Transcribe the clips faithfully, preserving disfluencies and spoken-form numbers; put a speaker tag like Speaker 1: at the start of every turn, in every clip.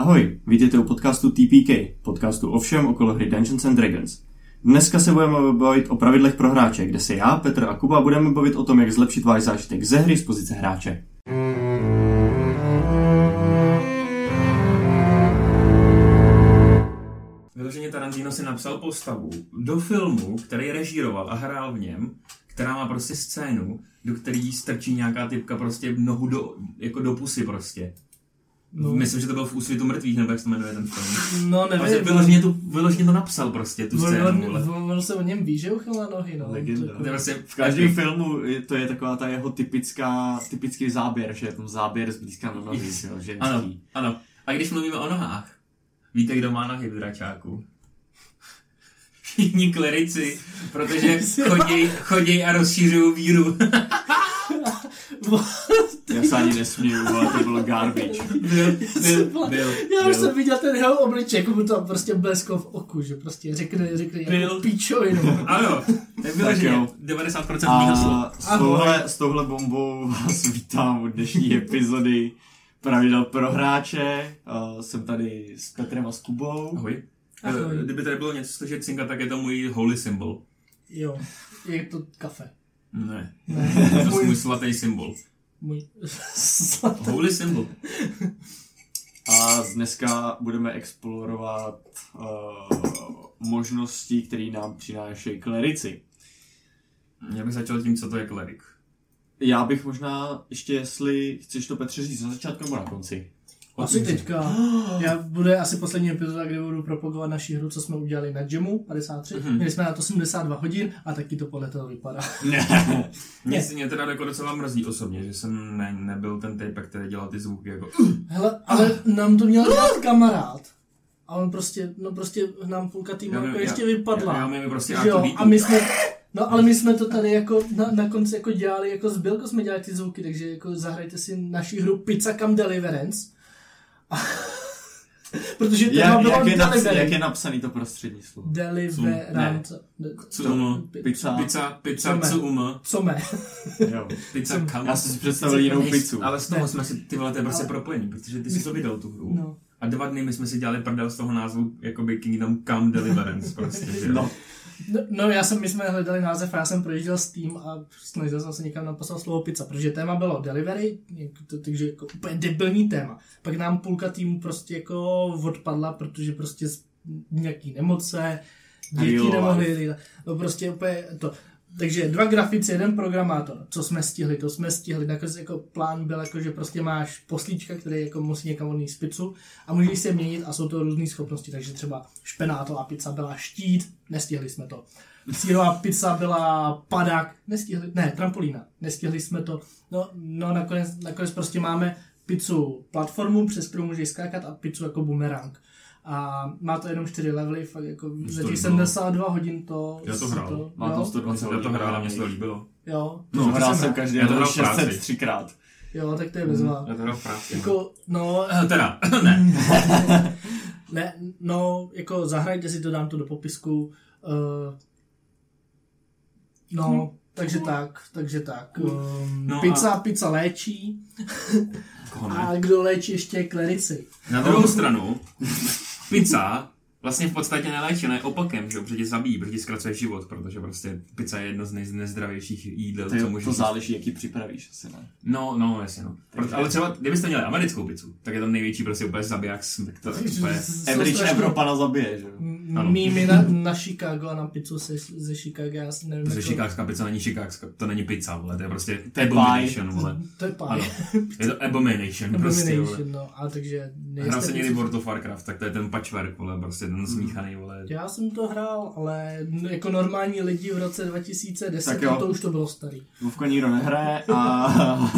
Speaker 1: Ahoj, vítejte u podcastu T P K, podcastu o všem okolo hry Dungeons and Dragons. Dneska se budeme bavit o pravidlech pro hráče, kde se já, Petr a Kuba budeme bavit o tom, jak zlepšit váš zážitek ze hry z pozice hráče.
Speaker 2: Vyloženě Tarantino si napsal postavu do filmu, který režíroval a hrál v něm, která má prostě scénu, do který strčí nějaká typka prostě nohu do, jako do pusy prostě. No. Myslím, že to bylo v Úsvitu mrtvých, nebo jak se to jmenuje ten film.
Speaker 3: No nevím.
Speaker 2: Prostě vyloženě, to, vyloženě to napsal prostě, tu scénu.
Speaker 3: On se o něm ví, že uchyl na nohy, no.
Speaker 1: Legenda.
Speaker 3: To,
Speaker 1: to prostě v každém filmu to je taková ta jeho typická, typický záběr, že je tam záběr zblízka na nohy, jo, ženský.
Speaker 2: Ano, ano. A když mluvíme o nohách, víte, kdo má nohy v dračáku? Všichni klerici, protože chodí, chodí a rozšířují víru.
Speaker 1: Já se ani nesměju, ale to bylo garbage.
Speaker 2: Byl, byl, byl.
Speaker 3: Já už jsem viděl ten jeho obličej, jako mu to prostě blesklo v oku, že prostě řekne, řekne jako píčovinu.
Speaker 2: Ano, tak bylo, že devadesát procent mýho slova.
Speaker 1: S touhle, s touhle bombou vás vítám u dnešní epizody pravidel pro hráče. Uh, jsem tady s Petrem a s Kubou.
Speaker 2: Ahoj. Ahoj. Kdyby tady bylo něco slyšet cinka, tak je to můj holy symbol.
Speaker 3: Jo, je to kafe.
Speaker 2: Ne, ne. To je můj, můj svatý symbol.
Speaker 3: Můj
Speaker 2: svatý. Holy symbol.
Speaker 1: A dneska budeme explorovat uh, možnosti, které nám přinášejí klerici.
Speaker 2: Já bych začal tím, co to je klerik.
Speaker 1: Já bych možná ještě, jestli chceš to Petře říct na začátku nebo na konci.
Speaker 3: Asi teďka. Já bude asi poslední epizoda, kde budu propagovat naši hru, co jsme udělali na Jamu padesát tři. Mm-hmm. Měli jsme na to sedmdesát dva hodin a taky to podle toho vypadá.
Speaker 2: Mě, mě teda jako docela mrzí osobně, že jsem ne, nebyl ten typ, který dělal ty zvuky jako...
Speaker 3: Hele, ale nám to měl dělat kamarád. A on prostě, no prostě nám půlka týmu jako já, ještě vypadla.
Speaker 2: Já, já mi prostě
Speaker 3: jo, a my jsme... No ale my jsme to tady jako na, na konci jako dělali, jako z Bylko jsme dělali ty zvuky, takže jako zahrajte si naši hru Pizza Come Deliverance. Protože
Speaker 1: jak, bylo jak, je napsaný, jak je napsaný to prostřední slovo?
Speaker 3: Deliverance.
Speaker 2: Cumo. Pizza. Pizza. Pizza. Cumo.
Speaker 3: Come.
Speaker 2: Pizza come.
Speaker 1: Já jsem si představil jinou pizzu.
Speaker 2: Ale z toho jsme si, ty vole, to je prostě ale... propojení, protože ty jsi to vydal tu hru. No. A dva dny my jsme si dělali prdel z toho názvu, jakoby Kingdom Come Deliverance prostě.
Speaker 3: No. No, no já jsem, my jsme hledali název a já jsem projížděl Steam a snažil jsem se někam napsat slovo pizza, protože téma bylo delivery, takže jako úplně debilní téma. Pak nám půlka týmu prostě jako odpadla, protože prostě nějaký nemoce, děti nemohly, no prostě úplně to. Takže dva grafici, jeden programátor, co jsme stihli, to jsme stihli, nakonec jako plán byl jako, že prostě máš poslíčka, který jako musí někam odníst pizzu a můžeš se měnit a jsou to různé schopnosti, takže třeba špenátová pizza byla štít, nestihli jsme to. Sírová pizza byla padák, nestihli, ne, trampolína, nestihli jsme to. No, no nakonec, nakonec prostě máme pizzu platformu, přes kterou můžeš skákat a pizzu jako bumerang. A má to jenom čtyři levely, fakt jako za těch sedmdesát dva hodin to...
Speaker 2: Já to hrál,
Speaker 3: to,
Speaker 1: má to sto dvacet hodin.
Speaker 2: Já to hrál a mě se to líbilo.
Speaker 3: Jo.
Speaker 1: No, to hrál jsem každý, já to hrál šest set třikrát.
Speaker 3: Jo, tak to je bezvá.
Speaker 2: Já to hrál v práci.
Speaker 3: Jako, no...
Speaker 2: Teda, ne.
Speaker 3: Ne, no, jako zahrajte si to, dám to do popisku. Uh, no, takže tak, takže tak. Um, no pizza, a... pizza léčí. A kdo léčí ještě klerici.
Speaker 2: Na druhou stranu, pizza vlastně v podstatě neléčí, ne opakem, že protože tě zabíjí, protože zkracuje život, protože prostě pizza je jedno z nejzdravějších jídel,
Speaker 1: to
Speaker 2: co můžeš.
Speaker 1: To záleží, jaký připravíš, asi ne.
Speaker 2: No, no, jasně, no. Takže... Ale třeba, kdybyste měli americkou pizzu, tak je tam největší prostě úplně zabiják, to úplně...
Speaker 1: Average Evropana zabije, že jo?
Speaker 3: Mými na, na Chicago a na pizzu ze, ze Chicago, já si nevím.
Speaker 2: Protože chicagská pizza není chicagská, to není pizza, vole, to je prostě abomination, vole.
Speaker 3: To je pie.
Speaker 2: Ano, je to abomination, prostě, vole.
Speaker 3: No, a takže...
Speaker 2: Hrál se někdy World of Warcraft, tak to je ten patchwork, vole, prostě ten smíchaný, vole.
Speaker 3: Já jsem to hrál, ale jako normální lidi v roce dva tisíce deset, to už to bylo starý.
Speaker 1: Vovko nikdo nehraje a...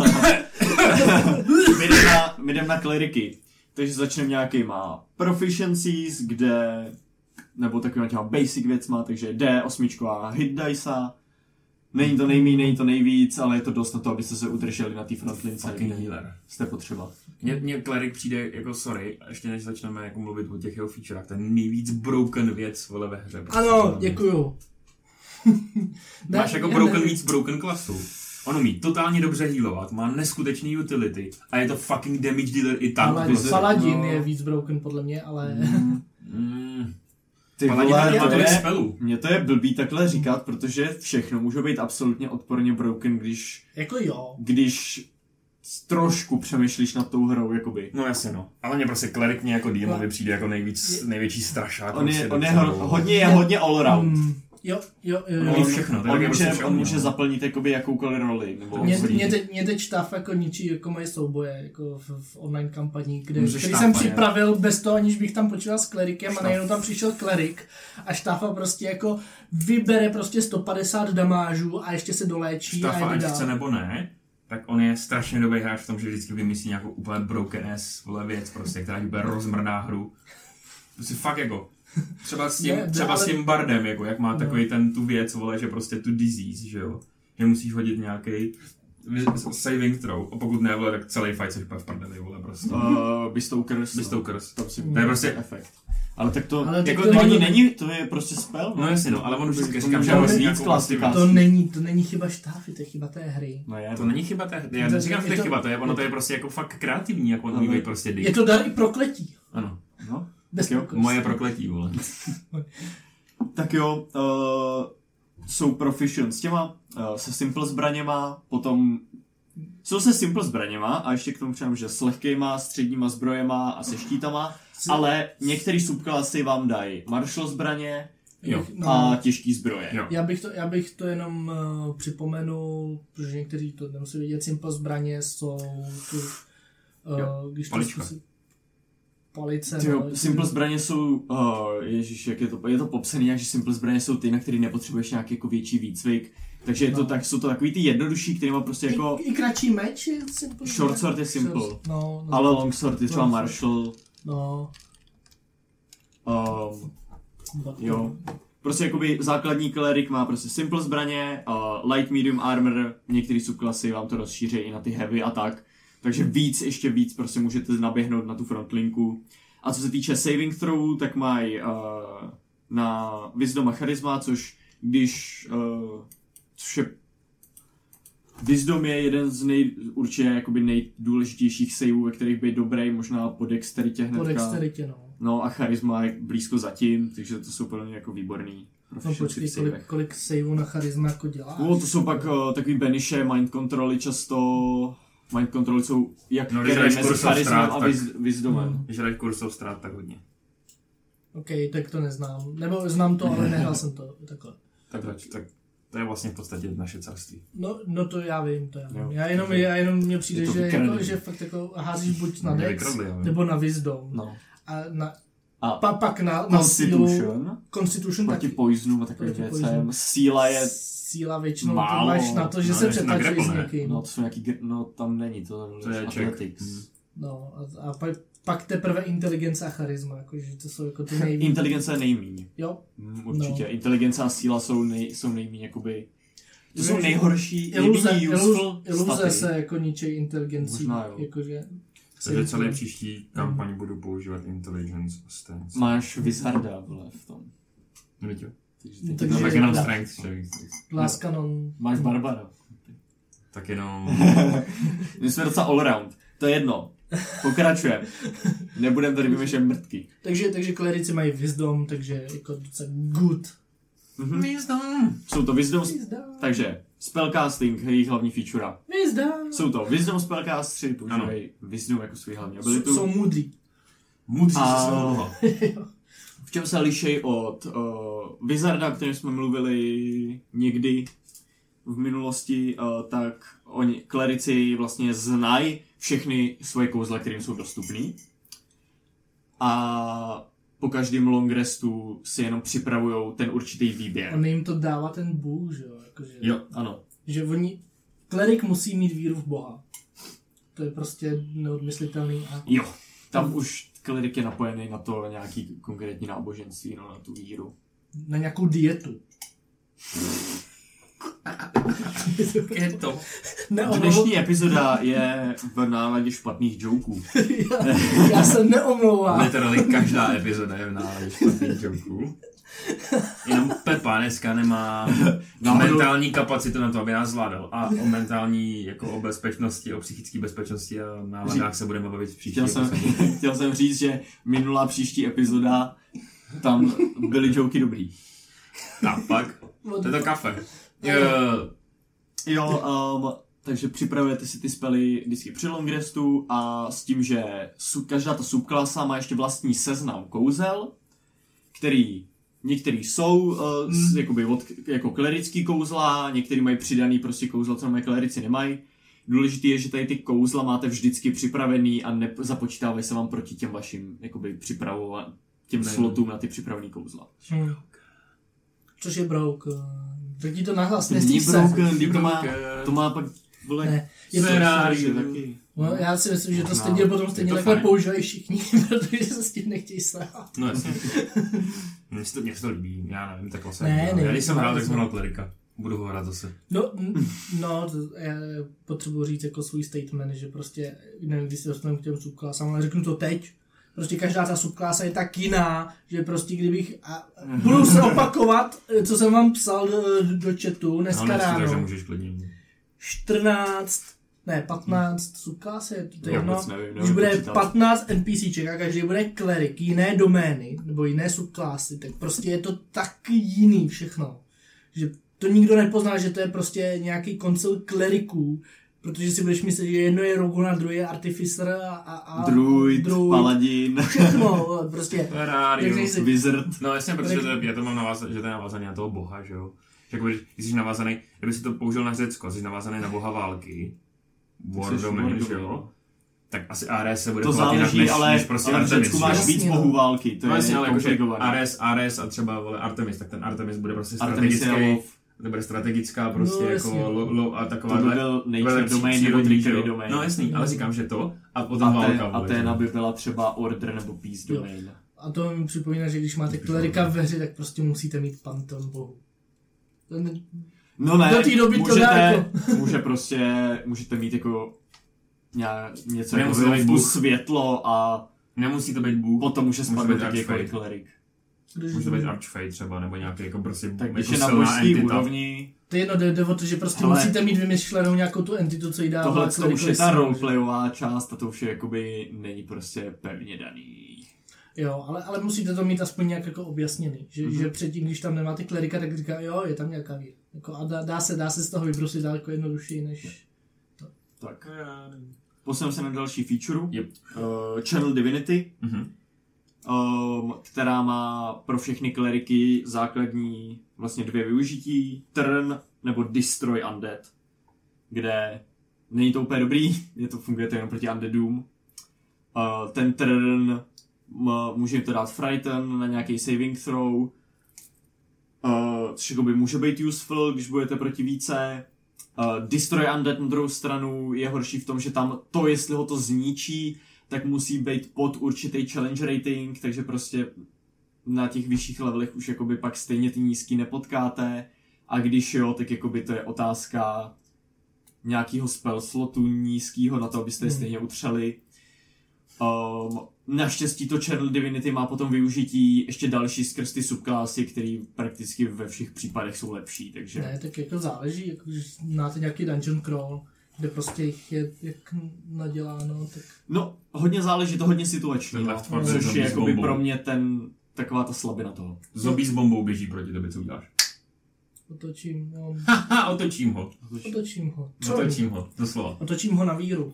Speaker 1: my jdem na, my jdem na kleriky. Takže začneme nějakýma proficiencies, kde... nebo takovýma těma basic věcma, takže D osm a hit dice. Není to nejmí, není to nejvíc, ale je to dost na to, abyste se udrželi na té frontlince.
Speaker 2: Fucking healer.
Speaker 1: Jste potřeba.
Speaker 2: Mně, mně klerik přijde jako sorry, ještě než začneme jako mluvit o těch jeho featurech, to je nejvíc broken věc vole ve hře.
Speaker 3: Prostě ano, děkuju.
Speaker 2: Máš jako broken víc broken klasu. On umí totálně dobře healovat, má neskutečný utility a je to fucking damage dealer i tak.
Speaker 3: Ale Paladin no. je víc broken podle mě, ale...
Speaker 2: Mm, mm.
Speaker 1: Ty
Speaker 2: Paladin
Speaker 1: vole,
Speaker 2: nemá
Speaker 1: to
Speaker 2: tolik
Speaker 1: je,
Speaker 2: spelů.
Speaker 1: mně to je blbý takhle říkat, protože všechno může být absolutně odporně broken, když,
Speaker 3: Jako jo.
Speaker 1: když trošku přemýšlíš nad tou hrou, jakoby.
Speaker 2: No jasně no, ale mě prostě klerik mě jako D M ovi přijde jako nejvíc, největší strašák.
Speaker 1: On je,
Speaker 2: prostě
Speaker 1: on je
Speaker 2: docela.
Speaker 1: ho, hodně, je hodně all around.
Speaker 3: Mm, jo, jo, jo. jo.
Speaker 2: On ví všechno, to je
Speaker 1: on,
Speaker 2: taky
Speaker 1: může,
Speaker 2: prostě
Speaker 1: on
Speaker 2: všechno.
Speaker 1: může zaplnit jakoby jakoukoliv roli. Nebo
Speaker 3: Mě,
Speaker 1: hodí.
Speaker 3: mě, teď, mě teď štáf jako ničí jako moje souboje jako v, v online kampaní, kde,
Speaker 2: Může
Speaker 3: který
Speaker 2: štáfa,
Speaker 3: jsem
Speaker 2: je.
Speaker 3: připravil bez toho, aniž bych tam počítal s klerikem
Speaker 2: Štáf.
Speaker 3: a najednou tam přišel klerik a štáfa prostě jako vybere prostě sto padesát damážů a ještě se doléčí
Speaker 2: Štafa,
Speaker 3: a
Speaker 2: ať
Speaker 3: jde
Speaker 2: chce
Speaker 3: dál.
Speaker 2: nebo ne, tak on je strašně dobrý hráč v tom, že vždycky vymyslí nějakou úplně broken ass vole věc, prostě, která ti úplně rozmrdá hru. To si fakt jako, třeba s tím,
Speaker 3: Ne,
Speaker 2: třeba
Speaker 3: ale-
Speaker 2: s tím bardem, jako, jak má
Speaker 3: No.
Speaker 2: takový ten tu věc, vole, že prostě tu disease, že jo, že musíš hodit nějaký saving throw, a pokud ne, vole, tak celý fight se v prdeli, vole, prostě.
Speaker 1: Uh, Bestow Curse.
Speaker 2: Bestow Curse.
Speaker 1: Tam si
Speaker 2: To je prostě-
Speaker 1: efekt. Ale tak to,
Speaker 3: Ale tak
Speaker 1: jako
Speaker 3: to
Speaker 1: to ani
Speaker 3: není-
Speaker 1: není, to je prostě spell.
Speaker 2: No jasně, no, ale on vždycky
Speaker 1: To
Speaker 2: říkám, že
Speaker 1: může
Speaker 2: vlastně
Speaker 1: být
Speaker 2: nějakou
Speaker 1: klasika.
Speaker 2: aktivitu.
Speaker 3: To není, to není chyba štáfy, to je chyba té hry.
Speaker 1: No je,
Speaker 2: To není chyba té, já
Speaker 3: To-
Speaker 2: neříkám, že to
Speaker 3: je
Speaker 2: je
Speaker 3: to-
Speaker 2: chyba, to je, ono to je prostě jako fakt kreativní, jak on umí
Speaker 1: Ale-
Speaker 2: být prostě dick.
Speaker 3: Je to dar i prokletí.
Speaker 2: Ano,
Speaker 1: no.
Speaker 3: Bez
Speaker 1: Tak jo,
Speaker 3: prokletí.
Speaker 2: moje prokletí, vole.
Speaker 1: Tak jo, uh, jsou proficient s těma, uh, se simple zbraněma, potom jsou se simple zbraněma a ještě k tomu přijám, že s lehkýma, středníma zbrojema a se štítama, ale některé subklasy vám dají martial zbraně
Speaker 2: Jo.
Speaker 1: a těžký zbroje.
Speaker 2: Jo.
Speaker 3: Já bych to, já bych to jenom uh, připomenul, protože někteří to nemusí vědět, simple zbraně jsou tu, uh, když to
Speaker 2: palička.
Speaker 3: zkusí, palice.
Speaker 1: Tyjo,
Speaker 3: no,
Speaker 1: simple zbraně jsou, uh, ježiš, jak je to, je to popsaný, jak že simple zbraně jsou ty, na který nepotřebuješ nějaký jako větší výcvik, takže je to
Speaker 3: No.
Speaker 1: tak, jsou to takový ty jednodušší, kterýma prostě jako,
Speaker 3: I, I kratší meč je simple.
Speaker 1: short
Speaker 3: zbraň.
Speaker 1: sword je simple,
Speaker 3: Short- no, no,
Speaker 1: ale long sword je třeba
Speaker 3: Long
Speaker 1: martial,
Speaker 3: no,
Speaker 1: um,
Speaker 3: but-
Speaker 1: jo. Prostě jakoby základní klerik má prostě simple zbraně, uh, light medium armor, některé subklasy vám to rozšíří i na ty heavy a tak. Takže víc, ještě víc prostě můžete naběhnout na tu frontlinku. A co se týče saving throw, tak mají uh, na wisdom a charisma, což když uh, což je wisdom je jeden z nej, určitě jakoby nejdůležitějších saveů, ve kterých být dobrý, možná po dexteritě hnedka.
Speaker 3: Po dexteritě, no.
Speaker 1: No a charisma je blízko zatím, takže to jsou podle mě jako výborný
Speaker 3: No
Speaker 1: proficiency
Speaker 3: počkej,
Speaker 1: v
Speaker 3: kolik,
Speaker 1: savech.
Speaker 3: kolik saveů na charisma jako děláš?
Speaker 1: No, to jsou pak uh, takový beniše, mind controly často, mind controly jsou jak
Speaker 2: No,
Speaker 1: no,
Speaker 2: když jdeš
Speaker 1: mezi
Speaker 2: kursor
Speaker 1: charismem
Speaker 2: strát,
Speaker 1: a
Speaker 2: tak-
Speaker 1: wiz- wisdomem.
Speaker 3: Hmm.
Speaker 2: Když jdeš kursov ztrát, tak hodně.
Speaker 3: OK, tak to neznám. Nebo znám to, ale nehrál jsem to takhle.
Speaker 2: Tak, tak, tak to je vlastně v podstatě naše carství.
Speaker 3: No, no to já vím, to já vím.
Speaker 1: Jo.
Speaker 3: Já jenom, já jenom mně přijde,
Speaker 1: Je to
Speaker 3: že, jako,
Speaker 1: vykradený.
Speaker 3: že fakt jako házíš buď na
Speaker 2: Mě
Speaker 3: dex,
Speaker 2: vykradli, jo.
Speaker 3: nebo na wisdom.
Speaker 1: No.
Speaker 3: A na,
Speaker 1: A
Speaker 3: pa, pak na, na sílu.
Speaker 1: Constitution,
Speaker 3: Constitution
Speaker 1: proti
Speaker 3: taky.
Speaker 1: poisonům a takovým
Speaker 3: Proti
Speaker 1: věcem.
Speaker 3: poisonu.
Speaker 1: Síla je,
Speaker 3: Síla většinou
Speaker 1: málo.
Speaker 3: to máš na to, že
Speaker 2: No,
Speaker 3: se
Speaker 2: než na
Speaker 3: přetačíš s
Speaker 2: grapple, ne?
Speaker 3: někým.
Speaker 1: no to jsou nějaký, gr- no tam není, to,
Speaker 2: To je check.
Speaker 1: athletics.
Speaker 2: Hmm.
Speaker 3: No, a, a pak, pak teprve inteligence a charisma, jakože to jsou jako ty nejvíc.
Speaker 1: Inteligence je nejmíň.
Speaker 3: Jo,
Speaker 1: Mm, určitě.
Speaker 3: No.
Speaker 1: Inteligence a síla jsou, nej, jsou nejmíň jakoby... To jsou
Speaker 3: Vím, že
Speaker 1: nejhorší,
Speaker 3: iluze,
Speaker 1: nejméně useful
Speaker 3: iluze, iluze
Speaker 1: staty.
Speaker 3: se jako ničí inteligencí.
Speaker 1: Možná jo.
Speaker 3: Jakože,
Speaker 2: Takže celý příští kampaň budu používat intelligence a stance.
Speaker 1: Máš wizarda, vole, v tom.
Speaker 2: Vidíte?
Speaker 1: Takže,
Speaker 3: No,
Speaker 1: ty-
Speaker 3: takže-
Speaker 2: No tak jenom
Speaker 3: tak.
Speaker 2: strength, že?
Speaker 3: Last Canon.
Speaker 1: Máš barbara.
Speaker 2: Tak jenom...
Speaker 1: My jsme docela all-round. To je jedno. Pokračujeme. Nebudeme tady vymýšlet mrtky.
Speaker 3: Takže, takže klerici mají wisdom, takže jako docela good.
Speaker 1: Mhm.
Speaker 2: Wisdom!
Speaker 1: Jsou to wisdom,
Speaker 3: Wisdom.
Speaker 1: takže spellcasting, jejich hlavní feature.
Speaker 3: Wisdom.
Speaker 1: Jsou to wisdom spellcastři, používají wisdom jako svůj hlavní abilitu.
Speaker 3: Jsou moody.
Speaker 2: Mudří se
Speaker 1: A-
Speaker 2: slovo.
Speaker 1: V čem se liší od uh, Wizarda, o kterém jsme mluvili někdy v minulosti, uh, tak oni, klerici vlastně znají všechny svoje kouzla, které jim jsou dostupné. A po každém long restu si jenom připravují ten určitý výběr.
Speaker 3: On jim to dává ten bůh, že jo? Jakože,
Speaker 1: Jo, ano.
Speaker 3: že oni, klerik musí mít víru v Boha. To je prostě neodmyslitelný. A
Speaker 1: Jo. Tam už klerik je napojený na to nějaký konkrétní náboženství, no, na tu víru.
Speaker 3: na nějakou dietu.
Speaker 2: Je to.
Speaker 3: Neomlou...
Speaker 1: Dnešní epizoda je v náladě špatných joků.
Speaker 3: já, já se neomlouvám.
Speaker 2: Literally každá epizoda je v náladě špatných joků. Jenom Pepa dneska nemá
Speaker 1: No,
Speaker 2: mentální kapacitu na to, aby nás zvládal. A o mentální, jako o bezpečnosti, o psychické bezpečnosti a náladách se budeme bavit v příští
Speaker 1: Chtěl jsem,
Speaker 2: epizodě.
Speaker 1: chtěl jsem říct, že minulá příští epizoda, tam byly joky dobrý.
Speaker 2: Tak, pak. To je to kafe. Jo,
Speaker 1: Jo, um, takže připravujete si ty spely vždycky při long restu a s tím, že su, každá ta subklasa má ještě vlastní seznam kouzel, který některý jsou uh, s, jakoby od, jako klerický kouzla, některý mají přidaný prostě kouzla, co mají klerici nemají. Důležité je, že tady ty kouzla máte vždycky připravený a nezapočítávají se vám proti těm vašim jakoby připravovat těm
Speaker 2: Ne.
Speaker 1: slotům na ty připravený kouzla.
Speaker 3: Hmm. Což je broke. Řekni to nahlas,
Speaker 1: Není
Speaker 3: nestýš se.
Speaker 1: broken, to má, to má pak, vole,
Speaker 3: Ne, je to
Speaker 2: Ferrari.
Speaker 1: taky.
Speaker 3: No, já si myslím, že to
Speaker 1: No,
Speaker 3: stejně potom stejně
Speaker 2: to
Speaker 3: takhle
Speaker 2: fajn.
Speaker 3: používají všichni, protože se s tím nechtějí srát.
Speaker 2: No jasně. Mně se to, mně se to líbí, já nevím, tak vlastně.
Speaker 3: Ne, ne,
Speaker 2: já když jsem
Speaker 3: ne,
Speaker 2: hrál, tak
Speaker 3: ne.
Speaker 2: jsem hrál klerika. Budu ho hrát zase.
Speaker 3: No, n- no, to, já potřebuji říct jako svůj statement, že prostě, nevím, když se dostaneme k těm subklásám, ale řeknu to teď, prostě každá ta subklása je tak jiná, že prostě kdybych, a budu se opakovat, co jsem vám psal do, do chatu dneska
Speaker 2: No, nechci, takže
Speaker 3: ráno,
Speaker 2: můžeš klidně.
Speaker 3: čtrnáct, ne, patnáct subklás je to
Speaker 1: Já
Speaker 3: jedno,
Speaker 1: vůbec nevím,
Speaker 3: když
Speaker 1: nevím
Speaker 3: bude
Speaker 1: počítat.
Speaker 3: patnáct NPCček a každý bude klerik, jiné domény, nebo jiné subklásy, tak prostě je to tak jiný všechno, že to nikdo nepozná, že to je prostě nějaký koncil kleriků, protože si budeš myslet, že jedno je Roguna, druhý je Artificer a, a, a
Speaker 1: Druid, paladin,
Speaker 3: všechno, prostě.
Speaker 2: Ferrari.
Speaker 3: Takže si-
Speaker 1: wizard.
Speaker 2: No jasně, protože to, je- já to mám navázané, že to je navázané na toho boha, že jo. Že jako, když jsi navázaný, kdyby si to použil na Řecko, jsi navázaný na boha války, War
Speaker 1: Jsi
Speaker 2: Domain,
Speaker 1: War
Speaker 2: že jo.
Speaker 1: Domain.
Speaker 2: Tak asi Ares se bude
Speaker 1: To
Speaker 2: chovat jinak
Speaker 1: záleží,
Speaker 2: než,
Speaker 1: ale,
Speaker 2: než prostě
Speaker 1: ale v
Speaker 2: Artemis.
Speaker 1: Řecku máš
Speaker 2: že jo.
Speaker 3: Jasně,
Speaker 1: víc
Speaker 3: no.
Speaker 1: bohů války, to
Speaker 2: No
Speaker 1: je
Speaker 2: jasně, ale jakože
Speaker 1: komplikované.
Speaker 2: Ares, Ares a třeba vole, Artemis, tak ten Artemis bude prostě
Speaker 1: Artemis je
Speaker 2: strategický,
Speaker 1: lov.
Speaker 2: to bude strategická prostě
Speaker 3: No,
Speaker 2: jako
Speaker 3: jasně.
Speaker 2: lo, lo, a
Speaker 1: To
Speaker 2: taková
Speaker 1: by byl nature domain nebo treasury domain.
Speaker 2: No jasný, ale říkám, že to a potom
Speaker 1: A
Speaker 2: válka.
Speaker 1: ten,
Speaker 2: vole,
Speaker 1: Athena
Speaker 2: že?
Speaker 1: by byla třeba order nebo peace
Speaker 3: Jo.
Speaker 1: domain.
Speaker 3: A to mi připomíná, že když máte klerika ve hře, tak prostě musíte mít panteon bohu. To ne-
Speaker 1: No ne,
Speaker 3: Do té doby to
Speaker 1: můžete,
Speaker 3: dá jako-
Speaker 1: může prostě, můžete mít jako nějak, něco jako
Speaker 2: Nemusí to být
Speaker 1: zrovna
Speaker 2: Bůh.
Speaker 1: světlo a
Speaker 2: Nemusí to být Bůh,
Speaker 1: potom může
Speaker 2: Může
Speaker 1: spadnout
Speaker 2: být
Speaker 1: taky jako
Speaker 2: Archfey.
Speaker 1: klerik.
Speaker 3: když-
Speaker 2: může to být Archfey třeba, nebo nějaký jako prostě
Speaker 1: Tak když
Speaker 2: jako
Speaker 1: je na
Speaker 2: silná
Speaker 1: božský
Speaker 2: entita.
Speaker 1: úrovni,
Speaker 3: To je jedno, jde, jde o to, že prostě
Speaker 1: Hele.
Speaker 3: musíte mít vymyšlenou nějakou tu entitu, co jí dává.
Speaker 1: tohle to už
Speaker 3: klerikovi
Speaker 1: je ta
Speaker 3: sílu, že?
Speaker 1: roleplayová část a to už je jakoby není prostě pevně daný.
Speaker 3: Jo, ale, ale musíte to mít aspoň nějak jako objasněný, že,
Speaker 1: Mhm.
Speaker 3: mm-hmm. že předtím, když tam nemáte klerika, tak říká, jo, je tam nějaká víra. Jako, a dá, dá, se, dá se z toho vybrusit daleko jednodušší, než...
Speaker 1: Tak. Posuneme se na další feature.
Speaker 2: Yep.
Speaker 1: Uh, Channel Divinity,
Speaker 2: Mhm.
Speaker 1: um, která má pro všechny kleriky základní vlastně dvě využití. Turn nebo Destroy Undead, kde není to úplně dobrý, je to, funguje to jenom proti Undeadům. Uh, ten turn m- můžete dát Frighten na nějaký saving throw, uh, což jakoby může být useful, když budete proti více. Uh, Destroy Undead na druhou stranu je horší v tom, že tam to, jestli ho to zničí, tak musí být pod určitý challenge rating, takže prostě na těch vyšších levelech už jakoby pak stejně ty nízký nepotkáte. A když jo, tak jakoby to je otázka nějakého spell slotu nízkýho na to, abyste je
Speaker 3: Hmm.
Speaker 1: stejně utřeli. Um, naštěstí to Channel Divinity má potom využití ještě další skrz ty subklasy, které prakticky ve všech případech jsou lepší, takže...
Speaker 3: Ne, tak jako záleží, jako, když máte nějaký dungeon crawl, kde prostě jich je jak naděláno, tak...
Speaker 1: No, hodně záleží, to hodně situační,
Speaker 2: Ten
Speaker 1: no,
Speaker 2: Left four Dead
Speaker 1: což
Speaker 2: zombie
Speaker 1: je
Speaker 2: s
Speaker 1: jakoby
Speaker 2: bombou.
Speaker 1: pro mě ten, taková ta slabina toho.
Speaker 2: Zombie s bombou běží proti tobě, co uděláš?
Speaker 3: Otočím, no,
Speaker 2: Haha, otočím ho.
Speaker 3: otočím ho. Co?
Speaker 2: Otočím ho, doslova.
Speaker 3: Otočím ho na víru.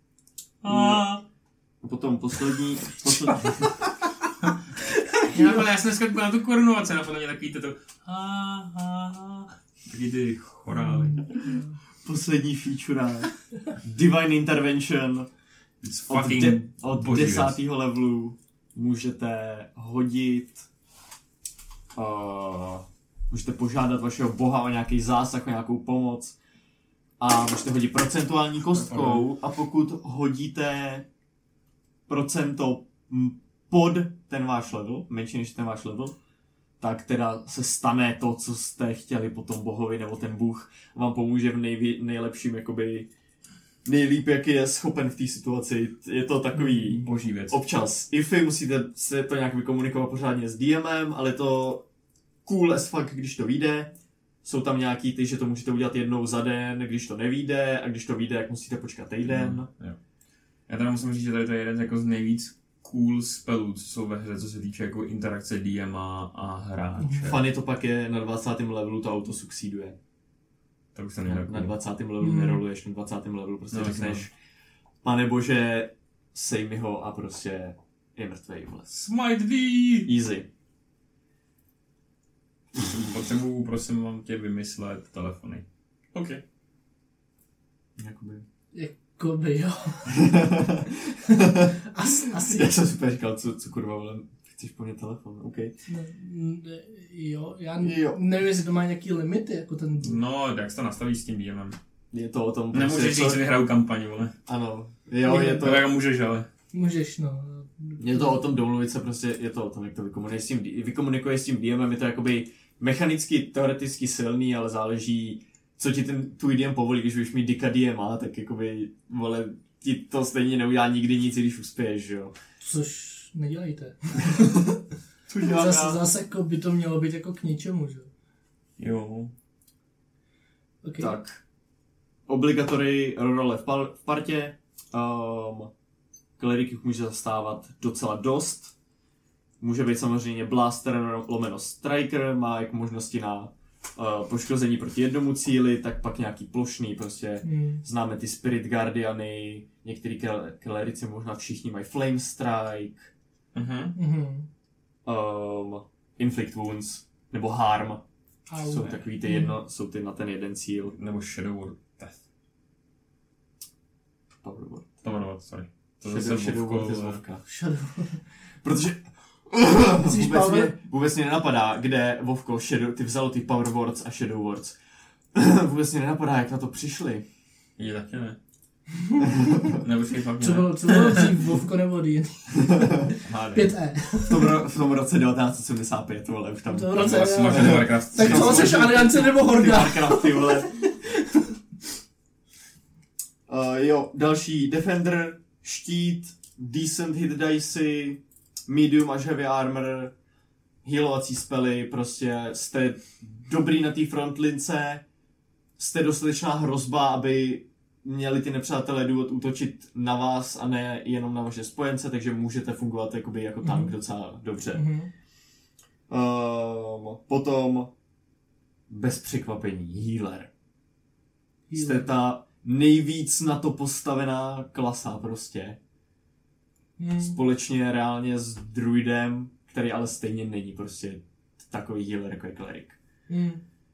Speaker 2: A...
Speaker 1: Potom poslední, poslední
Speaker 2: Já, ale já jsem dneska koukal na tu korunovaci, na podle mě takový to, ha, ha, ha, taky ty chorály.
Speaker 1: poslední feature, Divine Intervention,
Speaker 2: It's
Speaker 1: od,
Speaker 2: fucking
Speaker 1: de, od
Speaker 2: boží věc.
Speaker 1: desátého levelu můžete hodit, uh, můžete požádat vašeho boha o nějaký zásah, o nějakou pomoc a můžete hodit procentuální kostkou a pokud hodíte procento m, pod ten váš level, menší než ten váš level, tak teda se stane to, co jste chtěli po tom bohovi, nebo ten bůh vám pomůže v nejvě, nejlepším, jakoby nejlíp, jak je schopen v té situaci. Je to takový
Speaker 2: Boží věc.
Speaker 1: občas ify, musíte se to nějak vykomunikovat pořádně s DMem, ale to cool as fuck, když to vyjde. Jsou tam nějaký ty, že to můžete udělat jednou za den, když to nevyjde, a když to vyjde, jak musíte počkat týden.
Speaker 2: Mm, jo. Já teda musím říct, že tady to je jeden jako z nejvíc cool spellů, co jsou ve hře, co se týče jako interakce D M a, a hráče.
Speaker 1: Funny to pak je na dvacátém levelu to auto succeeduje.
Speaker 2: To už se
Speaker 1: Na,
Speaker 2: nejde.
Speaker 1: na dvacátém levelu
Speaker 3: Hmm.
Speaker 1: neroluješ, na dvacátém levelu prostě
Speaker 2: No,
Speaker 1: řekneš, pane bože, sej mi ho a prostě je mrtvej, vole.
Speaker 2: Smite D!
Speaker 1: Easy.
Speaker 2: Potřebuju, prosím vám tě vymyslet telefony. OK.
Speaker 1: Jakoby.
Speaker 3: Jakoby, jo. Asi, asi.
Speaker 1: Já jsem super říkal, co, co kurva, vole, chceš po mě telefon, OK.
Speaker 3: Ne, ne, jo, já
Speaker 1: Jo.
Speaker 3: nevím, jestli to má nějaký limity, jako ten...
Speaker 2: No, jak se to nastaví s tím D M em?
Speaker 1: Je to o tom,
Speaker 2: Nemůžeš
Speaker 1: co-
Speaker 2: říct, že vyhraju kampaň, vole.
Speaker 1: Ano, jo, je to,
Speaker 2: To jak můžeš, ale.
Speaker 3: Můžeš, no.
Speaker 1: je to o tom domluvit se prostě, je to o tom, jak to vykomunikuješ s tím, vykomunikuješ s tím D M em, je to jakoby mechanicky, teoreticky silný, ale záleží, co ti ten tvůj D M povolí, když budeš mít dika D M a, tak jakoby, vole, ti to stejně neudělá nikdy nic, když uspěješ, že jo.
Speaker 3: Což nedělejte.
Speaker 1: Co dělám
Speaker 3: Zase,
Speaker 1: já?
Speaker 3: zase jako by to mělo být jako k ničemu, že?
Speaker 2: Jo.
Speaker 3: Okay.
Speaker 1: Tak. Obligatory role v, par- v partě. Um, Kleriky může zastávat docela dost. Může být samozřejmě Blaster lomeno Striker, má jak možnosti na uh, poškození proti jednomu cíli, tak pak nějaký plošný, prostě
Speaker 3: Hmm.
Speaker 1: známe ty Spirit Guardiany, některý kel- klerici možná všichni mají Flame Strike,
Speaker 2: Mhm.
Speaker 3: Mhm.
Speaker 1: um, Inflict Wounds, nebo Harm.
Speaker 3: Au.
Speaker 1: Jsou takový ty jedno, jsou ty na ten jeden cíl.
Speaker 2: Nebo Shadow Word Death.
Speaker 1: Power Word.
Speaker 2: To bylo, sorry. To
Speaker 1: Shadow,
Speaker 2: zase
Speaker 1: Shadow Word je z
Speaker 2: Vovko,
Speaker 1: Vovka.
Speaker 3: Shadow.
Speaker 1: Protože
Speaker 3: Myslíš
Speaker 1: vůbec
Speaker 3: Power?
Speaker 1: mě, vůbec mě nenapadá, kde Vovko, Shadow, ty vzalo ty Power Words a Shadow Words. Vůbec mě nenapadá, jak na to přišli.
Speaker 2: Je taky ne. Nebo si fakt
Speaker 3: Co
Speaker 2: ne.
Speaker 3: bylo, co bylo dřív, Vovko nebo D and D?
Speaker 2: Hádej.
Speaker 3: pět E.
Speaker 1: V tom, ro, v tom roce devatenáct set sedmdesát pět, vole, už tam...
Speaker 3: V tom
Speaker 2: To
Speaker 3: roce,
Speaker 2: bylo
Speaker 3: jo.
Speaker 2: Smažený Warcraft.
Speaker 3: Tak co seš, Aliance nebo
Speaker 1: Ty
Speaker 3: Horda?
Speaker 1: Warcrafty, vole. Uh, jo, další Defender, štít, decent hit dicey, medium až heavy armor, healovací spely, prostě jste dobrý na té frontlince, jste dostatečná hrozba, aby měli ty nepřátelé důvod útočit na vás a ne jenom na vaše spojence, takže můžete fungovat jakoby jako tank
Speaker 3: Mhm.
Speaker 1: docela dobře.
Speaker 3: Mhm.
Speaker 1: Um, potom bez překvapení healer. Jste ta nejvíc na to postavená klasa prostě.
Speaker 3: Hmm.
Speaker 1: Společně reálně s druidem, který ale stejně není prostě takový healer jako je klerik.
Speaker 3: Hmm.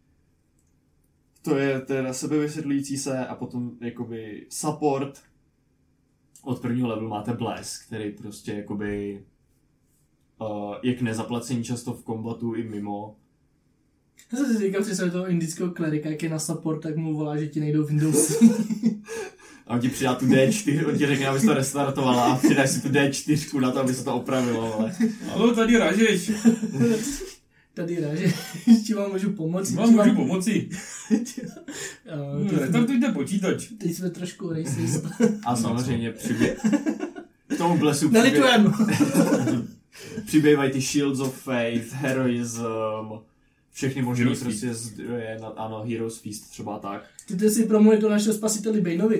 Speaker 1: To je teda sebevysvětlující se a potom jakoby support. Od prvního levelu máte Bless, který prostě jakoby uh, je k nezaplacení často v kombatu i mimo.
Speaker 3: Já jsem si říkal, že se toho indického klerika, jak je na support, tak mu volá, že ti nejdou Windows.
Speaker 1: A on ti přidá tu D čtyři, on ti řekne, abys to restartovala a přidáš si tu D čtyři na to, aby se to opravilo, ale...
Speaker 2: Alo, tady ražeš.
Speaker 3: Tady rád, že ti vám můžu pomoct.
Speaker 2: Vám můžu pomoci.
Speaker 3: Jo, teď,
Speaker 2: Restartujte počítač.
Speaker 3: teď jsme trošku racist.
Speaker 1: A samozřejmě přibě... K tomu Blessu přibě...
Speaker 3: Nelitujem.
Speaker 1: přibývají ty Shields of Faith, Heroism, všechny možný
Speaker 2: Heroes
Speaker 1: prostě zdroje, na, ano, Heroes Feast třeba tak.
Speaker 3: Ty si promluvit do našeho spasiteli Baneovi.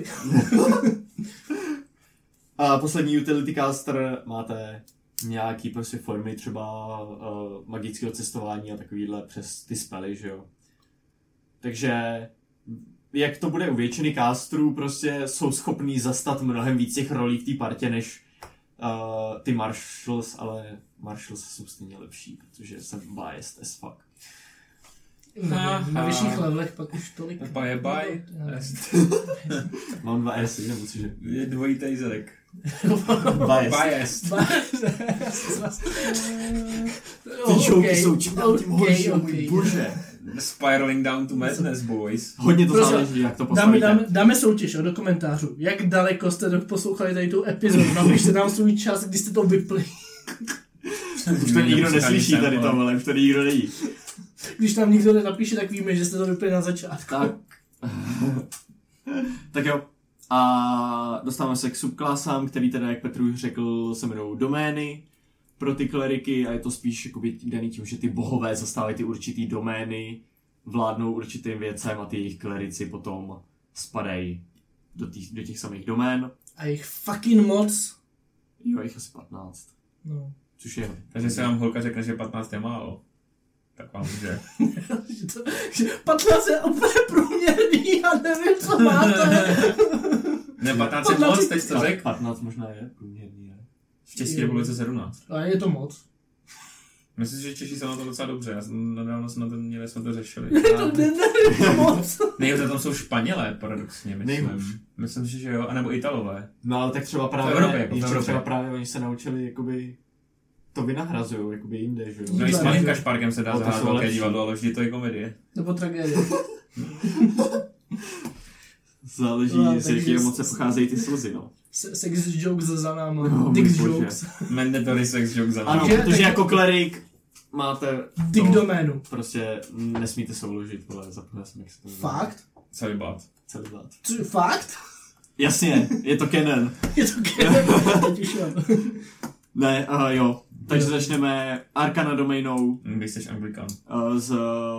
Speaker 1: A poslední utility caster máte nějaký prostě formy třeba uh, magického cestování a takovýhle přes ty spely, že jo. Takže jak to bude u většiny casterů, prostě jsou schopní zastat mnohem víc těch rolí v té partě, než uh, ty Marshals, ale Marshals jsou stejně lepší, protože jsem biased as fuck.
Speaker 3: Na, na vyšších levelech pak už tolik.
Speaker 2: Bye bye.
Speaker 1: Mám dva S, nebo cože?
Speaker 2: Je dvojitý zrek.
Speaker 1: Biased.
Speaker 2: Biased.
Speaker 1: Ty joky jsou čím dál tím horší,
Speaker 3: okay,
Speaker 1: můj
Speaker 3: okay.
Speaker 1: bože.
Speaker 2: Spiraling down to madness, boys.
Speaker 1: Hodně to
Speaker 3: Prosím,
Speaker 1: záleží, jak to
Speaker 3: Dáme,
Speaker 1: postavíte.
Speaker 3: dáme, dáme soutěž jo, do komentářů. Jak daleko jste do- poslouchali tady tu epizodu? Napište nám svůj čas, kdy jste to vypli.
Speaker 1: Už to nikdo neslyší tady to, ale už to nikdo neví.
Speaker 3: Když nám nikdo nenapíše, tak víme, že jste to vypli na začátku.
Speaker 1: Tak. Tak jo. A dostáváme se k subklasám, který teda, jak Petr už řekl, se jmenují domény. pro ty kleriky a je to spíš jakoby daný tím, že ty bohové zastávají ty určitý domény, vládnou určitým věcem a ty jejich klerici potom spadají do, tý, do těch samých domén.
Speaker 3: A jich fucking moc.
Speaker 1: Jo, jich asi patnáct.
Speaker 3: No.
Speaker 1: Což je...
Speaker 2: Takže se vám holka řekne, že patnáct je málo. Tak vám může.
Speaker 3: patnáct je úplně průměrný, já nevím, co máte.
Speaker 2: Ne, patnáct je moc, teď to řek.
Speaker 1: patnáct možná je průměrný, ne?
Speaker 2: V České republice sedmnáct.
Speaker 3: A je to moc.
Speaker 2: Myslím si, že Češi jsou na to docela dobře. Já jsem nedávno jsme to měli, jsme to řešili.
Speaker 3: to ne, to moc.
Speaker 2: Nejvíce tam jsou Španělé, paradoxně, myslím.
Speaker 1: Nejhůř.
Speaker 2: Myslím si, že jo, anebo Italové.
Speaker 1: No ale tak třeba právě,
Speaker 2: v Evropě, jako v
Speaker 1: ještě
Speaker 2: Evropě.
Speaker 1: třeba právě oni se naučili jakoby to vynahrazujou, jakoby jinde, že jo?
Speaker 2: No i s malým Kašpárkem se dá
Speaker 1: O, to
Speaker 2: zahrát
Speaker 1: jsou
Speaker 2: velké
Speaker 1: lepší.
Speaker 2: divadlo, ale vždy to je komedie.
Speaker 3: Nebo tragédie.
Speaker 1: Záleží,
Speaker 3: No,
Speaker 1: z
Speaker 3: takže
Speaker 1: jakého
Speaker 3: s-
Speaker 1: moc se pocházejí ty slzy, no.
Speaker 3: Se- Sex jokes za náma.
Speaker 1: No,
Speaker 3: Dick
Speaker 1: můj bože.
Speaker 3: jokes.
Speaker 2: Mandatory sex joke za
Speaker 1: Ano,
Speaker 3: Takže-
Speaker 1: protože
Speaker 3: takže-
Speaker 1: jako klerik máte
Speaker 3: Dick
Speaker 1: to,
Speaker 3: doménu.
Speaker 1: prostě nesmíte souložit, vole, zapomněl jsem, jak se to jmenuje.
Speaker 3: Fakt?
Speaker 2: Celý bát.
Speaker 1: Celý blát.
Speaker 3: Co, fakt?
Speaker 1: Jasně, je to canon.
Speaker 3: Je to kérem. Teď už jo.
Speaker 1: Ne, uh, jo. Takže začneme Arcana doménou
Speaker 2: Když jsi anglikán.
Speaker 1: uh, z uh,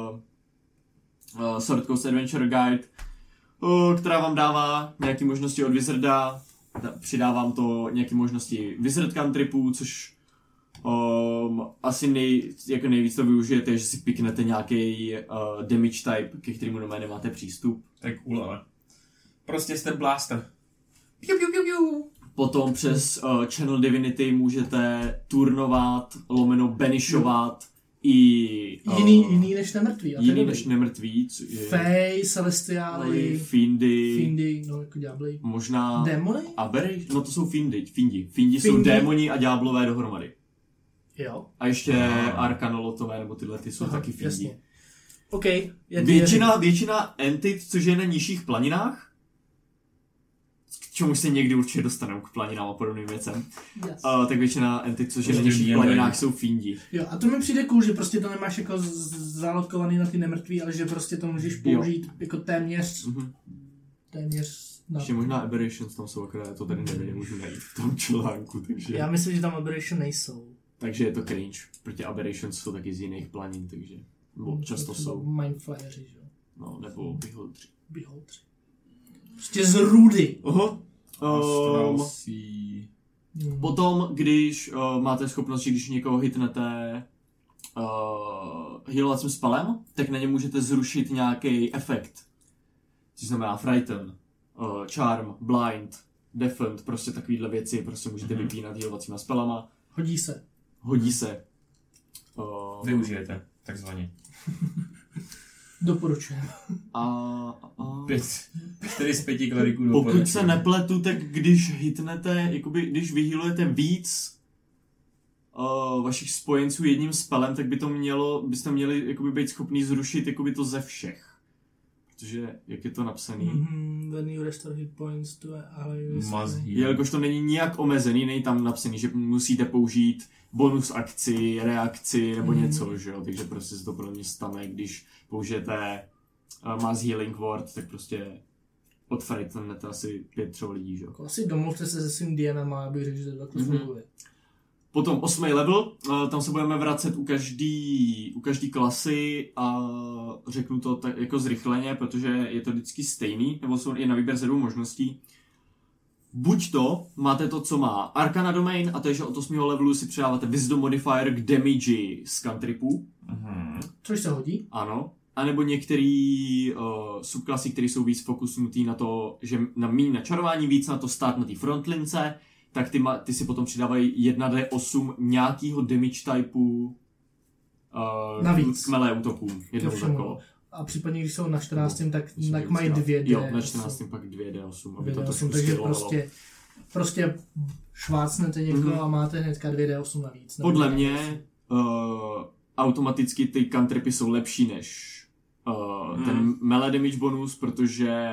Speaker 1: Sword Coast Adventure Guide, uh, která vám dává nějaké možnosti od Wizarda. Da- Přidávám to nějaké možnosti Wizard cantripů, což um, asi nej, jako nejvíc to využijete, že si piknete nějaký uh, damage type, ke kterému doma nemáte přístup.
Speaker 2: Tak cool, ale. Prostě jste blaster. Piu, piu, piu, piu.
Speaker 1: Potom přes uh, Channel Divinity můžete turnovat, lomeno banishovat i uh,
Speaker 3: Jiný, jiný než nemrtvý. A to je
Speaker 1: jiný
Speaker 3: dobrý.
Speaker 1: než nemrtví, co je
Speaker 3: Fej, celestiály,
Speaker 1: Findy,
Speaker 3: Findy, no jako ďábly.
Speaker 1: možná
Speaker 3: Démony?
Speaker 1: Aberration, no to jsou Findy, Findi. Findi jsou
Speaker 3: Findi.
Speaker 1: démoni a ďáblové dohromady.
Speaker 3: Jo.
Speaker 1: A ještě
Speaker 2: Ah.
Speaker 1: Arkanolotové, nebo tyhle ty jsou
Speaker 3: Aha,
Speaker 1: taky Findi.
Speaker 3: jasně. OK. Já ti
Speaker 1: Většina, většina entit, což je na nižších planinách, k čemu se někdy určitě dostanou k planinám a podobným věcem,
Speaker 3: věřím. Yes.
Speaker 1: uh, tak většina entit, což je na
Speaker 2: Prostě
Speaker 1: nižších
Speaker 2: D and D.
Speaker 1: planinách, jsou Findi.
Speaker 3: Jo, a to mi přijde cool, že prostě to nemáš jako z- zalokovaný na ty nemrtví, ale že prostě to můžeš použít jako téměř,
Speaker 1: Mhm.
Speaker 3: téměř na...
Speaker 1: Ještě možná Aberrations tam jsou, akorát já to tady nevím, nemůžu najít v tom článku, takže...
Speaker 3: Já myslím, že tam Aberration nejsou.
Speaker 1: Takže je to cringe, protože Aberrations jsou taky z jiných planin, takže... Nebo často
Speaker 3: Třeba
Speaker 1: jsou,
Speaker 3: Mindflayeři, že jo.
Speaker 1: no, nebo Beholdři.
Speaker 3: Beholdři. Prostě z rudy.
Speaker 1: Aha. Um,
Speaker 2: Australsí.
Speaker 3: Hmm.
Speaker 1: potom, když uh, máte schopnost, že když někoho hitnete uh, healovacím spelem, tak na ně můžete zrušit nějaký efekt. Což znamená Frighten, uh, Charm, Blind, Deafened, prostě takovýhle věci, prostě můžete
Speaker 2: Mhm.
Speaker 1: vypínat healovacíma spelama.
Speaker 3: Hodí se.
Speaker 1: Hodí se. Uh,
Speaker 2: Využijete, takzvaně.
Speaker 3: Doporučujeme.
Speaker 1: a, a...
Speaker 2: Pět. Čtyři z pěti kleriků
Speaker 1: Pokud
Speaker 2: doporučuji.
Speaker 1: se nepletu, tak když hitnete, jakoby, když vyhýlujete víc uh, vašich spojenců jedním spelem, tak by to mělo, byste měli jakoby, být schopný zrušit jakoby, to ze všech. Protože, jak je to napsaný, mm-hmm.
Speaker 3: Mm-hmm. When you restore hit points to a ally.
Speaker 2: Must heal.
Speaker 1: jelikož to není nijak omezený, není tam napsaný, že musíte použít bonus akci, reakci nebo
Speaker 3: Mhm.
Speaker 1: něco, že jo, takže prostě se to pro mě stane, když použijete uh, Mass Healing Word, tak prostě odfrightenete asi pět třeba lidí, že jo.
Speaker 3: Jako asi domluvte se se svým D M em, abych řekl, že to takhle
Speaker 1: Mhm.
Speaker 3: funguje.
Speaker 1: Potom osmý level, uh, tam se budeme vracet u každý, u každý klasy a řeknu to tak jako zrychleně, protože je to vždycky stejný, nebo jsou i na výběr ze dvou možností. Buď to máte to, co má Arcana Domain, a to je, že od osmého levelu si přidáváte Wisdom Modifier k damage z cantripů,
Speaker 2: Mhm.
Speaker 3: Což se hodí.
Speaker 1: ano, anebo některé uh, subklasy, které jsou víc fokusnutý na to, že na méně na čarování, víc na to stát na té frontlince, tak ty, ma, ty si potom přidávají jedna dé osm nějakýho damage typu uh,
Speaker 3: Navíc.
Speaker 1: k melee útokům. Jednou
Speaker 3: Ke
Speaker 1: za
Speaker 3: všemu.
Speaker 1: kolo.
Speaker 3: A případně, když jsou na čtrnáctém, tak,
Speaker 1: Musím
Speaker 3: tak
Speaker 1: říct,
Speaker 3: mají
Speaker 1: jo.
Speaker 3: dvě D.
Speaker 1: Jo, na čtrnáctém pak dvě dé osm, aby to trošku
Speaker 3: takže
Speaker 1: skillovalo.
Speaker 3: prostě, prostě švácnete někoho
Speaker 1: Mhm.
Speaker 3: a máte hnedka dvě dé osm navíc. nebo
Speaker 1: Podle
Speaker 3: dvě dé osm.
Speaker 1: mě uh, automaticky ty cantripy jsou lepší než uh,
Speaker 2: Hmm.
Speaker 1: ten melee damage bonus, protože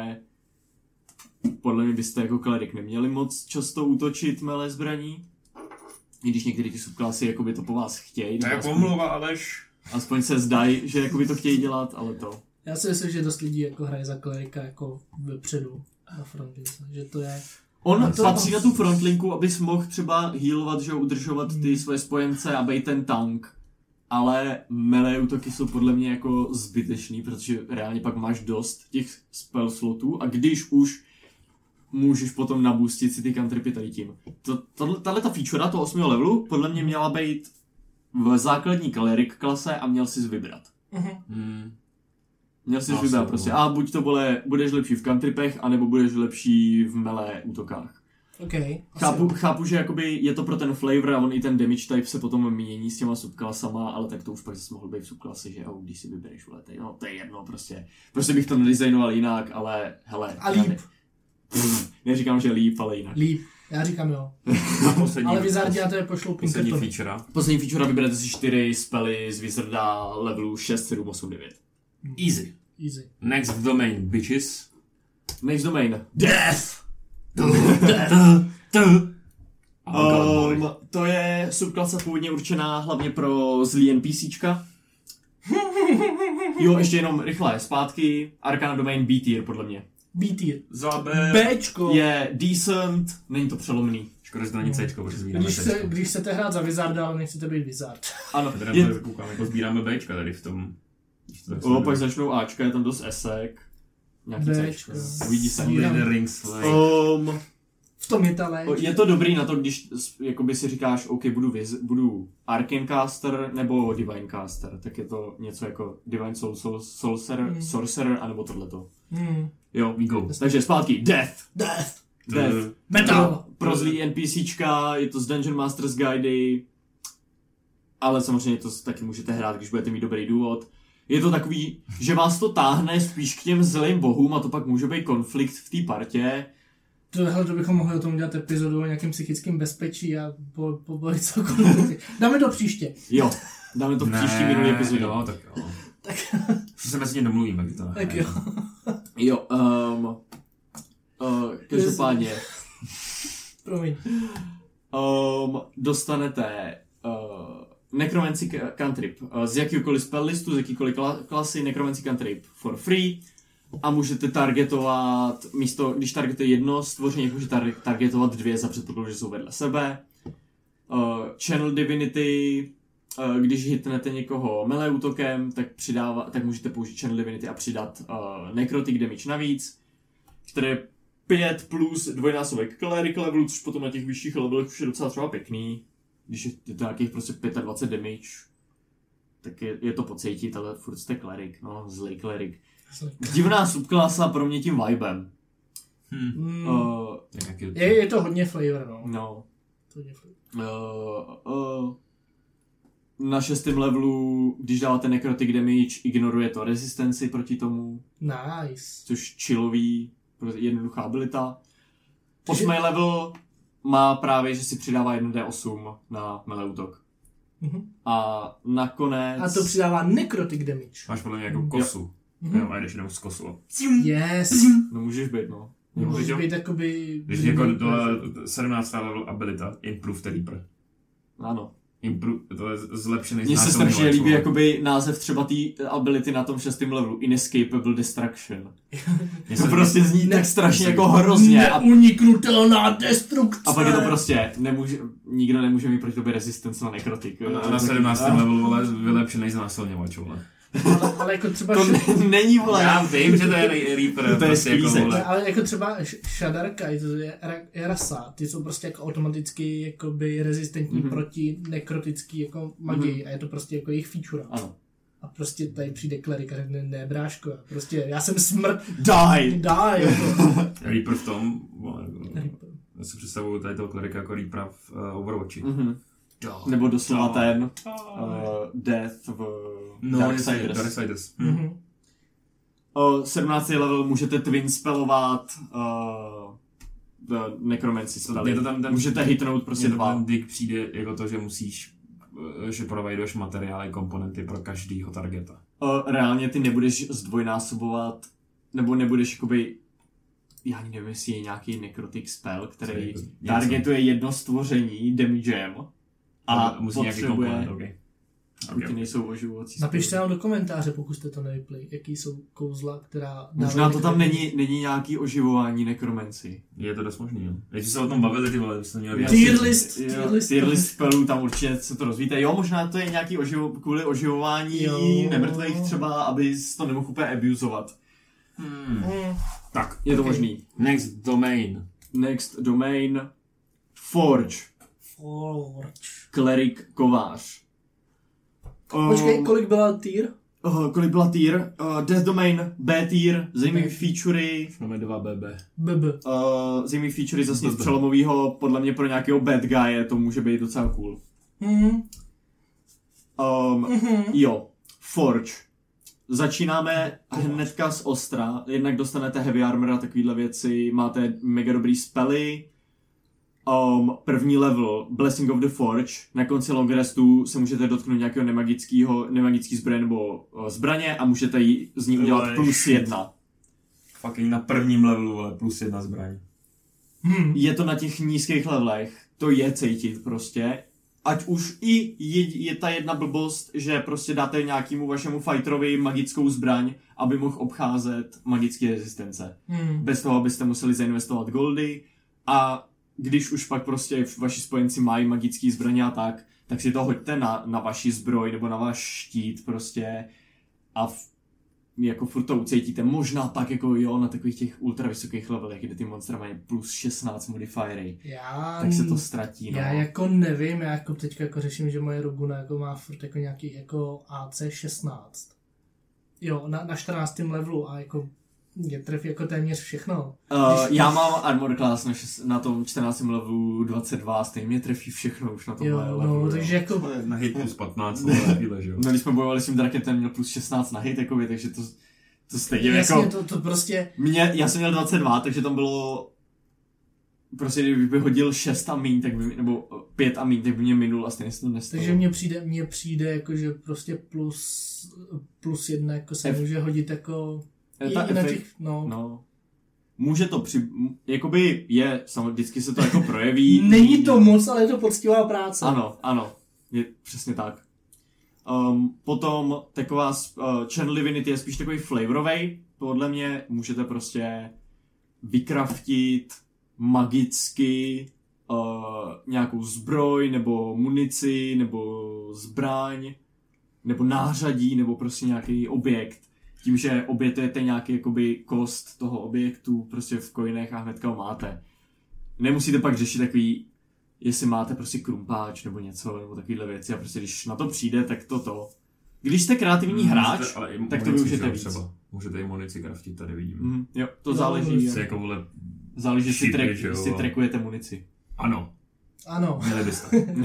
Speaker 1: podle mě byste jako klerik neměli moc často útočit melee zbraní. I když některé ty subklasy jakoby to po vás chtějí.
Speaker 2: To
Speaker 1: nebo
Speaker 2: je
Speaker 1: aspoň,
Speaker 2: pomluva, Aleš.
Speaker 1: aspoň se zdají, že jakoby to chtějí dělat, ale to.
Speaker 3: Já si myslím, že dost lidí jako hraje za klerika jako vepředu na frontlince, že to je
Speaker 1: On
Speaker 3: to-
Speaker 1: patří na tu frontlinku, abys mohl třeba healovat, že jo, udržovat ty svoje spojence a být ten tank. Ale melee útoky jsou podle mě jako zbytečný, protože reálně pak máš dost těch spell slotů a když už můžeš potom nabustit si ty cantripy tady tím. Tahle ta feature toho osmého levelu podle mě měla být v základní cleric klase a měl si vybrat.
Speaker 3: Uh-huh.
Speaker 2: Hmm.
Speaker 1: Měl si
Speaker 2: Asi,
Speaker 1: vybrat prostě,
Speaker 2: no.
Speaker 1: a buď to bude, budeš lepší v cantripech, anebo budeš lepší v melee útokách.
Speaker 3: Okay,
Speaker 1: Chápu, chápu, že jakoby je to pro ten flavor a on i ten damage type se potom mění s těma subklasama, ale tak to už pak zase mohl být v subklasy, že jo, když si vybereš, vole, tady, no to je jedno prostě. Prostě bych to nedizajnoval jinak, ale hele.
Speaker 3: A líp.
Speaker 1: Ne, pff, neříkám, že líp, ale jinak.
Speaker 3: Líp, já říkám jo.
Speaker 2: A poslední,
Speaker 3: Ale Wizardi na to je pošlou
Speaker 2: poslední
Speaker 3: Pinkertony.
Speaker 2: feature.
Speaker 1: Poslední feature vyberete si čtyři spely z Wizarda levelu šest, sedm, osm, devět.
Speaker 2: Easy.
Speaker 3: Easy.
Speaker 2: Next domain, bitches.
Speaker 1: Next domain.
Speaker 2: Death!
Speaker 1: Um, to je subklasa původně určená hlavně pro zlý NPCčka. Jo, ještě jenom rychle, zpátky, Arcana Domain B tier podle mě.
Speaker 3: B tier.
Speaker 2: Zabe.
Speaker 3: Bčko.
Speaker 1: Je decent, není to přelomný.
Speaker 2: Škoda, že to není Cčko, protože sbíráme
Speaker 3: Když, se,
Speaker 2: Cčko.
Speaker 3: když chcete hrát za Wizarda, ale nechcete být Wizard.
Speaker 1: Ano,
Speaker 2: Teda
Speaker 1: je,
Speaker 2: je... koukám, jako sbíráme Bčka tady v tom.
Speaker 1: o, pak začnou Ačka, je tam dost esek. Nějaký
Speaker 3: Bčko.
Speaker 1: Cčko. Uvidí se.
Speaker 3: Sbírám.
Speaker 2: Only the rings like.
Speaker 1: Um,
Speaker 3: V tom je ta léč.
Speaker 1: je to dobrý na to, když jakoby si říkáš, OK, budu, viz, budu Arcane Caster nebo Divine Caster, tak je to něco jako Divine Soul, Soul, Sorcerer,
Speaker 3: Mm.
Speaker 1: Sorcerer anebo tohleto.
Speaker 3: Hmm.
Speaker 1: Jo,
Speaker 2: We go.
Speaker 1: takže zpátky, Death.
Speaker 3: Death.
Speaker 1: Death.
Speaker 3: Metal.
Speaker 1: Pro zlý NPCčka, je to z Dungeon Masters Guidy, ale samozřejmě to taky můžete hrát, když budete mít dobrý důvod. Je to takový, že vás to táhne spíš k těm zlým bohům a to pak může být konflikt v té partě.
Speaker 3: Tohle to bychom mohli o tom dělat epizodu o nějakém psychickém bezpečí a po, po boji cokoliv. Dáme to příště.
Speaker 1: Jo, dáme to v příští minulý epizodě.
Speaker 2: Jo, tak jo. tak. se mezi ně domluvíme, kdy to
Speaker 3: Tak jo.
Speaker 1: Jo, um, uh, každopádně
Speaker 3: Promiň.
Speaker 1: um, dostanete uh, Necromancy Cantrip uh, z jakýkoliv spell listu, z jakýkoliv kla- klasy Necromancy Cantrip for free a můžete targetovat, místo, když targetuje jedno stvoření, můžete tar- targetovat dvě za předpokladu, že jsou vedle sebe. Uh, Channel Divinity, uh, když hitnete někoho melee útokem, tak, přidává, tak můžete použít Channel Divinity a přidat uh, Necrotic damage navíc, které je pět plus dvojnásobek cleric levelu, což potom na těch vyšších levelech už je docela třeba pěkný. Když je, je to nějakých prostě dvacet pět damage, tak je, je to pocítit, ale furt jste cleric, no, zlej cleric. Divná subklasa pro mě tím vibem.
Speaker 2: Hmm.
Speaker 3: Hmm.
Speaker 1: Uh,
Speaker 3: Je, je to hodně flavor, no.
Speaker 1: no.
Speaker 3: To hodně flavor.
Speaker 1: Uh, uh, na šestém levelu, když dáváte necrotic damage, ignoruje to rezistenci proti tomu,
Speaker 3: Nice.
Speaker 1: což chillový, jednoduchá abilita. Osmý level má právě, že si přidává jedna dé osm na melee útok.
Speaker 3: Mhm.
Speaker 1: A nakonec...
Speaker 3: A to přidává necrotic damage.
Speaker 2: Máš podle mě jako kosu.
Speaker 3: Mhm.
Speaker 2: Jo, a jdeš jenom z kosu.
Speaker 3: Yes.
Speaker 1: No můžeš být, no.
Speaker 3: Můžeš
Speaker 2: jo.
Speaker 3: být jakoby...
Speaker 2: Když jako do sedmnáctá level abilita, Improve the Reaper.
Speaker 1: Ano.
Speaker 2: Improve, to je zlepšený
Speaker 1: Mně se
Speaker 2: znásilňovač,
Speaker 1: strašně líbí
Speaker 2: vole.
Speaker 1: jakoby název třeba té ability na tom šestém levelu. Inescapable Destruction.
Speaker 2: Mně
Speaker 1: To
Speaker 2: se-
Speaker 1: prostě zní
Speaker 3: Ne-
Speaker 1: tak strašně jako hrozně. A,
Speaker 3: Neuniknutelná destrukce.
Speaker 1: a pak je to prostě, nemůže, nikdo nemůže mít proti tobě resistance na nekrotik.
Speaker 2: A na, na sedmnáctém levelu, vole, vylepšený znásilňovač, vole.
Speaker 3: Ale, ale jako třeba...
Speaker 1: To
Speaker 3: š-
Speaker 1: ne, není, vole.
Speaker 2: Já vím, že to je Reaper,
Speaker 1: To je
Speaker 2: prostě jako,
Speaker 1: sklízek.
Speaker 2: vole.
Speaker 3: ale jako třeba Shadarka, to je, ra- je rasa, ty jsou prostě jako automaticky jakoby rezistentní
Speaker 1: Mhm.
Speaker 3: mm-hmm. proti nekrotický jako magii mm-hmm. a je to prostě jako jejich feature.
Speaker 1: Ano.
Speaker 3: A prostě tady přijde klerik a řekne, ne bráško, prostě já jsem smrt,
Speaker 1: Die!
Speaker 3: dá, jako.
Speaker 2: Reaper v tom, vole,
Speaker 3: Reaper.
Speaker 2: já si představuju tady toho klerika jako Reapera v uh, Overwatchi.
Speaker 1: Mhm.
Speaker 2: Da.
Speaker 1: Nebo doslova
Speaker 2: Da.
Speaker 1: ten
Speaker 2: Da.
Speaker 1: uh, Death v
Speaker 2: No,
Speaker 1: Darksiders.
Speaker 2: Darksiders.
Speaker 3: Mhm.
Speaker 1: O sedmnáctý level můžete twin spellovat uh, necromancy spelly.
Speaker 2: Je to tam ten-
Speaker 1: Můžete hitnout prostě
Speaker 2: Mně to
Speaker 1: dva.
Speaker 2: ten dig přijde jako to, že musíš, eh, že provajduješ materiály, komponenty pro každýho targeta.
Speaker 1: O, reálně ty nebudeš zdvojnásobovat, nebo nebudeš jakoby, já ani nevím, jestli je nějaký necrotic spell, který
Speaker 2: Něco.
Speaker 1: targetuje jedno stvoření damagem a
Speaker 2: musí nějaký
Speaker 1: potřebuje,
Speaker 2: komponent, okay.
Speaker 1: Okay. Ti nejsou oživovací.
Speaker 3: Napište nám do komentáře, pokud jste to nevypli, jaký jsou kouzla, která...
Speaker 1: Možná to tam není, není nějaký oživování nekromenci.
Speaker 2: Je to dost možný, jo. Když se o tom bavili, ty vole, byste měli...
Speaker 3: Tier list, tier list.
Speaker 1: Tier list spelů, tam určitě se to rozvíte. Jo, možná to je nějaký oživo, kvůli oživování jo. nemrtvých třeba, aby to nemohl úplně abusovat.
Speaker 2: Hmm. Hmm. Tak,
Speaker 1: je to
Speaker 2: okay.
Speaker 1: možný.
Speaker 2: Next domain.
Speaker 1: Next domain. Forge.
Speaker 3: Forge.
Speaker 1: Klerik, kovář.
Speaker 3: Počkej, uh, kolik byla tier?
Speaker 1: Uh, kolik byla tier? Uh, Death Domain, B tier, zajímavý featurey.
Speaker 2: Máme dva B B.
Speaker 3: B B.
Speaker 1: Uh, zajímavý featurey zase z přelomovýho, podle mě pro nějakého bad guye to může být docela cool.
Speaker 3: Mhm.
Speaker 1: Um,
Speaker 3: mm-hmm.
Speaker 1: Jo, Forge. Začínáme hnedka z ostra, jednak dostanete heavy armor a takovýhle věci, máte mega dobrý spely. Um, první level, Blessing of the Forge, na konci long restu se můžete dotknout nějakého nemagického, nemagický zbraně nebo uh, zbraně a můžete jí, z ní udělat plus jedna.
Speaker 2: Fucking na prvním levelu, ale plus jedna zbraň.
Speaker 1: Hmm. Je to na těch nízkých levelech, to je cítit prostě. Ať už i je, je ta jedna blbost, že prostě dáte nějakému vašemu fighterovi magickou zbraň, aby mohl obcházet magické rezistence.
Speaker 3: Hmm.
Speaker 1: Bez toho, abyste museli zainvestovat goldy a když už pak prostě vaši spojenci mají magický zbraně a tak, tak si to hoďte na, na vaši zbroj nebo na váš štít prostě a v, jako furt to ucítíte. Možná pak jako jo, na takových těch ultra vysokých levelech, kde ty monstra mají plus šestnáct modifiery,
Speaker 3: já,
Speaker 1: tak se to ztratí. No.
Speaker 3: Já jako nevím, já jako teďka jako řeším, že moje Roguna jako má furt jako nějaký jako A C šestnáct. Jo, na, na čtrnáctém levelu a jako mě trefí jako téměř všechno.
Speaker 1: Uh, Když... Já mám armor class na, šest, na tom čtrnáctém levelu dvacet dva, stejně mě trefí všechno už na tomhle
Speaker 3: jo,
Speaker 1: levelu.
Speaker 3: No, takže jako...
Speaker 2: Na hit plus patnáct, chvíle, že jo.
Speaker 1: No, když jsme bojovali s tím drakem, ten měl plus šestnáct na hit, jakoby, takže to, to stejně
Speaker 3: Jasně,
Speaker 1: jako...
Speaker 3: to, to prostě...
Speaker 1: Mě, já jsem měl dvacet dva, takže tam bylo... Prostě kdyby hodil šest a míň, tak by, nebo pět a míň, tak by mě minul a stejně se to nestalo.
Speaker 3: Takže mně přijde, mně přijde jako, že prostě plus, plus jedna jako se F... může hodit jako...
Speaker 1: Ta
Speaker 3: I na
Speaker 1: efekt,
Speaker 3: těch, no.
Speaker 1: no. Může to při... Jakoby je, samozřejmě vždycky se to jako projeví.
Speaker 3: Není to moc, ale je to poctivá práce.
Speaker 1: Ano, ano. Je přesně tak. Um, potom taková uh, Channel Divinity je spíš takový flavorovej. Podle mě můžete prostě vykraftit magicky uh, nějakou zbroj, nebo munici, nebo zbraň, nebo nářadí, nebo prostě nějaký objekt. Tím, že obětujete nějaký jakoby kost toho objektu prostě v coinech a hnedka ho máte. Nemusíte pak řešit takový, jestli máte prostě krumpáč nebo něco, nebo takovýhle věci a prostě když na to přijde, tak to to. Když jste kreativní hráč, můžete, tak to využijete víc. Třeba.
Speaker 2: Můžete i munici craftit, tady vidím.
Speaker 1: Mm, jo, to no, záleží.
Speaker 2: Jako vole
Speaker 1: záleží, jestli track, trackujete munici.
Speaker 2: Ano.
Speaker 3: Ano.
Speaker 2: Měli byste.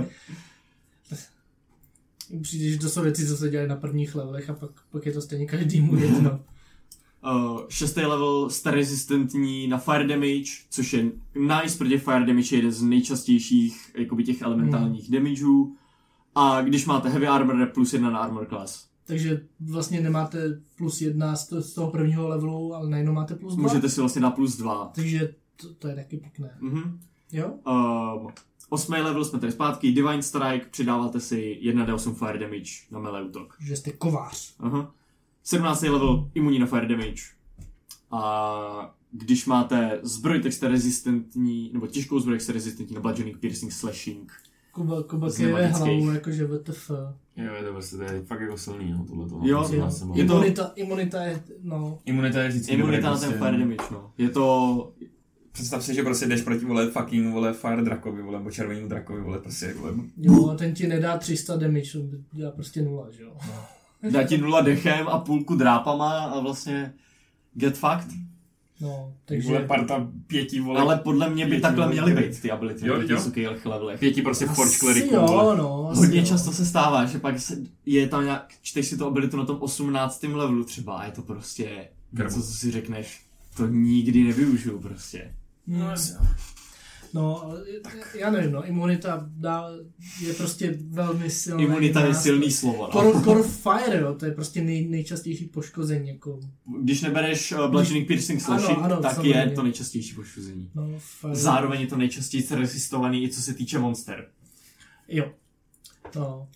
Speaker 3: Přijde, že to jsou věci, co se dělají na prvních levelech a pak, pak je to stejně každému jedno.
Speaker 1: uh, šestý level jste rezistentní na fire damage, což je nice, protože fire damage je jeden z nejčastějších jakoby těch elementálních hmm. damageů. A když máte heavy armor, plus jedna na armor class.
Speaker 3: Takže vlastně nemáte plus jedna z toho prvního levelu, ale najednou máte plus dva?
Speaker 1: Můžete si vlastně dát plus dva.
Speaker 3: Takže to, to je taky pěkné.
Speaker 1: Mm-hmm.
Speaker 3: Jo?
Speaker 1: Um, osmý level jsme tady zpátky, Divine Strike, přidáváte si jedna dé osm fire damage na melee útok.
Speaker 3: Že jste kovář.
Speaker 1: Aha. sedmnáctý level, imunní na fire damage. A když máte zbroj, tak jste rezistentní, nebo těžkou zbroj, tak jste rezistentní na bludgeoning, piercing, slashing.
Speaker 3: Kuba, Kuba kejve hlavu, jakože W T F.
Speaker 2: Jo, je to vlastně, to je fakt jako silný, no, tohleto.
Speaker 1: Jo,
Speaker 3: jo.
Speaker 1: Je to...
Speaker 3: Imunita, imunita je, no.
Speaker 2: Imunita je vždycky
Speaker 1: Imunita na ten fire damage, no. Je to...
Speaker 2: Představ si, že prostě jdeš proti, vole, fucking, vole, fire drakovi, vole, nebo červenému drakovi, vole, prostě, vole.
Speaker 3: Jo, ten ti nedá tři sta damage, on dělá prostě nula, že jo.
Speaker 1: No. Dá ti nula dechem a půlku drápama a vlastně get fucked.
Speaker 3: No, takže...
Speaker 2: Vole, parta pěti, vole.
Speaker 1: Ale podle mě by takhle měly být ty ability
Speaker 2: jo,
Speaker 1: na vysokých levelech.
Speaker 2: Pěti prostě forge clericů,
Speaker 3: jo, no.
Speaker 1: Hodně
Speaker 3: jo.
Speaker 1: často se stává, že pak se, je tam nějak, čteš si to abilitu na tom osmnáctém levelu třeba a je to prostě něco, co si řekneš, to nikdy nevyužiju prostě.
Speaker 3: No, no, ale tak. Já nevím, no, imunita dá, je prostě velmi silná.
Speaker 1: Imunita je silný slovo, no.
Speaker 3: Core, core fire, jo, to je prostě nej, nejčastější poškození, jako.
Speaker 1: Když nebereš uh, bludgeoning, piercing, slashing, ano, ano, tak samozřejmě. Je to nejčastější poškození.
Speaker 3: No, fire.
Speaker 1: Zároveň je to nejčastěji resistovaný i co se týče monster.
Speaker 3: Jo. No.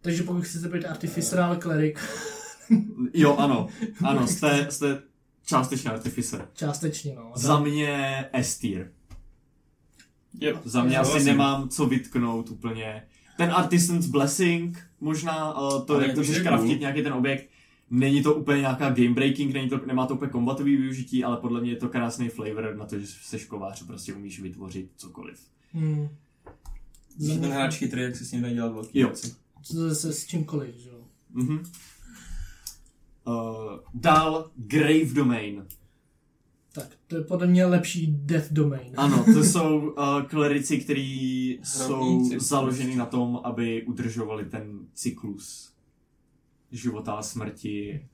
Speaker 3: Takže pokud chcete být artificial cleric.
Speaker 1: Jo, ano. Ano, jste, jste částečně artificer.
Speaker 3: Částečně, no.
Speaker 1: Za mě S-tier.
Speaker 2: Yep.
Speaker 1: Za mě
Speaker 2: Já
Speaker 1: asi
Speaker 2: vlastně.
Speaker 1: nemám co vytknout úplně. Ten Artisan's Blessing, možná uh, to,
Speaker 2: Ale
Speaker 1: jak
Speaker 2: to
Speaker 1: můžeš
Speaker 2: je
Speaker 1: craftit
Speaker 2: cool.
Speaker 1: nějaký ten objekt, není to úplně nějaká game breaking, není to, nemá to úplně kombatový využití, ale podle mě je to krásný flavor na to, že jsi kovář a prostě umíš vytvořit cokoliv.
Speaker 3: Hmm.
Speaker 2: Když je ten hráč chytrý, jak si s ním dají dělat velký
Speaker 1: Jo.
Speaker 2: věci.
Speaker 3: To se s čímkoliv, že jo.
Speaker 1: Mhm. Uh, dál Grave Domain.
Speaker 3: Tak, to je podle mě lepší Death Domain.
Speaker 1: Ano, to jsou uh, klerici, kteří jsou
Speaker 2: cyklus.
Speaker 1: založeni na tom, aby udržovali ten cyklus života a smrti.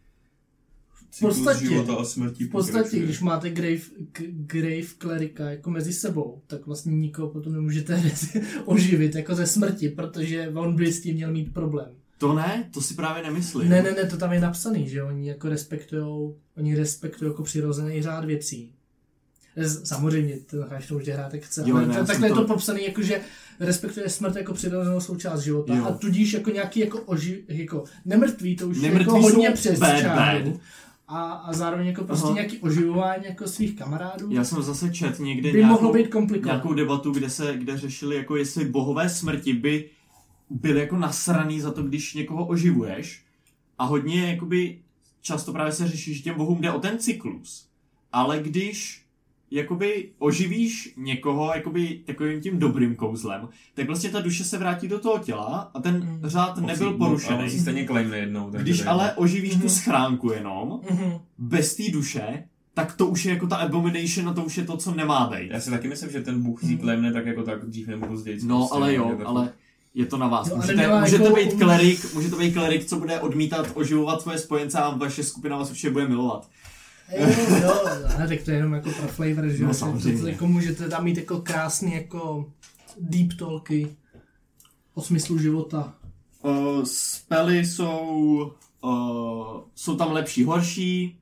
Speaker 2: Cyklus
Speaker 3: podstatě-
Speaker 2: života a smrti
Speaker 3: V podstatě,
Speaker 2: pokračuje.
Speaker 3: když máte Grave, k- grave Clerica jako mezi sebou, tak vlastně nikoho potom nemůžete oživit jako ze smrti, protože on by s tím měl mít problém.
Speaker 1: To ne, to si právě nemyslím.
Speaker 3: Ne, ne, ne, to tam je napsaný, že oni jako respektujou, oni respektují jako přirozený řád věcí. Z- Samozřejmě, ten hráč to může hrát jak chce,
Speaker 1: Jo,
Speaker 3: ale
Speaker 1: ne,
Speaker 3: to,
Speaker 1: já
Speaker 3: takhle
Speaker 1: jsem
Speaker 3: je to
Speaker 1: to-
Speaker 3: popsaný, jako, že respektuje smrt jako přirozenou součást života
Speaker 1: Jo.
Speaker 3: a tudíž jako nějaký jako, oži, jako nemrtví, to už je
Speaker 1: Nemrtví
Speaker 3: jako hodně
Speaker 1: jsou
Speaker 3: přes
Speaker 1: bad,
Speaker 3: čáru.
Speaker 1: bad.
Speaker 3: A, a zároveň jako prostě
Speaker 1: Aha.
Speaker 3: nějaký oživování jako svých kamarádů
Speaker 1: Já jsem zase čet někde
Speaker 3: by
Speaker 1: nějakou,
Speaker 3: mohlo být komplikované.
Speaker 1: nějakou debatu, kde se kde řešili, jako jestli bohové smrti by byly jako nasraný za to, když někoho oživuješ. A hodně jakoby často právě se řeší, že těm bohům jde o ten cyklus. Ale když jakoby oživíš někoho jakoby takovým tím dobrým kouzlem, tak vlastně ta duše se vrátí do toho těla a ten
Speaker 3: Mm.
Speaker 1: řád
Speaker 2: On
Speaker 1: nebyl
Speaker 2: si-
Speaker 1: porušený.
Speaker 2: A on si stejně claimne jednou. takže
Speaker 1: Když
Speaker 2: to je-
Speaker 1: ale oživíš tu
Speaker 3: Mhm.
Speaker 1: schránku jenom,
Speaker 3: Mhm.
Speaker 1: bez té duše, tak to už je jako ta abomination a to už je to, co nemá být.
Speaker 2: Já si taky myslím, že ten bůh si claimne tak jako tak dřív nebo později.
Speaker 1: No,
Speaker 2: prostě,
Speaker 1: ale
Speaker 2: že
Speaker 1: jo,
Speaker 2: to-
Speaker 1: ale je to na vás.
Speaker 3: No, ale
Speaker 1: Můžete,
Speaker 3: nemá
Speaker 1: můžete
Speaker 3: jako-
Speaker 1: být klerik, můžete být klerik, co bude odmítat oživovat svoje spojence a vaše skupina vás určitě bude milovat.
Speaker 3: Jo, jo, ne, tak to je jenom jako pro flavor, že
Speaker 1: No,
Speaker 3: jo,
Speaker 1: samozřejmě.
Speaker 3: to, jako můžete tam mít jako krásný jako deep talky o smyslu života.
Speaker 1: Uh, spely jsou, uh, jsou tam lepší, horší.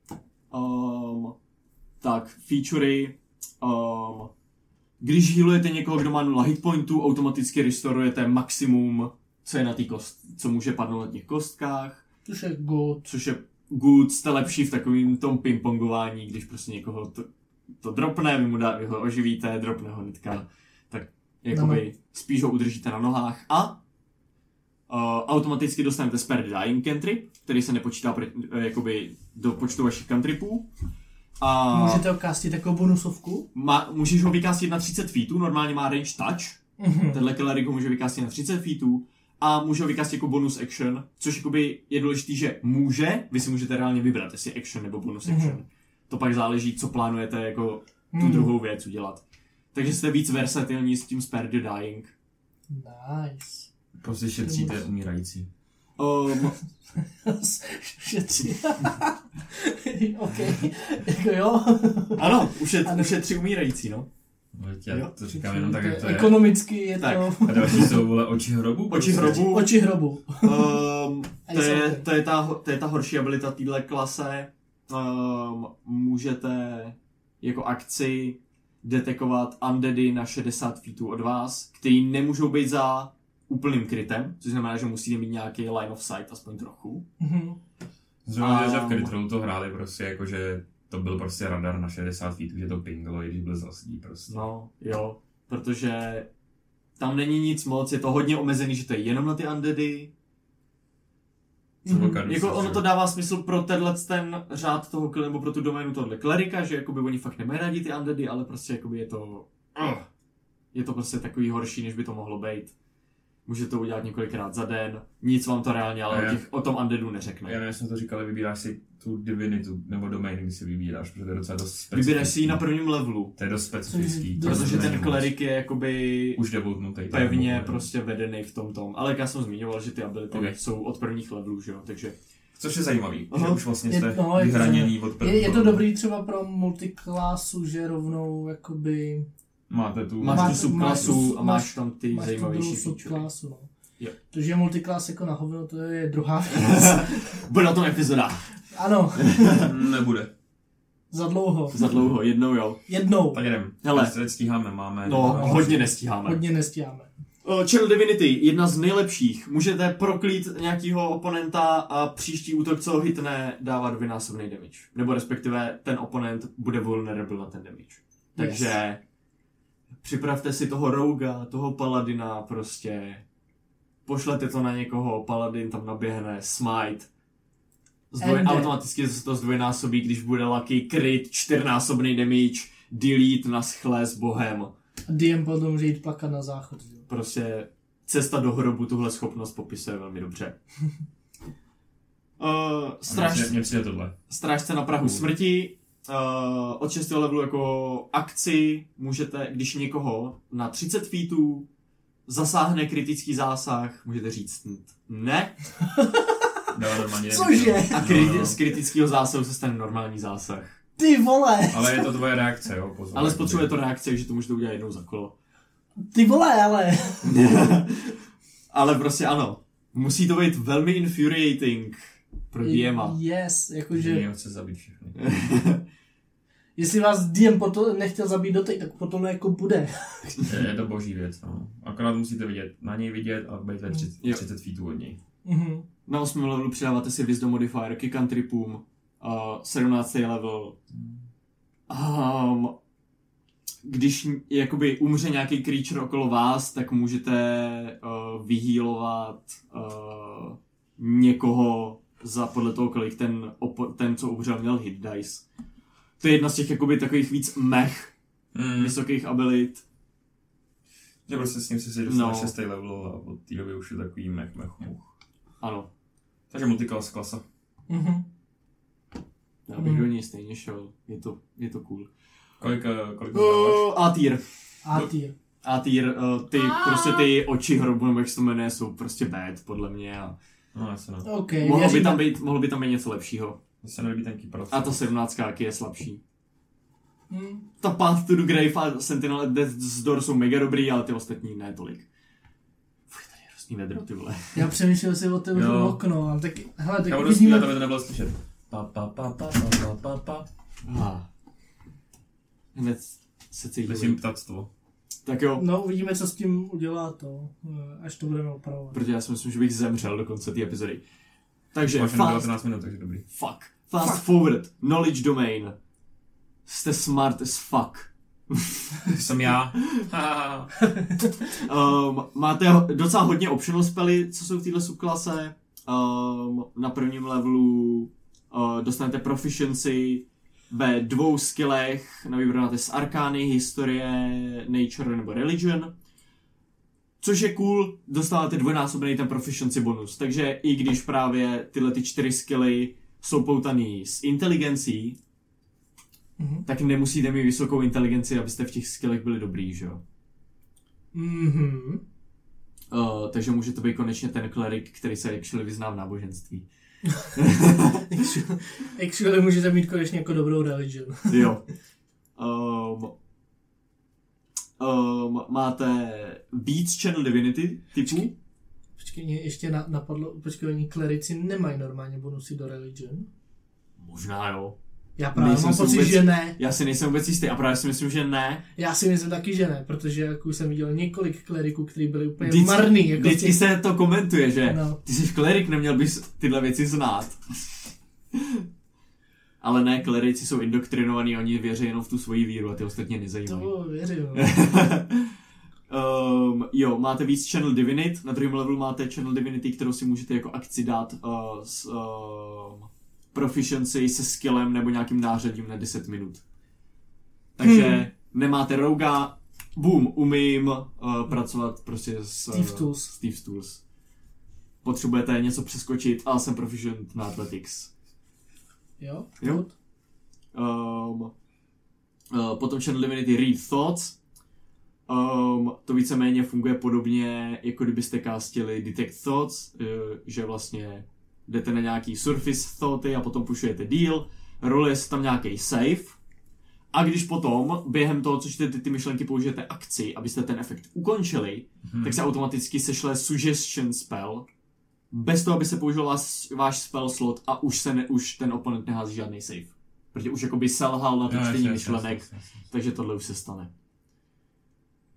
Speaker 1: Um, tak, featurey. Um, když healujete někoho, kdo má nula hitpointů, automaticky restorujete maximum, co je na té kost, co může padnout na těch kostkách.
Speaker 3: Což je good.
Speaker 1: Což je good, jste lepší v takovým tom pingpongování, když prostě někoho to, to dropne, vy mu dá, vy ho oživíte, dropne ho hnedka, tak jakoby
Speaker 3: No.
Speaker 1: spíš ho udržíte na nohách a uh, automaticky dostanete spare dying cantrip, který se nepočítá pre, jakoby do počtu vašich cantripů. A
Speaker 3: Můžete ho castit jako bonusovku?
Speaker 1: má, můžeš ho vykástit na třicet feetů, normálně má range touch,
Speaker 3: Mhm.
Speaker 1: tenhle cleric ho může vykástit na třicet feetů a může ho vykástit jako bonus action, což jakoby je důležitý, že může, vy si můžete reálně vybrat, jestli action nebo bonus action.
Speaker 3: Mhm.
Speaker 1: To pak záleží, co plánujete jako tu
Speaker 3: Mhm.
Speaker 1: druhou věc udělat. Takže jste víc versatilní s tím Spare the Dying.
Speaker 3: Nice.
Speaker 2: Prostě šetříte umírající.
Speaker 1: Um,
Speaker 3: Šetří. OK. Jako jo.
Speaker 1: ano, ušet,
Speaker 3: Ano.
Speaker 1: ušetří umírající, no.
Speaker 2: No, já
Speaker 3: Jo.
Speaker 2: to říkám jenom tak, jak to je.
Speaker 3: Ekonomicky je
Speaker 1: Tak.
Speaker 3: to...
Speaker 2: A další jsou, vole, oči hrobu?
Speaker 1: Oči
Speaker 2: prostě.
Speaker 1: hrobu.
Speaker 3: Oči hrobu.
Speaker 1: Um, to,
Speaker 3: jsou
Speaker 1: je,
Speaker 3: okay.
Speaker 1: to, je ta, ho- to je ta horší abilita téhle klase. Um, můžete jako akci detekovat undeady na šedesát feetů od vás, který nemůžou být za úplným krytem, což znamená, že musíte mít nějaký line of sight, aspoň trochu.
Speaker 3: Mhm.
Speaker 2: Zrovna, že v
Speaker 1: Um,
Speaker 2: Crit to hráli prostě jako, že to byl prostě radar na šedesát feetů, že to pinglo, i když byl zaslí prostě.
Speaker 1: No, jo, protože tam není nic moc, je to hodně omezený, že to je jenom na ty undeady.
Speaker 2: Co
Speaker 3: Mhm.
Speaker 2: Karus,
Speaker 1: Jako ono
Speaker 2: že?
Speaker 1: to dává smysl pro tenhle ten řád toho, kl- nebo pro tu doménu tohle klerika, že jakoby oni fakt nemají rádi ty undeady, ale prostě jakoby je to... Uh, je to prostě takový horší, než by to mohlo být. Můžete to udělat několikrát za den, nic vám to reálně, ale
Speaker 2: Já-
Speaker 1: o, těch, o tom undeadu neřekne.
Speaker 2: Já nevím, jsme to říkali, vybíráš si tu divinitu, nebo domain, kdy si vybíráš, protože to je docela dost specifický.
Speaker 1: Vybíráš si ji na prvním levelu,
Speaker 2: To je dost specifický.
Speaker 3: Což-
Speaker 1: protože
Speaker 2: to
Speaker 1: ten
Speaker 2: není moc.
Speaker 1: klerik je jakoby
Speaker 2: Už devoutnutý.
Speaker 1: pevně
Speaker 2: tak,
Speaker 1: prostě vedený v tom tom. Ale jak já jsem zmiňoval, že ty ability
Speaker 2: Okay.
Speaker 1: jsou od prvních levelů, že jo, takže...
Speaker 2: Což je zajímavý,
Speaker 1: Aha.
Speaker 2: že už vlastně
Speaker 3: Je-
Speaker 2: jste
Speaker 3: no, je to
Speaker 2: vyhraněný od
Speaker 3: Je,
Speaker 2: prvního.
Speaker 3: je to dobrý třeba pro multiklásu, že rovnou jakoby...
Speaker 2: Máte tu...
Speaker 1: Máš
Speaker 3: Máš-
Speaker 1: tu subklasu
Speaker 3: máš-
Speaker 1: a máš
Speaker 3: máš-
Speaker 1: tam ty
Speaker 3: Máš tu druhou
Speaker 1: zajímavější feature.
Speaker 3: subklásu, no.
Speaker 1: Jo.
Speaker 3: To, že je multiklas jako na hovno, to je druhá věc.
Speaker 1: Bude na tom epizoda.
Speaker 3: Ano,
Speaker 2: Nebude.
Speaker 3: za dlouho.
Speaker 1: Za dlouho, jednou jo.
Speaker 3: Jednou.
Speaker 2: Tak jdem.
Speaker 1: Hele.
Speaker 2: Teď stíháme, máme...
Speaker 1: No,
Speaker 2: máme-
Speaker 1: hodně nestíháme.
Speaker 3: Hodně nestíháme.
Speaker 1: Uh, Channel Divinity, jedna z nejlepších. Můžete proklít nějakého oponenta a příští útok, co ho hitne, dává dvojnásobný damage. Nebo respektive ten oponent bude vulnerable na ten damage. Takže yes. Připravte si toho Rouga, toho Paladina prostě. Pošlete to na někoho, Paladin tam naběhne, smite. Zdvoj, automaticky se to zdvojnásobí, když bude lucky crit, čtyřnásobný damage, delete na schle s bohem.
Speaker 3: D M potom může jít plakat na záchod. Jo?
Speaker 1: Prostě cesta do hrobu tuhle schopnost popisuje velmi dobře. uh, stráž,
Speaker 2: mě přijde tohle.
Speaker 1: Strážce na prahu smrti. Uh, od šestého levelu jako akci můžete, když někoho na třicet feetů zasáhne kritický zásah, můžete říct ne.
Speaker 2: No, normálně.
Speaker 3: Cože?
Speaker 1: A kriti- no, no. z kritického zásahu se stane normální zásah.
Speaker 3: Ty vole!
Speaker 2: Ale je to tvoje reakce, jo, pozor.
Speaker 1: Ale spotřebuje to reakce, že to můžete udělat jednou za kolo.
Speaker 3: Ty vole, ale...
Speaker 1: Ale prostě ano. Musí to být velmi infuriating pro D M a.
Speaker 3: Yes, jakože...
Speaker 2: Mě chce zabít všechny.
Speaker 3: Jestli vás D M potom nechtěl zabít doteď, tak potom jako bude.
Speaker 2: je, je to boží věc, no. Akorát musíte vidět, na něj vidět a být ve třicet, třicet feetů od něj.
Speaker 3: Mm-hmm.
Speaker 1: Na osmém levelu přidáváte si Wisdom Modifier ke cantripům. Uh, sedmnáctý level. Um, když jakoby umře nějaký creature okolo vás, tak můžete uh, vyhýlovat uh, někoho za podle toho, kolik ten, opo- ten co umřel, měl hit dice. To je jedna z těch jakoby takových víc mech mm. vysokých abilit.
Speaker 2: Že prostě s ním si si dostal
Speaker 1: no.
Speaker 2: šestý level a od té doby už je takový mech, mech, much.
Speaker 1: Ano.
Speaker 2: Takže multiclass klasa.
Speaker 3: Mhm.
Speaker 1: Já bych mm. do něj stejně šel. Je to, je to cool.
Speaker 2: Kolik, kolik
Speaker 1: uh, A-tier.
Speaker 3: A-tier.
Speaker 1: A-tier, uh, ty, A- prostě ty oči hrobu, nebo jak se to jmenuje, jsou prostě bad, podle mě. A
Speaker 2: no, jasně no.
Speaker 3: Okay,
Speaker 1: mohlo, by tam být, mohlo by tam být něco lepšího.
Speaker 2: To se nelíbí ten kýpr.
Speaker 1: A ta sedmnáctka je slabší.
Speaker 3: Hmm.
Speaker 1: Ta Path to the Grave a Sentinel at Death's Door jsou mega dobrý, ale ty ostatní ne tolik. Fuj, tady je hrozný vedro, ty vole.
Speaker 3: Já přemýšlel si o otevřu okno, ale tak, hele, tak
Speaker 2: já budu
Speaker 3: uvidíme...
Speaker 2: zpívat, aby to nebylo slyšet. Pa, pa, pa, pa, pa, pa, pa.
Speaker 1: Ah. Hned se cítím.
Speaker 2: Myslím ptactvo.
Speaker 1: Tak jo.
Speaker 3: No, uvidíme, co s tím udělá to, až to budeme opravovat.
Speaker 1: Protože já si myslím, že bych zemřel do konce té epizody. Takže
Speaker 2: máš
Speaker 1: fast...
Speaker 2: devatenáct minut, takže dobrý.
Speaker 1: Fuck. Fast fuck. Forward. Knowledge domain. Jste smart as fuck.
Speaker 2: Jsem já.
Speaker 1: um, máte docela hodně optional spely, co jsou v této subklase. Um, na prvním levelu uh, dostanete proficiency ve dvou skillech, na výběr máte z arkány, historie, nature nebo religion. Což je cool, dostáváte dvojnásobný ten proficiency bonus, takže i když právě tyhle ty čtyři skilly jsou poutaný s inteligencí, mm-hmm. tak nemusíte mít vysokou inteligenci, abyste v těch skillech byli dobrý, že jo?
Speaker 3: Mhm.
Speaker 1: Uh, takže může to být konečně ten klerik, který se actually vyzná v náboženství.
Speaker 3: actually, actually můžete mít konečně jako dobrou religion.
Speaker 1: Jo. Um, um, máte víc channel divinity typů?
Speaker 3: Počkej, počkej mě ještě na, napadlo, počkej, oni klerici nemají normálně bonusy do religion?
Speaker 1: Možná jo.
Speaker 3: Já právě
Speaker 1: nejsem
Speaker 3: mám pocit,
Speaker 1: vůbec,
Speaker 3: že ne.
Speaker 1: Já si nejsem vůbec jistý a právě si myslím, že ne.
Speaker 3: Já si myslím taky, že ne, protože jako jsem viděl několik kleriků, kteří byli úplně
Speaker 1: Vždycky,
Speaker 3: marný. Jako
Speaker 1: vždycky těch... se to komentuje, že
Speaker 3: no.
Speaker 1: Ty jsi klerik, neměl bys tyhle věci znát. Ale ne, klerici jsou indoktrinovaní, oni věří jenom v tu svoji víru a ty ostatně nezajímají.
Speaker 3: To věřím.
Speaker 1: um, jo, máte víc channel divinity, na druhém levelu máte channel divinity, kterou si můžete jako akci dát uh, s uh, proficiency se skillem nebo nějakým nářadím na deset minut. Takže hmm. nemáte rouga, boom, umím uh, pracovat prostě s
Speaker 3: Steve uh, Tools.
Speaker 1: Steve Tools. Potřebujete něco přeskočit, ale jsem proficient na athletics.
Speaker 3: Jo?
Speaker 1: Jo? Um, uh, potom channel divinity read thoughts. Um, to víceméně funguje podobně, jako kdybyste castili detect thoughts, uh, že vlastně jdete na nějaký surface thoughty a potom pušujete deal, roluje se tam nějaký save a když potom během toho, co čtete ty myšlenky, použijete akci, abyste ten efekt ukončili, hmm. tak se automaticky sešle suggestion spell, bez toho, aby se použil vás, váš spell slot a už, se ne, už ten oponent nehází žádný save. Protože už jakoby selhal na to čtení myšlenek, takže tohle už se stane.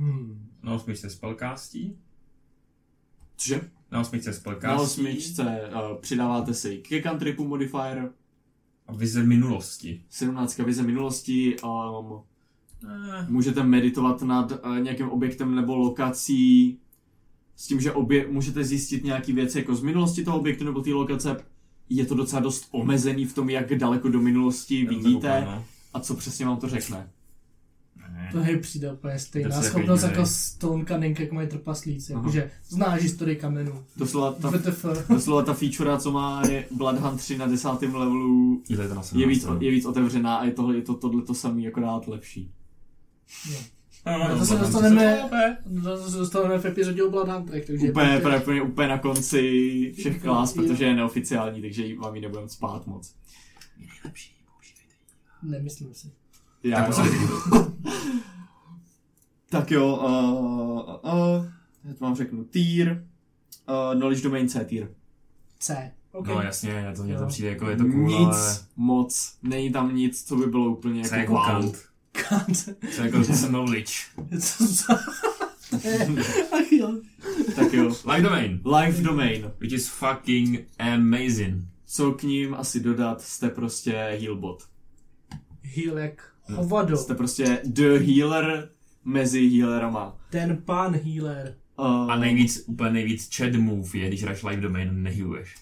Speaker 3: Hmm.
Speaker 2: Na osmičce spellcastí.
Speaker 1: Cože?
Speaker 2: Na osmičce spellcastí.
Speaker 1: Na osmičce uh, přidáváte si ke cantripu modifier,
Speaker 2: A vize minulosti.
Speaker 1: sedmnáctka vize minulosti, um,
Speaker 2: Eh.
Speaker 1: můžete meditovat nad uh, nějakým objektem nebo lokací, s tím, že obě, můžete zjistit nějaký věci jako z minulosti toho objektu nebo té lokace. Je to docela dost omezený v tom, jak daleko do minulosti vidíte
Speaker 2: No.
Speaker 1: a co přesně vám to řekne.
Speaker 2: Ne.
Speaker 3: To je přijde úplně stejná
Speaker 2: To se
Speaker 3: schopnost
Speaker 2: jako
Speaker 3: jako Stone Cunning, jak mají trpaslíci.
Speaker 1: Aha.
Speaker 3: Jakože znáš historii kamenů.
Speaker 1: Doslova ta,
Speaker 3: W T F.
Speaker 1: doslova ta feature, co má je Bloodhunt tři na desátém levelu,
Speaker 2: Je to na
Speaker 1: je víc, je víc otevřená a je tohle, je to tohle to samý, akorát lepší.
Speaker 3: No, to se dostaneme, to se dostaneme v epizodě o Bloodhuntech, takže...
Speaker 1: Úplně,
Speaker 3: prostě-
Speaker 1: úplně, úplně, úplně na konci všech klas,
Speaker 3: Jo.
Speaker 1: protože je neoficiální, takže jí- vám ji nebudeme spát moc.
Speaker 2: Je nejlepší, používejte ji.
Speaker 3: Nemyslím si.
Speaker 1: Já,
Speaker 2: Tak
Speaker 1: jo.
Speaker 2: poslední.
Speaker 1: Tak jo, uh, uh, já to vám řeknu tier, uh, knowledge domain C tier.
Speaker 3: C. OK.
Speaker 2: No jasně, to mě to
Speaker 3: Jo.
Speaker 2: přijde jako je to cool,
Speaker 1: Nic
Speaker 2: ale...
Speaker 1: moc, není tam nic, co by bylo úplně
Speaker 2: Co
Speaker 1: jako,
Speaker 2: jako
Speaker 1: wow.
Speaker 2: Kant.
Speaker 3: Kant.
Speaker 2: Co jako knowledge.
Speaker 3: Co za... Ach jo.
Speaker 1: Tak jo,
Speaker 2: Live domain.
Speaker 1: live domain.
Speaker 2: Which is fucking amazing.
Speaker 1: Co k ním asi dodat, jste prostě healbot.
Speaker 3: Heal jak hovado.
Speaker 1: Jste prostě the healer mezi healerama.
Speaker 3: Ten pán healer.
Speaker 1: Uh,
Speaker 2: A nejvíc, úplně nejvíc chat move je, když hráš live domain a nehealuješ.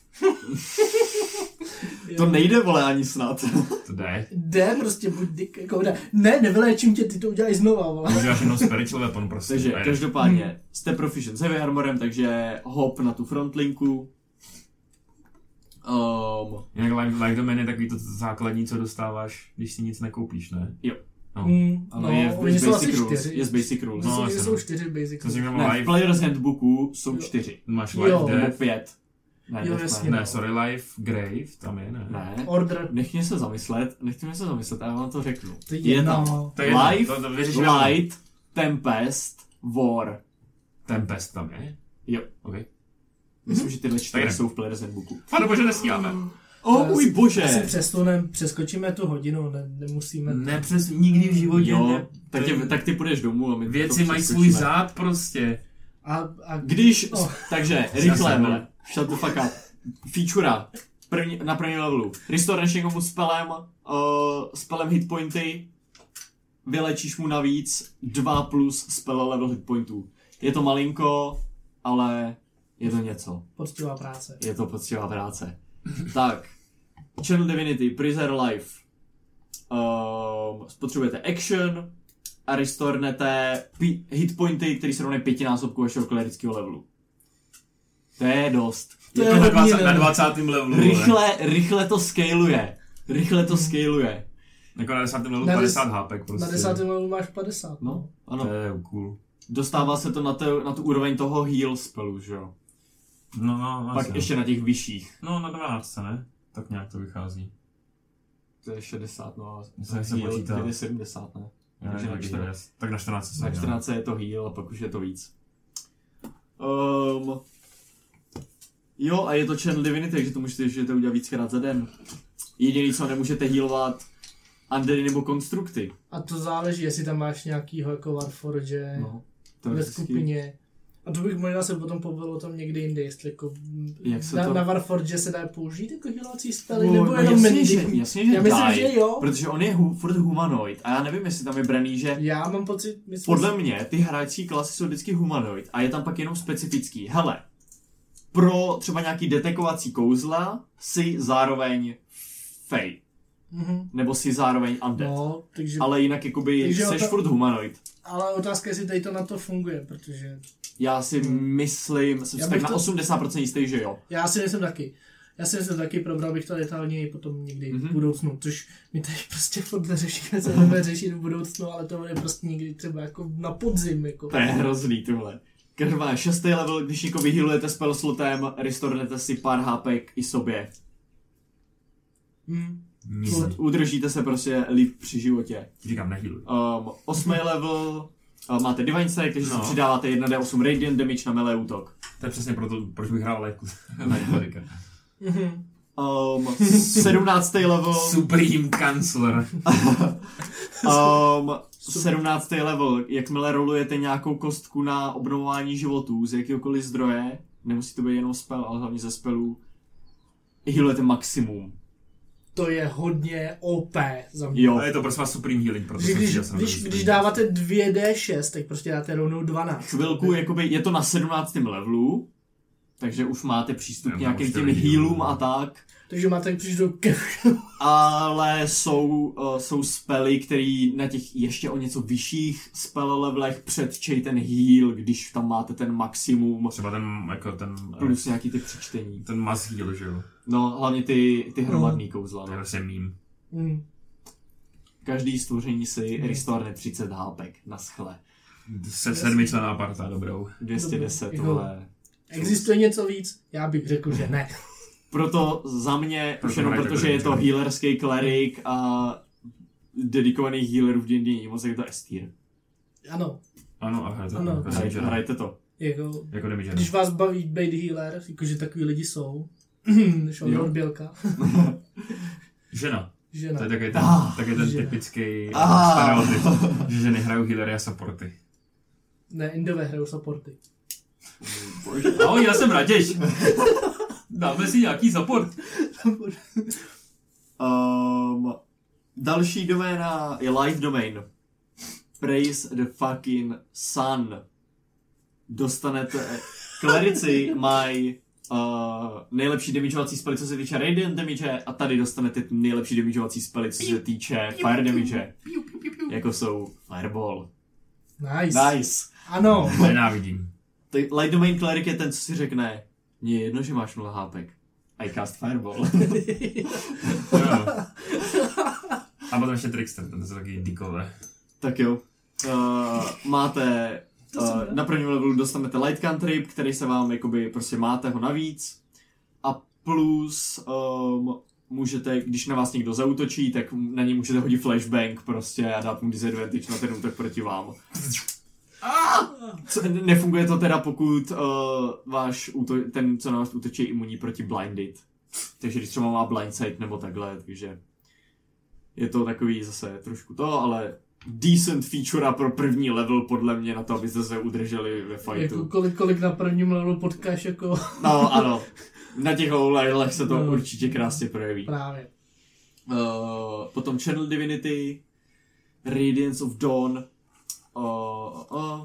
Speaker 1: To nejde, vole, ani snad.
Speaker 2: To jde.
Speaker 3: Jde prostě buď dik, jako jde. Ne, nevyléčím tě, ty to udělej znova, vole.
Speaker 2: Můžeš jenom spiritual weapon prostě.
Speaker 1: Takže
Speaker 2: A je-
Speaker 1: každopádně
Speaker 3: Hmm.
Speaker 1: jste proficient s heavy armorem, takže hop na tu frontlinku. Um,
Speaker 2: Jinak live, live domain je takový to základní, co dostáváš, když si nic nekoupíš, ne?
Speaker 1: jo,
Speaker 2: No.
Speaker 3: Mm,
Speaker 1: ano,
Speaker 3: no,
Speaker 1: je v
Speaker 3: oni jsou asi
Speaker 1: basic rules.
Speaker 3: čtyři.
Speaker 1: Je z basic rules.
Speaker 2: No,
Speaker 3: Myslím,
Speaker 2: asi
Speaker 3: že
Speaker 2: no.
Speaker 3: jsou čtyři basic.
Speaker 2: Co si
Speaker 3: rules.
Speaker 2: mám
Speaker 1: Ne, v
Speaker 2: live,
Speaker 1: Player's Handbooku jsou
Speaker 3: Jo.
Speaker 1: čtyři.
Speaker 2: máš
Speaker 3: Jo.
Speaker 2: live
Speaker 1: Nebo
Speaker 2: death,
Speaker 1: pět. Ne,
Speaker 3: Jo,
Speaker 1: death
Speaker 3: jasně.
Speaker 1: ne.
Speaker 2: ne, sorry, live grave, tam je, ne?
Speaker 1: Ne.
Speaker 3: Order.
Speaker 1: Nech mě se zamyslet, nech mě se zamyslet a já vám to řeknu.
Speaker 3: To je
Speaker 1: Je
Speaker 3: jedno.
Speaker 1: tam
Speaker 2: To je jedno,
Speaker 1: Life,
Speaker 2: to, to vyřešíme.
Speaker 1: Light, Tempest, War.
Speaker 2: Tempest tam je?
Speaker 1: Jo.
Speaker 2: OK.
Speaker 1: Myslím, že tyhle čtyři
Speaker 2: Tajné.
Speaker 1: jsou v Player's Handbooku.
Speaker 2: Pane bože, nestíháme.
Speaker 1: O můj bože!
Speaker 3: Asi přesunem, přeskočíme tu hodinu, ne, nemusíme...
Speaker 2: Ne, přes nikdy v životě
Speaker 1: Jo,
Speaker 2: ne.
Speaker 1: tak,
Speaker 2: to je-
Speaker 1: tě, tak ty půjdeš domů a my
Speaker 2: Věci
Speaker 1: to
Speaker 2: mají svůj
Speaker 1: přeskočíme.
Speaker 2: zád prostě.
Speaker 3: A, a
Speaker 1: Když,
Speaker 3: Oh.
Speaker 1: takže,
Speaker 2: Zase
Speaker 1: rychle,
Speaker 2: ne.
Speaker 1: vole, shut the fuck up. Featura, první, na první levelu. Restorneš někomu spelem, uh, spelem hitpointy, vylečíš mu navíc dva plus spell level hitpointů. Je to malinko, ale je to něco.
Speaker 3: poctivá práce.
Speaker 1: Je to poctivá práce. Tak, Channel Divinity, Preserve Life. Um, spotřebujete action a restornete pi- hitpointy, které se rovnají pětinásobku vašeho klerického levelu. To je dost.
Speaker 3: To je
Speaker 2: Jako na,
Speaker 3: hodně,
Speaker 2: dvacátém,
Speaker 3: ne?
Speaker 2: na dvacátém levelu. vole.
Speaker 1: Rychle, rychle to scaluje. Rychle to scaluje.
Speaker 2: Jako na desátém levelu
Speaker 3: Na des-
Speaker 2: padesát hápek prostě.
Speaker 3: Na desátém levelu máš padesát.
Speaker 1: No, ano.
Speaker 2: To je cool.
Speaker 1: Dostává se to na, te, na tu úroveň toho heal spellu, že jo.
Speaker 2: No, no,
Speaker 1: Pak
Speaker 2: asi,
Speaker 1: ještě na těch vyšších.
Speaker 2: No, na dvanáct, ne? Tak nějak to vychází.
Speaker 1: To je šedesát, no a
Speaker 2: Já jsem se
Speaker 1: heal
Speaker 2: počítal.
Speaker 1: je sedmdesát, ne?
Speaker 2: Já
Speaker 1: Takže
Speaker 2: nevím,
Speaker 1: na
Speaker 2: jak
Speaker 1: čtrnáct.
Speaker 2: je. Tak na čtrnáct se
Speaker 1: Na
Speaker 2: měl.
Speaker 1: čtrnáct je to heal a pak už je to víc. Um, jo, a je to Channel Divinity, takže to můžete, že to udělat víckrát za den. Jediný, co nemůžete healovat, undeady nebo konstrukty.
Speaker 3: A to záleží, jestli tam máš nějakýho jako Warforge
Speaker 1: No, to
Speaker 3: ve
Speaker 1: je
Speaker 3: skupině. A to bych možná se potom pobavil o tom někdy jinde, jestli jako
Speaker 1: Jak se
Speaker 3: na,
Speaker 1: to-
Speaker 3: na Warforge se dá použít jako healovací spely,
Speaker 1: No,
Speaker 3: nebo
Speaker 1: no
Speaker 3: jenom
Speaker 1: jasně,
Speaker 3: mending.
Speaker 1: že, jasně, že
Speaker 3: Já myslím,
Speaker 1: daj,
Speaker 3: že jo.
Speaker 1: protože on je hu, furt humanoid a já nevím, jestli tam je braný, že
Speaker 3: Já mám pocit, myslím,
Speaker 1: podle mě ty hráčské klasy jsou vždycky humanoid a je tam pak jenom specifický. Hele, pro třeba nějaký detekovací kouzla si zároveň fey,
Speaker 3: Mhm.
Speaker 1: nebo si zároveň undead.
Speaker 3: No, takže,
Speaker 1: Ale jinak jakoby
Speaker 3: Takže
Speaker 1: seš
Speaker 3: ota-
Speaker 1: furt humanoid.
Speaker 3: ale otázka je, jestli tady to na to funguje, protože
Speaker 1: Já si myslím, jsem
Speaker 3: Já
Speaker 1: si tak
Speaker 3: bych
Speaker 1: na
Speaker 3: to-
Speaker 1: osmdesát procent jistý, že jo.
Speaker 3: já si myslím taky. Já si myslím taky, probral bych to detailněji potom někdy
Speaker 1: Mhm.
Speaker 3: v budoucnu, což my tady prostě furt neřešíme, co budeme řešit v budoucnu, ale to bude prostě někdy třeba jako na podzim, jako.
Speaker 1: To je hrozný tohle. Každopádně šestý level, když někoho vyhealujete spell slotem, restornete si pár hápek i sobě.
Speaker 3: Hmm.
Speaker 2: Nic.
Speaker 1: Udržíte se prostě líp při životě.
Speaker 2: Říkám, nehealuj.
Speaker 1: Um, osmý level, uh, máte Divine Strike, takže
Speaker 2: No.
Speaker 1: si přidáváte jedna dé osm Radiant Damage na melee útok.
Speaker 2: To je přesně proto, proč bych hrál léku.
Speaker 3: Mhm.
Speaker 1: Um, sedmnáctý level,
Speaker 2: Supreme Counselor.
Speaker 1: um, sedmnáctý level, jakmile rolujete nějakou kostku na obnovování životů z jakýhokoliv zdroje, nemusí to být jenom spell, ale hlavně ze spellů, healujete maximum.
Speaker 3: To je hodně O P za mě.
Speaker 1: Jo.
Speaker 2: A je to prostě supreme healing, protože
Speaker 3: Když,
Speaker 2: jsem
Speaker 3: když, když, když dáváte dvě dé šest, tak prostě dáte rovnou dvanáct.
Speaker 1: Chvilku, jakoby, je to na sedmnáctém levelu, takže už máte přístup
Speaker 2: Já
Speaker 1: k nějakým
Speaker 2: mám
Speaker 1: těm
Speaker 2: čtyři
Speaker 1: healům
Speaker 2: healů.
Speaker 1: a tak.
Speaker 3: Takže máte přístup ke
Speaker 1: Ale jsou, uh, jsou spely, který na těch ještě o něco vyšších spell levelech předčej ten heal, když tam máte ten maximum,
Speaker 2: Třeba ten, jako ten,
Speaker 1: plus nějaký ty přečtení.
Speaker 2: ten mass heal, že jo?
Speaker 1: No, hlavně ty, ty hromadný kouzla.
Speaker 2: To je
Speaker 1: No.
Speaker 2: prostě mím.
Speaker 3: Mm.
Speaker 1: Každý stvoření si restorne třicet hápek na schle.
Speaker 2: Se sedmičlená parta, dobrou.
Speaker 1: dvě stě deset,
Speaker 3: Dobrý.
Speaker 1: tohle.
Speaker 3: Existuje něco víc? Já bych řekl, že ne.
Speaker 1: Proto za mě,
Speaker 2: Proto
Speaker 1: už jenom
Speaker 2: hrajte
Speaker 1: protože je to
Speaker 2: Guardian.
Speaker 1: healerský klerik a dedikovaných healerů v D and D není moc, jak to Estýr.
Speaker 3: Ano,
Speaker 2: Ano, a hrajte to
Speaker 3: Ano.
Speaker 2: jako
Speaker 1: Hrajte,
Speaker 2: damage.
Speaker 1: hrajte to.
Speaker 3: jako,
Speaker 2: Jako damage.
Speaker 3: když vás baví být healer, jakože takový lidi jsou, Šondor
Speaker 1: Jo.
Speaker 3: Bělka,
Speaker 2: Žena.
Speaker 3: žena.
Speaker 2: To je taky ten,
Speaker 1: Ah,
Speaker 2: taky ten
Speaker 3: žena.
Speaker 2: typický
Speaker 1: Ah.
Speaker 2: stereotyp, že ženy hrajou healery a supporty.
Speaker 3: Ne, Indové hrajou supporty.
Speaker 2: Ahoj, já jsem Raděš. Dáme si nějaký support.
Speaker 1: Um, další doména je live domain. Praise the fucking sun. Dostanete... Klerici mají uh, nejlepší damageovací spely, co se týče radiant damage, a tady dostanete nejlepší damageovací spely, co se týče fire damage. Jako jsou Fireball.
Speaker 3: Nice.
Speaker 1: Nice.
Speaker 3: Ano.
Speaker 2: Nenávidím.
Speaker 1: Ty light domain cleric je ten, co si řekne, mně je jedno, že máš nula hápek. I cast Fireball.
Speaker 2: Jo. A potom ještě Trickster, ten jsou taky dikové.
Speaker 1: Tak jo. Uh, máte...
Speaker 3: To jsem
Speaker 1: Uh,
Speaker 3: rád.
Speaker 1: na prvním levelu dostanete light cantrip, který se vám, jakoby, prostě máte ho navíc. A plus um, můžete, když na vás někdo zaútočí, tak na něj můžete hodit flashbang prostě a dát mu disadvantage na ten útok proti vám. Co, nefunguje to teda, pokud uh, váš úto, ten, co na vás útočí, je imunní proti blinded. Takže když třeba má blindsight nebo takhle, takže je to takový zase trošku to, ale decent feature pro první level podle mě na to, abyste se udrželi ve
Speaker 3: Jako
Speaker 1: fightu.
Speaker 3: kolik, kolik na prvním levelu potkáš jako
Speaker 1: No ano, na těch low levelech se to
Speaker 3: No.
Speaker 1: určitě krásně projeví.
Speaker 3: právě.
Speaker 1: Uh, potom Channel Divinity, Radiance of Dawn, uh, uh,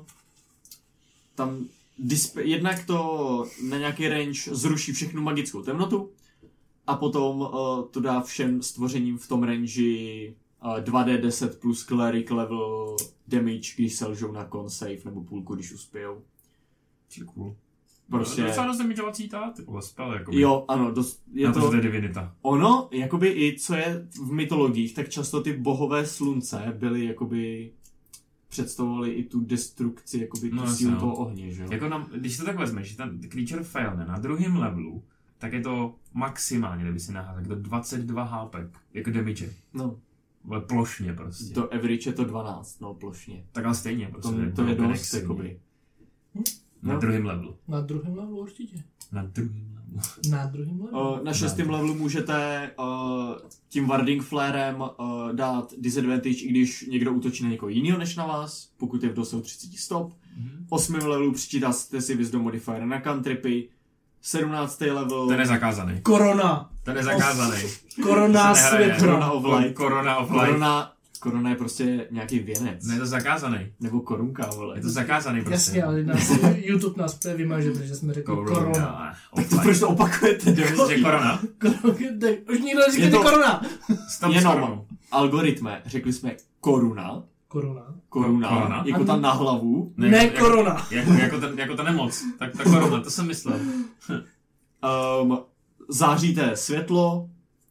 Speaker 1: tam disp- jednak to na nějaký range zruší všechnu magickou temnotu a potom uh, to dá všem stvořením v tom range uh, dva dé deset plus cleric level damage, když selžou na con save nebo půlku, když uspějou.
Speaker 2: Cool.
Speaker 1: Prostě,
Speaker 2: Docela dost damageovací ta, typu spell, jakoby.
Speaker 1: jo, ano, dost, je
Speaker 2: Na
Speaker 1: to...
Speaker 2: to, že to je divinita.
Speaker 1: Ono, jakoby i co je v mytologiích, tak často ty bohové slunce byly jakoby představovali i tu destrukci, jakoby tu
Speaker 2: No,
Speaker 1: sílu
Speaker 2: jasně,
Speaker 1: toho
Speaker 2: no.
Speaker 1: ohně, že jo?
Speaker 2: Jako na, když to tak vezmeš, že ten creature failne na druhém levelu, tak je to maximálně, kdyby si naházel, tak to dvacet dva hápek, jako damage.
Speaker 1: No,
Speaker 2: Ale plošně prostě.
Speaker 1: to average je to dvanáct, no plošně.
Speaker 2: Tak ale stejně
Speaker 1: To,
Speaker 2: prostě.
Speaker 1: to je
Speaker 2: ten
Speaker 1: dost,
Speaker 2: extrém.
Speaker 1: jakoby.
Speaker 2: Na
Speaker 1: No.
Speaker 2: druhém levelu.
Speaker 3: Na druhém levelu určitě.
Speaker 2: Na druhém levelu.
Speaker 3: Na druhém levelu.
Speaker 1: Uh, na šestém levelu můžete uh, tím Warding Flarem uh, dát disadvantage, i když někdo útočí na někoho jiného než na vás, pokud je v dosahu třicet stop.
Speaker 2: Mhm.
Speaker 1: osmém levelu přičítáte si Wisdom Modifier na cantripy. sedmnáctý level...
Speaker 2: Ten je zakázaný.
Speaker 3: Korona.
Speaker 2: Ten je zakázaný.
Speaker 3: Korona
Speaker 2: To se nehraje.
Speaker 3: světla.
Speaker 1: Corona of Light.
Speaker 2: Corona of Light.
Speaker 1: Korona, korona je prostě nějaký věnec.
Speaker 2: Ne, je to zakázaný.
Speaker 1: Nebo korunka, vole.
Speaker 2: Je to zakázaný prostě.
Speaker 3: Jasně, ale nás, YouTube nás úplně vymaže, protože jsme řekli korona.
Speaker 2: Corona.
Speaker 1: Tak to proč to opakujete?
Speaker 2: Že korona?
Speaker 3: Korona. Už nikdo
Speaker 1: Je
Speaker 3: neříkejte
Speaker 1: to-
Speaker 3: korona.
Speaker 2: Stop s
Speaker 1: Jenom
Speaker 2: koronou.
Speaker 1: algoritme. Řekli jsme koruna.
Speaker 3: Korona.
Speaker 1: Koruna.
Speaker 2: Korona?
Speaker 1: Jako ta na hlavu.
Speaker 3: Ne,
Speaker 2: jako,
Speaker 3: korona.
Speaker 2: Jako, jako, ten, jako ta nemoc. Tak ta korona, to jsem myslel.
Speaker 1: Um, záříte světlo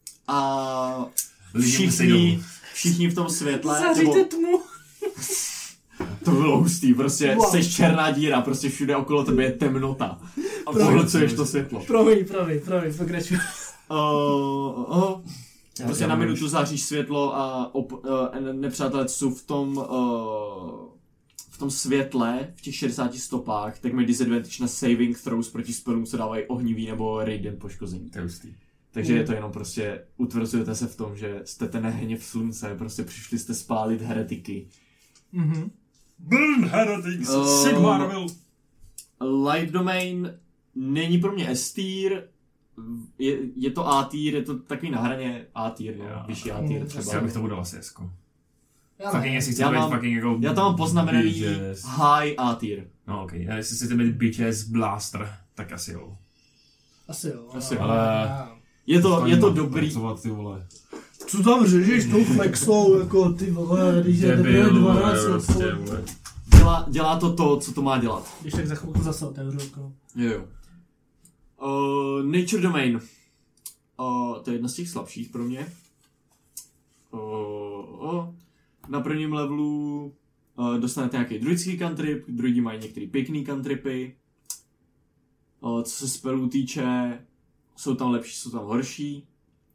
Speaker 1: a
Speaker 2: Lidi musí
Speaker 1: všichni,
Speaker 2: domů.
Speaker 1: všichni v tom světle,
Speaker 3: Zaříte
Speaker 1: nebo
Speaker 3: tmu.
Speaker 1: to bylo hustý, prostě
Speaker 3: Wow.
Speaker 1: jsi černá díra, prostě všude okolo tebe je temnota a
Speaker 3: Promiň.
Speaker 1: pohlcuješ to světlo.
Speaker 3: Promiň, promiň, promiň, pokračuj.
Speaker 1: Uh, uh, prostě
Speaker 2: Já
Speaker 1: na
Speaker 2: mám
Speaker 1: minutu záříš světlo a op, uh, nepřátelé, co jsou v tom uh, v tom světle, v těch šedesáti stopách, tak mají disadvantage na saving throws proti spellům, co dávají ohnivý nebo radiant poškození.
Speaker 2: To je hustý.
Speaker 1: Takže
Speaker 3: Mm.
Speaker 1: je to jenom prostě, utvrzujete se v tom, že jste ten hněv slunce, prostě přišli jste spálit heretiky.
Speaker 3: Mhm.
Speaker 2: Burn Heretics,
Speaker 1: Uh,
Speaker 2: Sigmar Marvel.
Speaker 1: Light Domain není pro mě S tier, je, je to A tier, je to takový na hraně A tier, no,
Speaker 2: Já.
Speaker 1: vyšší A tier
Speaker 3: Mm,
Speaker 1: třeba.
Speaker 2: Já bych to budal asi S-ko.
Speaker 3: Já
Speaker 2: Fucking,
Speaker 3: ne.
Speaker 2: jestli chcete
Speaker 1: Já
Speaker 2: být
Speaker 1: mám-
Speaker 2: fucking jako...
Speaker 1: Já tam mám poznamenaný
Speaker 2: bitches.
Speaker 1: high A tier.
Speaker 2: No okej, okay. Jestli chcete být bitches blaster, tak asi jo.
Speaker 3: Asi jo.
Speaker 1: Asi jo.
Speaker 2: Ale-
Speaker 3: Já-
Speaker 1: Je to, je to
Speaker 2: Fajn,
Speaker 1: dobrý.
Speaker 2: pracovat, ty vole.
Speaker 3: Co tam řežíš tou flexou, jako ty vole, když je teprve
Speaker 2: Debil,
Speaker 3: dvanáct
Speaker 2: vole,
Speaker 3: let,
Speaker 2: prostě,
Speaker 3: vole.
Speaker 2: vole.
Speaker 1: Dělá, dělá to to, co to má dělat.
Speaker 3: Když tak za chvilku zase otevřu okno.
Speaker 1: Jo, jo. Uh, Nature Domain. Uh, to je jedna z těch slabších pro mě. Uh, uh, na prvním levelu uh, dostanete nějaký druidský cantrip, druidi mají některý pěkný cantripy. Uh, co se spellů týče, jsou tam lepší, jsou tam horší.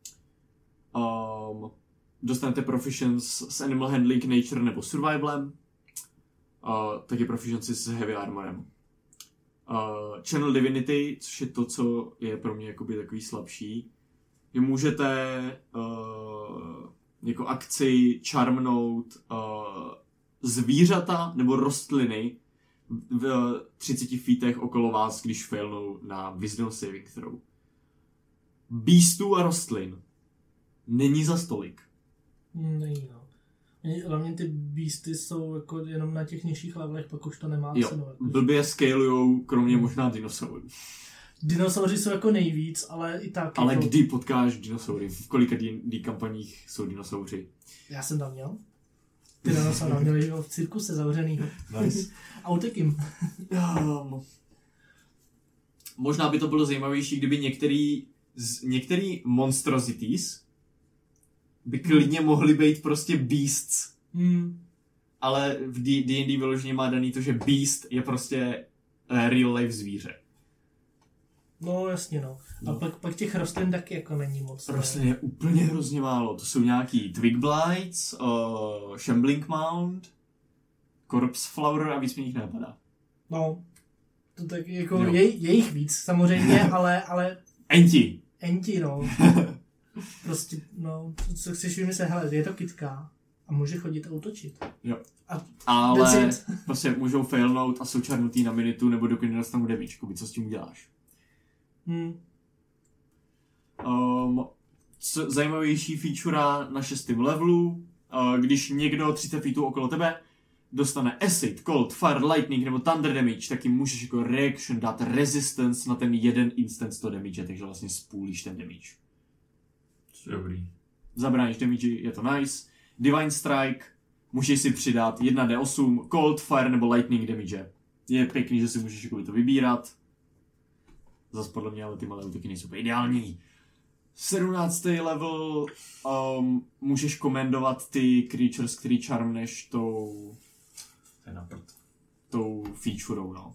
Speaker 1: Um, dostanete proficiency s Animal Handling, Nature nebo Survivalem. Uh, taky proficiency s Heavy Armorem. Uh, Channel Divinity, což je to, co je pro mě jakoby takový slabší. Vy můžete uh, jako akci charmnout uh, zvířata nebo rostliny v třiceti feetech okolo vás, když failnou na Wisdom Saving Throw. Beastů a rostlin není za stolik.
Speaker 3: Není, no. Oni- Hlavně ty beasty jsou jako jenom na těch nižších levelech, pak už to nemá
Speaker 1: Jo,
Speaker 3: cenu. Jako.
Speaker 1: blbě scalujou, kromě možná dinosaurů.
Speaker 3: Dinosauři jsou jako nejvíc, ale i tak.
Speaker 1: Ale
Speaker 3: jako,
Speaker 1: kdy potkáš dinosaury? V kolika D and D kampaních jsou dinosauři?
Speaker 3: Já jsem tam měl. Ty dinosaury měli ho v cirkuse zavřenýho.
Speaker 1: Nice.
Speaker 3: A utekím.
Speaker 1: Um, možná by to bylo zajímavější, kdyby některý, z, některý monstrosities by klidně mohly být prostě beasts,
Speaker 3: Hmm.
Speaker 1: ale v D- D&D vyloženě má daný to, že beast je prostě uh, real life zvíře.
Speaker 3: No jasně, no. A
Speaker 1: No.
Speaker 3: pak, pak těch rostlin taky jako není moc. ne?
Speaker 1: Rostlin je úplně hrozně málo. To jsou nějaký Twig Blights, uh, Shambling Mound, Corpse Flower a víc mi jich nenapadá.
Speaker 3: No. To tak jako
Speaker 1: Jo.
Speaker 3: je, je jich víc samozřejmě, ale, ale
Speaker 1: Enti!
Speaker 3: enti, no. Prostě, no, co chceš vymyslet, hele, je to kytka a může chodit a útočit.
Speaker 1: Jo.
Speaker 3: A
Speaker 1: Ale
Speaker 3: That's it.
Speaker 1: prostě můžou failnout a jsou čarnutý na minutu, nebo dokud nedostanou damage, jakoby, co s tím uděláš.
Speaker 3: Hmm.
Speaker 1: Um, co, zajímavější feature na šestém levelu, uh, když někdo třicet feetů okolo tebe dostane Acid, Cold, Fire, Lightning nebo Thunder damage, tak jim můžeš jako reaction dát resistance na ten jeden instant sto damage, takže vlastně spůlíš ten damage.
Speaker 2: Dobrý.
Speaker 1: Zabráníš damage, je to nice. Divine Strike, můžeš si přidat jedna d osm, Cold, Fire nebo Lightning damage. Je pěkný, že si můžeš jakoby to vybírat. Zas podle mě ale ty malé útoky nejsou úplně ideální. sedmnáctý level um, můžeš komendovat ty creatures, který charmneš tou,
Speaker 2: To je na prd.
Speaker 1: tou featurou, no.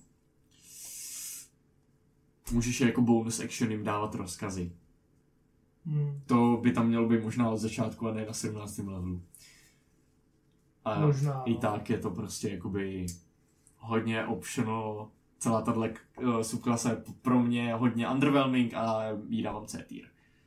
Speaker 1: Můžeš je jako bonus action jim dávat rozkazy.
Speaker 3: Hmm.
Speaker 1: To by tam mělo být možná od začátku a ne na sedmnáctém levelu. A
Speaker 3: Možná,
Speaker 1: i
Speaker 3: no.
Speaker 1: tak je to prostě jakoby hodně optional. Celá tato uh, subklasa je pro mě hodně underwhelming a jí dávám C tier.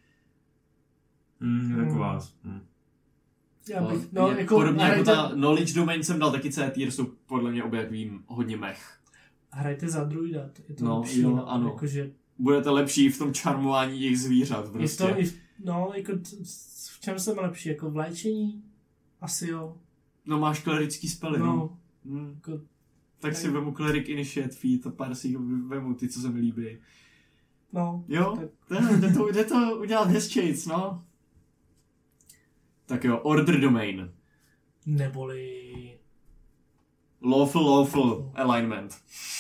Speaker 2: Hmm, jako
Speaker 3: Hmm.
Speaker 2: vás. Hmm.
Speaker 3: Já bych, no,
Speaker 1: je,
Speaker 3: jako,
Speaker 1: podobně jako
Speaker 3: hrajte,
Speaker 1: ta knowledge domain jsem dal taky C tier, jsou podle mě obě takovým hodně mech.
Speaker 3: hrajte za druida, je to
Speaker 1: No,
Speaker 3: lepší,
Speaker 1: jo,
Speaker 3: no,
Speaker 1: ano.
Speaker 3: Jakože,
Speaker 1: Budete lepší v tom charmování těch zvířat prostě.
Speaker 3: je to, i v- no, jako, t- v čem jsem lepší, jako v léčení? Asi jo.
Speaker 1: No máš klerický spely, no.
Speaker 3: No,
Speaker 1: Hmm.
Speaker 3: jako,
Speaker 1: Tak si vemu Cleric Initiate Feat a pár si jich vemu, ty, co se mi líbí.
Speaker 3: no.
Speaker 1: Jo,
Speaker 3: Tak,
Speaker 1: to, jde, to, jde to udělat hezčejc, no. Tak jo, Order Domain.
Speaker 3: neboli...
Speaker 1: Lawful, lawful alignment.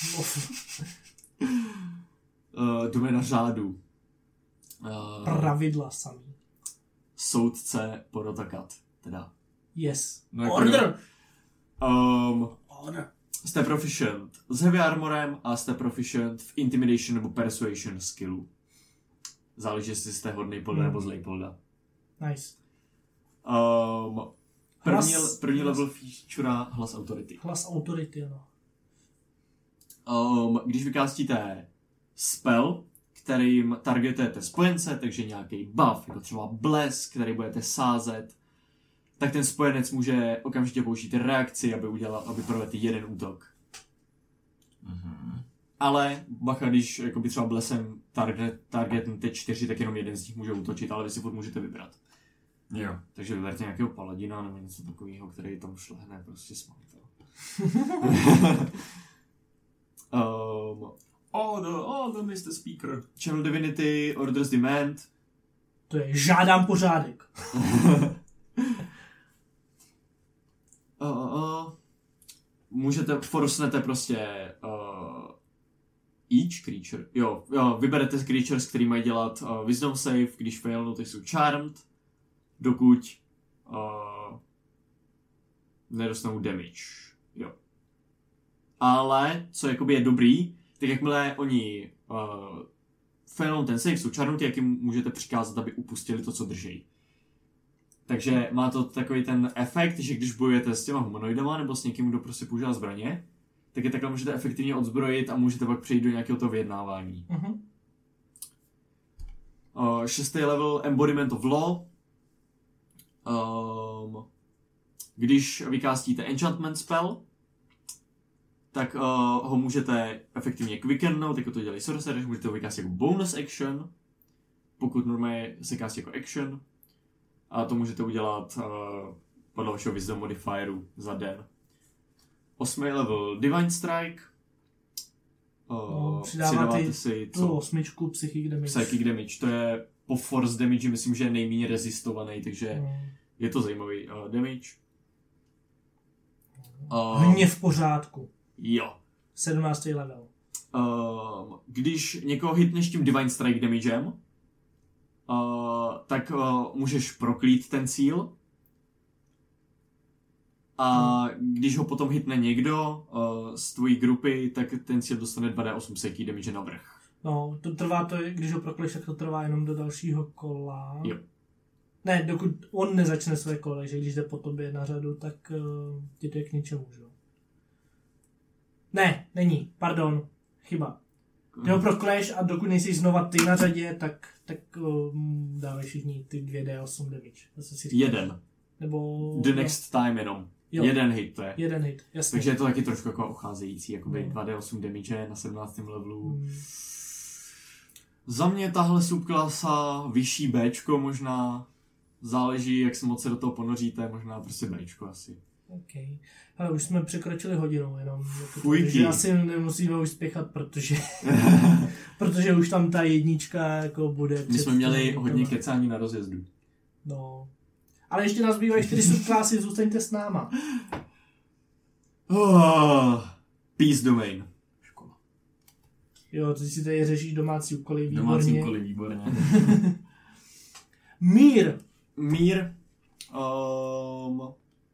Speaker 1: Uh, doména řádu. Uh,
Speaker 3: Pravidla samý.
Speaker 1: soudce podotakat, teda.
Speaker 3: Yes.
Speaker 1: No, jako
Speaker 3: Order!
Speaker 1: Um,
Speaker 3: Order.
Speaker 1: jste proficient s heavy armorem a jste proficient v intimidation nebo persuasion skillu. Záleží, jestli jste hodný polda
Speaker 3: Hmm.
Speaker 1: nebo zlej polda.
Speaker 3: Nice.
Speaker 1: Um, první,
Speaker 3: Hlas-
Speaker 1: první
Speaker 3: hlas-
Speaker 1: level feature hlas authority.
Speaker 3: Hlas autority, ano.
Speaker 1: Um, když vykástíte spell, kterým targetujete spojence, takže nějaký buff, jako třeba blesk, který budete sázet, tak ten spojenec může okamžitě použít reakci, aby udělal, aby provedl jeden útok.
Speaker 2: Mhm.
Speaker 1: Ale bacha, když jakoby třeba blesem target, target T čtyři, tak jenom jeden z nich může útočit, ale vy si furt můžete vybrat.
Speaker 2: Jo.
Speaker 1: Takže vyberte nějakého paladina nebo něco takového, který tam šlehne prostě smajtel. um,
Speaker 2: Oh, the, oh, the mister Speaker.
Speaker 1: Channel Divinity, Orders Demand.
Speaker 3: To je žádám pořádek.
Speaker 1: uh, uh, uh. Můžete, forosnete prostě uh, each creature. Jo, jo, vyberete creatures, který mají dělat uh, wisdom save, když failnou, tak jsou charmed, dokud uh, nedostanou damage. Jo. Ale, co jakoby je dobrý, tak jakmile oni uh, failnou ten save, jsou charmed, jak jim můžete přikázat, aby upustili to, co drží. Takže má to takový ten efekt, že když bojujete s těma humanoidama nebo s někým, kdo prostě používá zbraně, tak je takhle můžete efektivně odzbrojit a můžete pak přejít do nějakého toho vyjednávání.
Speaker 3: Uh-huh.
Speaker 1: Uh, šestý level Embodiment of Law. Um, když vykástíte Enchantment spell, tak uh, ho můžete efektivně quickenout, jako to dělají sorcerers, můžete ho vykástit jako bonus action, pokud normálně se kásí jako action. A to můžete udělat uh, podle vašeho wisdom modifieru za den. Osmý level Divine Strike. Uh,
Speaker 3: no, přidáváte
Speaker 1: si
Speaker 3: tu osmičku Psychic Damage.
Speaker 1: Psychic Damage, to je po Force Damage, myslím, že je nejméně rezistovaný, takže hmm. je to zajímavý uh, damage.
Speaker 3: Uh, Hněv v pořádku.
Speaker 1: Jo.
Speaker 3: sedmnáctý level.
Speaker 1: Uh, když někoho hitneš tím Divine Strike damagem, Uh, tak uh, můžeš proklít ten cíl a hmm. když ho potom hitne někdo uh, z tvojí grupy, tak ten cíl dostane dva dé osm psychic damage na vrch.
Speaker 3: No, to trvá to, když ho proklíš, tak to trvá jenom do dalšího kola.
Speaker 1: Jo.
Speaker 3: Ne, dokud on nezačne své kole, že když jde po tobě na řadu, tak uh, ti to je k ničemu, že? Ne, není, pardon, chyba. Ty ho prokleš a dokud nejsi znova ty na řadě, tak, tak um, dávají všichni ty dva dé osm damage. Si
Speaker 1: Jeden.
Speaker 3: Nebo...
Speaker 1: The next no. time jenom. Jo. Jeden hit to je.
Speaker 3: Jeden hit, jasně.
Speaker 1: Takže je to taky trošku jako ocházející, jakoby no. dva dé osm damage na sedmnáctém levelu. Hmm. Za mě tahle subklasa, vyšší Bčko možná, záleží, jak se moc se do toho ponoříte, možná prostě Bčko asi.
Speaker 3: OK. Ale už jsme překročili hodinu jenom. Takže asi nemusíme už spěchat, protože protože už tam ta jednička jako bude.
Speaker 1: My jsme měli hodně kecání na rozjezdu.
Speaker 3: No. Ale ještě nás zbývají čtyři subklásy, zůstaňte s náma.
Speaker 1: Oh, Peace Domain. Škola.
Speaker 3: Jo, ty si tady řešíš domácí úkoly, výborně.
Speaker 2: Domácí úkoly, výborně.
Speaker 3: Mír.
Speaker 1: Mír. Um,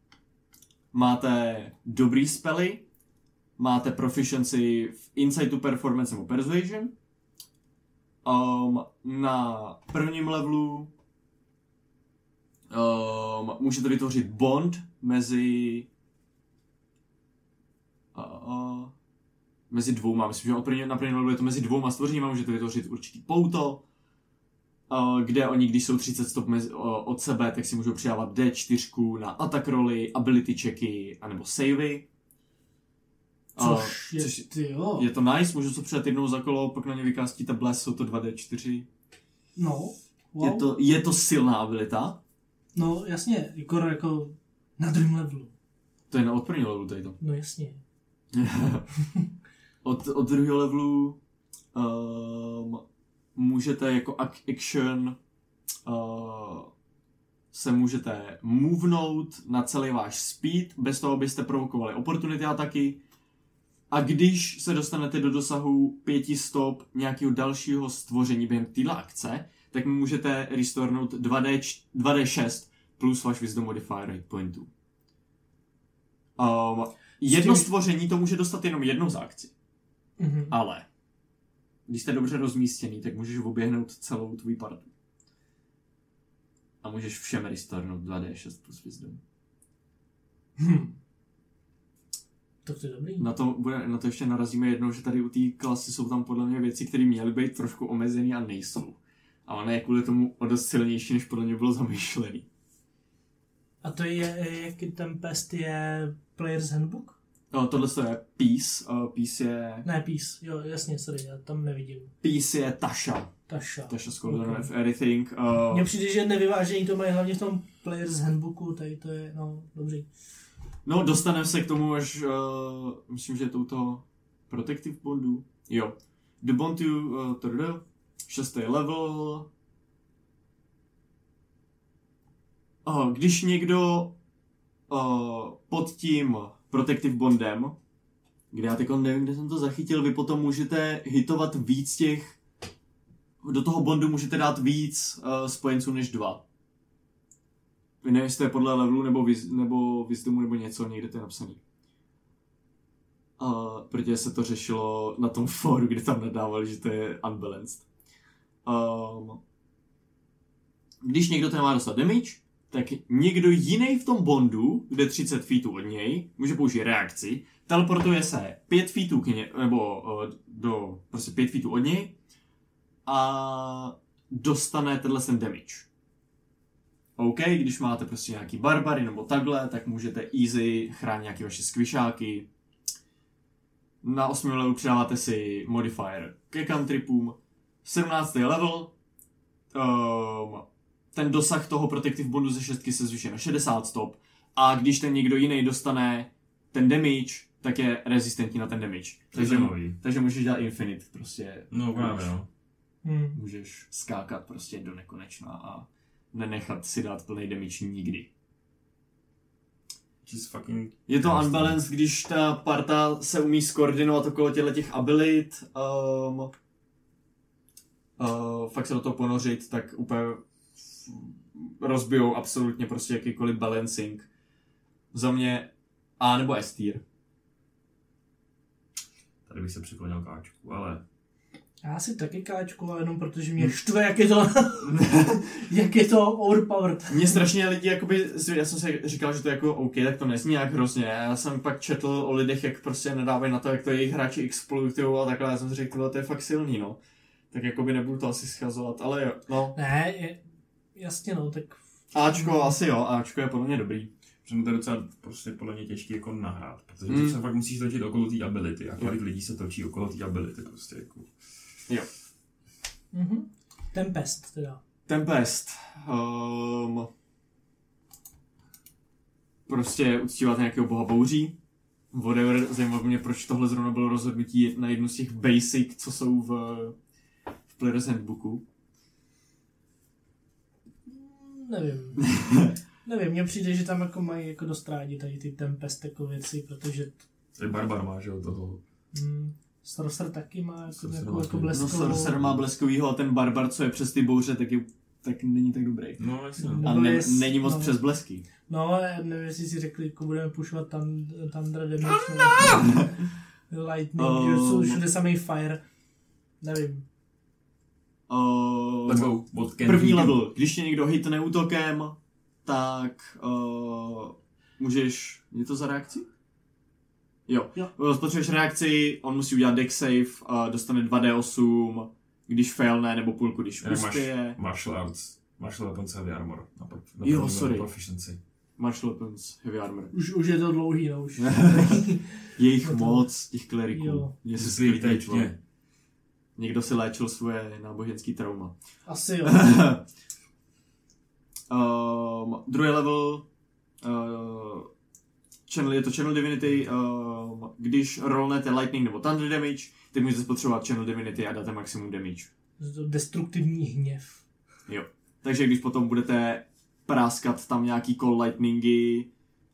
Speaker 1: máte dobrý spely, máte proficiency v Insightu, Performance nebo Persuasion. Um, na prvním levelu um, můžete vytvořit bond mezi uh, uh, mezi dvouma, myslím, že první, na prvním levelu je to mezi dvouma stvořeníma, můžete vytvořit určitý pouto, uh, kde oni, když jsou třicet stop mezi, uh, od sebe, tak si můžou přidávat dé čtyři na attack roly, ability checky, anebo savey.
Speaker 3: Což je, což tyjo.
Speaker 1: Je to nice, můžu to přidat jednou za kolo, pak na ně vykástíte bless, jsou to dva dé čtyři.
Speaker 3: No, wow.
Speaker 1: Je to, je to silná abilita.
Speaker 3: No jasně, jako, jako na druhém levelu.
Speaker 1: To je na od prvního levelu tady to.
Speaker 3: No jasně.
Speaker 1: od, od druhého levelu um, můžete jako action uh, se můžete movenout na celý váš speed, bez toho byste provokovali opportunity ataky. A když se dostanete do dosahu pěti stop nějakého dalšího stvoření během téhle akce, tak můžete restornout dva dé šest plus váš wisdom modifier rate pointů. Um, jedno tím... stvoření to může dostat jenom jednou za akci. Mm-hmm. Ale když jste dobře rozmístěný, tak můžeš oběhnout celou tvůj partu. A můžeš všem restornout dva dé šest plus wisdom.
Speaker 3: Hmm. Tak to je dobrý.
Speaker 1: Na to, bude, na to ještě narazíme jednou, že tady u té klasy jsou tam podle mě věci, které měly být trošku omezený a nejsou. A ona je kvůli tomu o dost silnější, než podle mě bylo zamýšlený.
Speaker 3: A to je, jaký Tempest je Player's Handbook?
Speaker 1: No, tohle je Peace. Uh, Peace je...
Speaker 3: Ne, Peace, jo, jasně, sorry, já tam nevidím.
Speaker 1: Peace je Tasha.
Speaker 3: Tasha.
Speaker 1: Tasha Skolden
Speaker 3: Okay.
Speaker 1: of Everything. Uh,
Speaker 3: Mně přijde, že nevyvážení to mají hlavně v tom Player's Handbooku, tady to je, no, dobrý.
Speaker 1: No, dostaneme se k tomu až, uh, myslím, že je touto Protective Bondu. Jo. The Bond to, uh, trdr, šestý level. Uh, když někdo uh, pod tím Protective Bondem, kde já teď nevím, kde jsem to zachytil, vy potom můžete hitovat víc těch, do toho bondu můžete dát víc uh, spojenců než dva. Vy nevím, jestli to je podle levelu nebo, viz, nebo wisdomu nebo něco, někde to je napsaný. Uh, protože se to řešilo na tom fóru, kde tam nadávali, že to je unbalanced. Um, když někdo to nemá dostat damage, tak někdo jiný v tom bondu, kde třicet feetů od něj, může použít reakci, teleportuje se pět feetů k ně, nebo uh, do prostě pět feetů od něj a dostane tenhle ten damage. OK, když máte prostě nějaký barbary nebo takhle, tak můžete easy chránit nějaké vaše squisháky. Na osmém levelu přidáváte si modifier ke cantripům. sedmnáctý level. Um, ten dosah toho Protective Bondu ze šestky se zvýší na šedesát stop. A když ten někdo jiný dostane ten damage, tak je rezistentní na ten damage. Takže, takže můžeš dělat infinite prostě.
Speaker 2: No právě, no.
Speaker 3: Hmm.
Speaker 1: Můžeš skákat prostě do nekonečna a nenechat si dát plný damage nikdy.
Speaker 2: Fucking...
Speaker 1: Je to unbalanced, když ta parta se umí skoordinovat okolo těch abilit, um, uh, fakt se do toho ponořit, tak úplně rozbijou absolutně prostě jakýkoliv balancing. Za mě A nebo S tier.
Speaker 2: Tady bych se přiklonil káčku, ale...
Speaker 3: Já si taky káčku, ale jenom protože mě štve, jak je to, jak je to overpowered.
Speaker 1: Mně strašně lidi, jakoby, já jsem si říkal, že to je jako OK, tak to nezní jak hrozně. Já jsem pak četl o lidech, jak prostě nadávají na to, jak to jejich hráči exploitujou a takhle. Já jsem si řekl, to je fakt silný, no. Tak jakoby nebudu to asi schazovat, ale jo, no.
Speaker 3: Ne, je, jasně no, tak...
Speaker 1: Ačko asi jo, Ačko je podle mě dobrý.
Speaker 2: Protože to je docela prostě podle mě těžký jako nahrát, protože
Speaker 1: mm.
Speaker 2: se fakt musíš točit okolo té ability a kolik lidí se točí okolo té ability prostě jako.
Speaker 1: Jo.
Speaker 3: Mhm. Tempest teda.
Speaker 1: Tempest. Um, prostě uctívat nějakého boha bouří. Whatever, zajímalo mě, proč tohle zrovna bylo rozhodnutí na jednu z těch basic, co jsou v, v Player's Handbooku.
Speaker 3: Nevím. Nevím, mně přijde, že tam jako mají jako dost rádi tady ty Tempest jako věci, protože...
Speaker 2: Tady Barbar má, že jo, toho.
Speaker 3: Hmm. Sorcerer taky má jako,
Speaker 2: Sorcerer
Speaker 3: jako,
Speaker 2: má
Speaker 3: jako
Speaker 2: taky.
Speaker 3: bleskovou.
Speaker 1: No Sorcerer má bleskovýho a ten barbar, co je přes ty bouře, tak, je, tak není tak dobrý.
Speaker 2: No, jasně.
Speaker 3: No.
Speaker 1: A
Speaker 3: Nebo
Speaker 1: ne,
Speaker 3: jest,
Speaker 1: není moc
Speaker 3: no.
Speaker 1: přes blesky.
Speaker 3: No, nevím, jestli si řekli, jako budeme pušovat tam Thunder Damage, no, Lightning,
Speaker 1: Um.
Speaker 3: um, jsou všude samý Fire. Nevím.
Speaker 1: Uh,
Speaker 2: Let's go. What can
Speaker 1: první
Speaker 2: we do?
Speaker 1: level, když tě někdo hitne útokem, tak uh, můžeš... Je to za reakci? Jo.
Speaker 3: Jo.
Speaker 1: Potřebuješ reakci, on musí udělat dex save, uh, dostane dva dé osm, když failne, nebo půlku, když
Speaker 2: Ne,
Speaker 1: uspěje.
Speaker 2: Martial arts. Martial weapons heavy armor. Na, na
Speaker 1: Jo, sorry.
Speaker 2: Proficiency.
Speaker 1: Martial weapons, heavy armor.
Speaker 3: Už, už je to dlouhý, no už.
Speaker 1: Jejich
Speaker 3: No to-
Speaker 1: moc, těch kleriků.
Speaker 3: Jo.
Speaker 1: Mě se
Speaker 2: Svý
Speaker 1: sklidní
Speaker 2: teď,
Speaker 1: člověk.
Speaker 2: ne.
Speaker 1: Někdo si léčil svoje náboženský trauma.
Speaker 3: Asi jo.
Speaker 1: um, druhý level, uh, channel, je to Channel Divinity, um, když rollnete Lightning nebo Thunder damage, tak můžete spotřebovat Channel Divinity a dáte maximum damage.
Speaker 3: To destruktivní hněv.
Speaker 1: Jo. Takže když potom budete práskat tam nějaký call lightningy,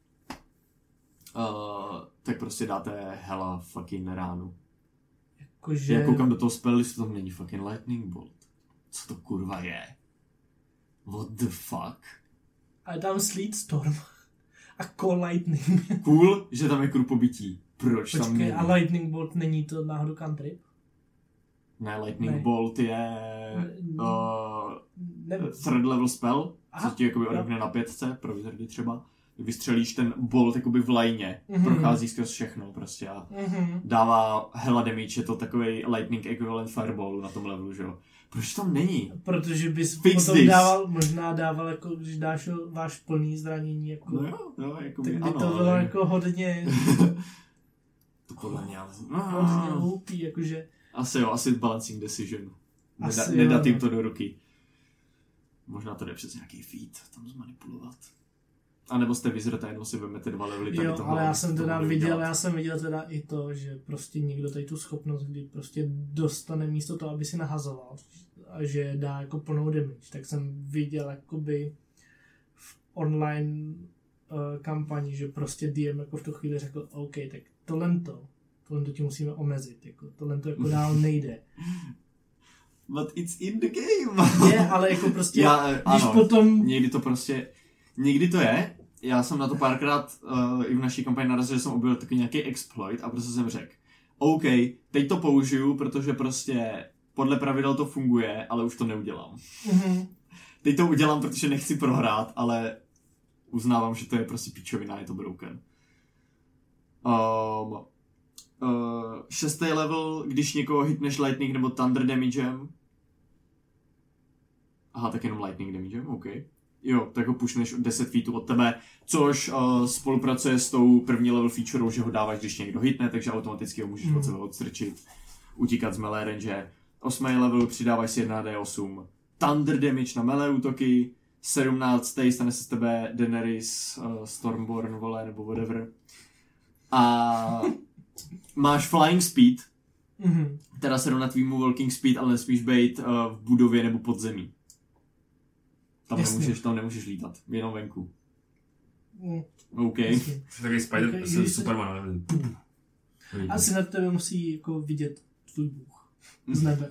Speaker 1: uh, tak prostě dáte hella fucking ránu.
Speaker 3: Jakože...
Speaker 1: Já koukám do toho spellistu, tam není fucking lightning bolt. Co to kurva je? What the fuck?
Speaker 3: A je tam Sleet Storm. A Call Lightning.
Speaker 1: Cool, že tam je krupobytí. Proč tam
Speaker 3: Počkej,
Speaker 1: není?
Speaker 3: a Lightning Bolt není to náhodou country?
Speaker 1: Ne, lightning
Speaker 3: Ne.
Speaker 1: bolt je
Speaker 3: Ne-
Speaker 1: uh,
Speaker 3: Nevím.
Speaker 1: third level spell,
Speaker 3: Aha,
Speaker 1: co ti jakoby
Speaker 3: jo.
Speaker 1: odepne na pětce, pro wizardy třeba. vystřelíš ten bolt jakoby v lajně, mm-hmm. prochází skrz všechno prostě a mm-hmm. dává hella damage, je to takový lightning equivalent fireballu na tom levelu, že jo. Proč tam není?
Speaker 3: Protože bys
Speaker 1: Fix
Speaker 3: potom
Speaker 1: this.
Speaker 3: dával, možná dával, jako, když dáš váš plný zranění, jako,
Speaker 1: No jo, jo, jakoby,
Speaker 3: tak by
Speaker 1: ano.
Speaker 3: to bylo
Speaker 1: ale...
Speaker 3: jako hodně,
Speaker 1: to podle mě, ale...
Speaker 3: hodně hloupý, jakože...
Speaker 1: Asi jo, asi balancing decision. Neda,
Speaker 3: Asi
Speaker 1: nedat
Speaker 3: jo,
Speaker 1: jim
Speaker 3: no.
Speaker 1: to do ruky. Možná to jde přes nějaký feed, tam zmanipulovat. A nebo jste Wizard a jenom si vemete dva levely tady
Speaker 3: Jo,
Speaker 1: toho.
Speaker 3: ale já jsem
Speaker 1: to
Speaker 3: teda
Speaker 1: bude
Speaker 3: viděl,
Speaker 1: udělat.
Speaker 3: já jsem viděl teda i to, že prostě někdo tady tu schopnost, kdy prostě dostane místo toho, aby si nahazoval a že dá jako plnou damage, tak jsem viděl jakoby v online uh, kampani, že prostě D M jako v tu chvíli řekl, OK, tak tohle to, tohle to ti musíme omezit, jako tohle to jako dál nejde.
Speaker 1: But it's in the game.
Speaker 3: Je, ale jako prostě,
Speaker 1: Já,
Speaker 3: když
Speaker 1: ano,
Speaker 3: potom...
Speaker 1: někdy to prostě, někdy to je, já jsem na to párkrát uh, i v naší kampani narazil, že jsem objevil takový nějaký exploit a prostě jsem řekl, OK, teď to použiju, protože prostě podle pravidel to funguje, ale už to neudělám.
Speaker 3: Mm-hmm.
Speaker 1: Teď to udělám, protože nechci prohrát, ale uznávám, že to je prostě píčovina, je to broken. Um, uh, šestý level, když někoho hitneš lightning nebo thunder damagem. Aha, tak jenom lightning damagem, OK. Jo, tak ho pušneš deset feetů od tebe, což uh, spolupracuje s tou první level featurou, že ho dáváš, když někdo hitne, takže automaticky ho můžeš mm. od sebe odstrčit, utíkat z melee range. osmý level přidáváš si jedna D osm thunder damage na melee útoky, sedmnáctý stane se z tebe Daenerys, uh, Stormborn, vole, nebo whatever. A máš flying speed,
Speaker 3: Mm-hmm.
Speaker 1: teda se na tvýmu walking speed, ale nesmíš být uh, v budově nebo pod zemí. Tam nemůžeš, tam nemůžeš lítat, jenom venku.
Speaker 3: Mm.
Speaker 1: OK.
Speaker 3: Jasně.
Speaker 2: Jsi takový Spider,
Speaker 3: Okay,
Speaker 2: okay,
Speaker 3: když-
Speaker 2: Superman.
Speaker 3: Asi na tebe musí jako vidět tvůj bůh z nebe.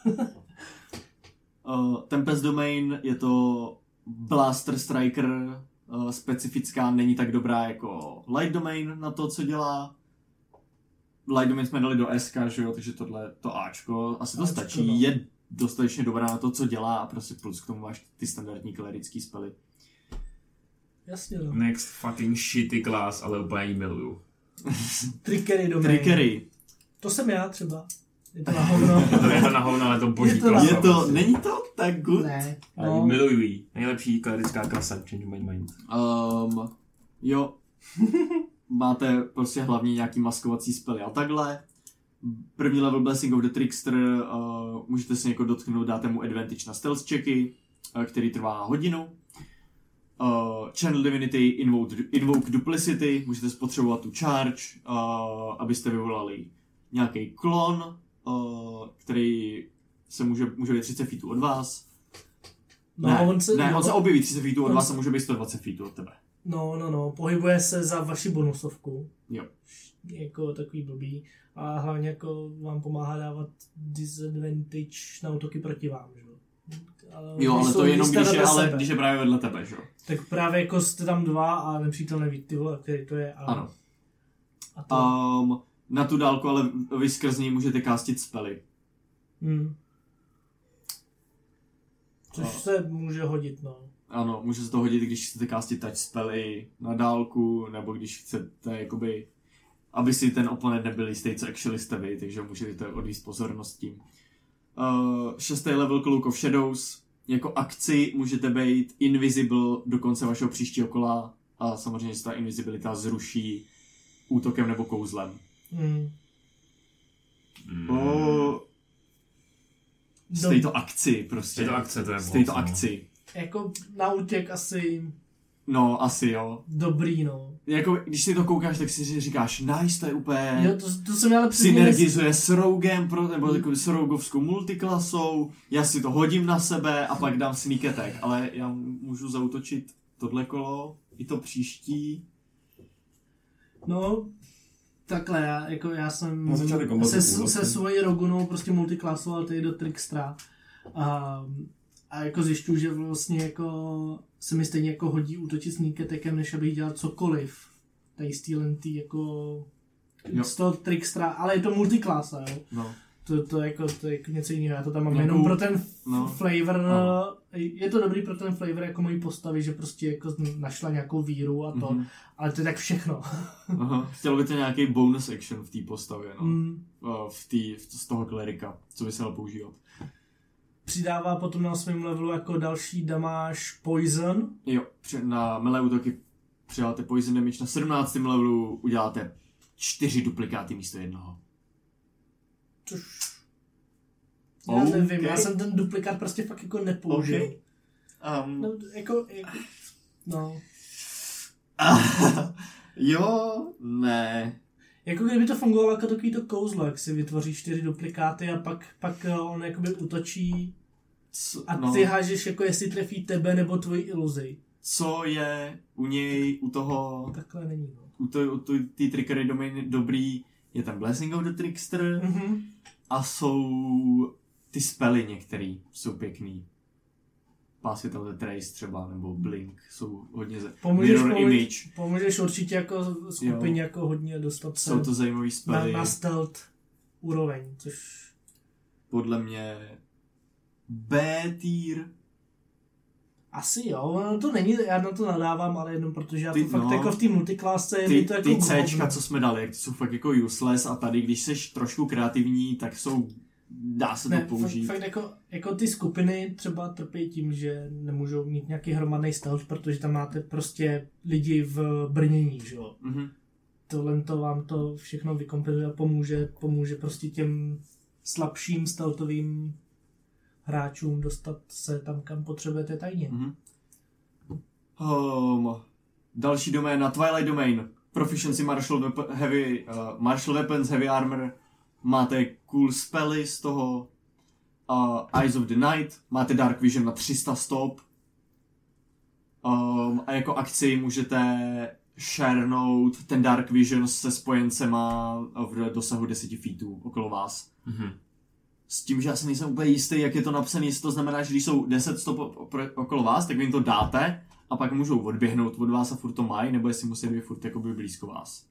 Speaker 1: Uh, Tempest Domain je to Blaster Striker, uh, specifická, není tak dobrá jako Light Domain na to, co dělá. Light Domain jsme dali do S K, že jo, takže tohle, to Ačko, asi to
Speaker 3: Ačko,
Speaker 1: stačí,
Speaker 3: no.
Speaker 1: je dostatečně dobrá na to, co dělá a prostě plus k tomu máš ty standardní klerický spely.
Speaker 3: Jasně, no.
Speaker 2: Next fucking shitty class, ale úplně ji miluju.
Speaker 3: Trickery domain.
Speaker 1: Trickery.
Speaker 3: To jsem já třeba. Je to na hovno.
Speaker 2: To je to na hovno, ale to boží
Speaker 3: Je to na-
Speaker 2: klasa.
Speaker 1: Je to, není to tak good?
Speaker 3: Ne.
Speaker 2: No.
Speaker 3: No.
Speaker 2: Miluju ji. Nejlepší klerická klasa, Change My Mind.
Speaker 1: Um, jo. Máte prostě hlavně nějaký maskovací spely a takhle. První level Blessing of the Trickster, uh, můžete se někoho dotknout, dáte mu advantage na stealth checky, uh, který trvá hodinu. Uh, Channel Divinity, Invoke, invoke Duplicity, můžete spotřebovat tu charge, uh, abyste vyvolali nějaký klon, uh, který se může, může být třicet feetů od vás.
Speaker 3: No,
Speaker 1: ne,
Speaker 3: on se,
Speaker 1: ne,
Speaker 3: no,
Speaker 1: on se objeví třicet feetů od
Speaker 3: on
Speaker 1: vás
Speaker 3: se-
Speaker 1: a může být sto dvacet feetů od tebe.
Speaker 3: no, no, no, pohybuje se za vaši bonusovku.
Speaker 1: Jo.
Speaker 3: Jako takový blbý. A hlavně jako vám pomáhá dávat disadvantage na útoky proti vám, že? Ale
Speaker 1: Jo,
Speaker 3: když
Speaker 1: ale
Speaker 3: jsou-
Speaker 1: to je jenom,
Speaker 3: jste
Speaker 1: když je,
Speaker 3: vedle
Speaker 1: ale
Speaker 3: sebe,
Speaker 1: když je právě vedle tebe, že jo?
Speaker 3: tak právě jako jste tam dva a ten přítel neví, ty vole, který to je. A,
Speaker 1: Ano.
Speaker 3: A to,
Speaker 1: Um, na tu dálku ale vy skrz něj můžete castit spely.
Speaker 3: hmm. Což
Speaker 1: A-
Speaker 3: se může hodit, no.
Speaker 1: Ano, může se to hodit, když chcete castit touch spely na dálku, nebo když chcete, jakoby, aby si ten oponent nebyl jistý, co actually jste vy, takže můžete odvíst pozornost tím. Uh, šestý level Cloak of Shadows. Jako akci můžete být invisible do konce vašeho příštího kola a samozřejmě se ta invisibilita zruší útokem nebo kouzlem.
Speaker 3: Hmm.
Speaker 2: Mm.
Speaker 1: Oh, z
Speaker 3: Do-
Speaker 1: této akci prostě.
Speaker 2: Je to akce, to je
Speaker 1: Z této
Speaker 2: moc, no.
Speaker 1: akci.
Speaker 3: Jako na útěk asi
Speaker 1: No, asi jo.
Speaker 3: dobrý, no.
Speaker 1: Jako, když si to koukáš, tak si říkáš, nice, to je úplně...
Speaker 3: Jo, to, to jsem ale předtím
Speaker 1: synergizuje s Rougem, pro, nebo takovou s Rougovskou multiklasou, já si to hodím na sebe a pak dám sneak attack, ale já můžu zaútočit tohle kolo, i to příští.
Speaker 3: No, takhle, já, jako já jsem
Speaker 2: Na začátek kombatu
Speaker 3: se,
Speaker 2: půl,
Speaker 3: se
Speaker 2: vlastně.
Speaker 3: svojí Rogunou prostě multiklasoval tady do Trickstra a, a jako zjišťuju, že vlastně jako se mi stejně jako hodí útočit sneak attackem, než abych dělal cokoliv. Tady z téhle tý jako
Speaker 1: Jo.
Speaker 3: z toho Trickstra, ale je to multiklasa, jo.
Speaker 1: No.
Speaker 3: to, to, jako, to je jako něco jiného, já to tam mám
Speaker 1: Nějakou-
Speaker 3: jenom pro ten f-
Speaker 1: no.
Speaker 3: flavor,
Speaker 1: Ano.
Speaker 3: je to dobrý pro ten flavor jako mojí postavy, že prostě jako našla nějakou víru a to,
Speaker 1: Mhm.
Speaker 3: ale to je tak všechno.
Speaker 1: Aha. Chtělo by to nějaký bonus action v té postavě, no.
Speaker 3: Mm.
Speaker 1: Uh, v tý, v, z toho klerika, co by se měl používat.
Speaker 3: Přidává potom na svém levelu jako další damáž Poison.
Speaker 1: Jo, při- na melee útoky přidáte poison damage, na sedmnáctém levelu uděláte čtyři duplikáty místo jednoho.
Speaker 3: Což...
Speaker 1: OK.
Speaker 3: Já nevím, já jsem ten duplikát prostě fakt jako nepoužil.
Speaker 1: OK. Um,
Speaker 3: No, jako, jako, no.
Speaker 1: jo, ne.
Speaker 3: Jako kdyby to fungovalo jako takový to kouzlo, jak si vytvoří čtyři duplikáty a pak, pak on jakoby útočí
Speaker 1: Co,
Speaker 3: a
Speaker 1: no,
Speaker 3: ty hážeš jako jestli trefí tebe nebo tvoji iluzi.
Speaker 1: co je u něj, u toho,
Speaker 3: Takhle není, no.
Speaker 1: u to- u to- ty trickery domainy dobrý, je ten Blessing of the Trickster
Speaker 3: Mhm.
Speaker 1: a jsou ty spely některý, jsou pěkný. Pass Without a Trace třeba, nebo Blink, jsou hodně ze...
Speaker 3: Pomůžeš,
Speaker 1: Mirror
Speaker 3: pomůž,
Speaker 1: Image,
Speaker 3: pomůžeš určitě jako skupině jako hodně dostat se
Speaker 1: jsou to zajímavý
Speaker 3: na,
Speaker 1: spely.
Speaker 3: na stealth úroveň, což
Speaker 1: Podle mě B tier.
Speaker 3: asi jo, no to není, já na to nadávám, ale jenom protože já to
Speaker 1: Ty-
Speaker 3: fakt
Speaker 1: no.
Speaker 3: jako v té multiklásce je
Speaker 1: Ty,
Speaker 3: mi to jako
Speaker 1: ty Cčka,
Speaker 3: hovno.
Speaker 1: co jsme dali, jak ty jsou fakt jako useless a tady, když seš trošku kreativní, tak jsou, dá se to
Speaker 3: Ne,
Speaker 1: použít.
Speaker 3: fakt, fakt jako, jako ty skupiny třeba trpí tím, že nemůžou mít nějaký hromadný stealth, protože tam máte prostě lidi v brnění, že jo.
Speaker 1: Mhm.
Speaker 3: Tohle to vám to všechno vykompiluje a pomůže, pomůže prostě těm slabším stealthovým hráčům dostat se tam, kam potřebujete tajně.
Speaker 1: Mhm. Um, další doména, Twilight Domain. Proficiency Martial, weapon, heavy, uh, martial Weapons, Heavy Armor. Máte cool spelly z toho. Uh, Eyes of the Night. Máte Dark Vision na tři sta stop. Um, a jako akci můžete sharenout ten Dark Vision se spojencema v dosahu deset feetů okolo vás.
Speaker 2: Mhm.
Speaker 1: S tím, že já si nejsem úplně jistý, jak je to napsané, jestli to znamená, že když jsou deset stop opr- okolo vás, tak vy jim to dáte a pak můžou odběhnout od vás a furt to mají, nebo jestli musí být furt jakoby blízko vás.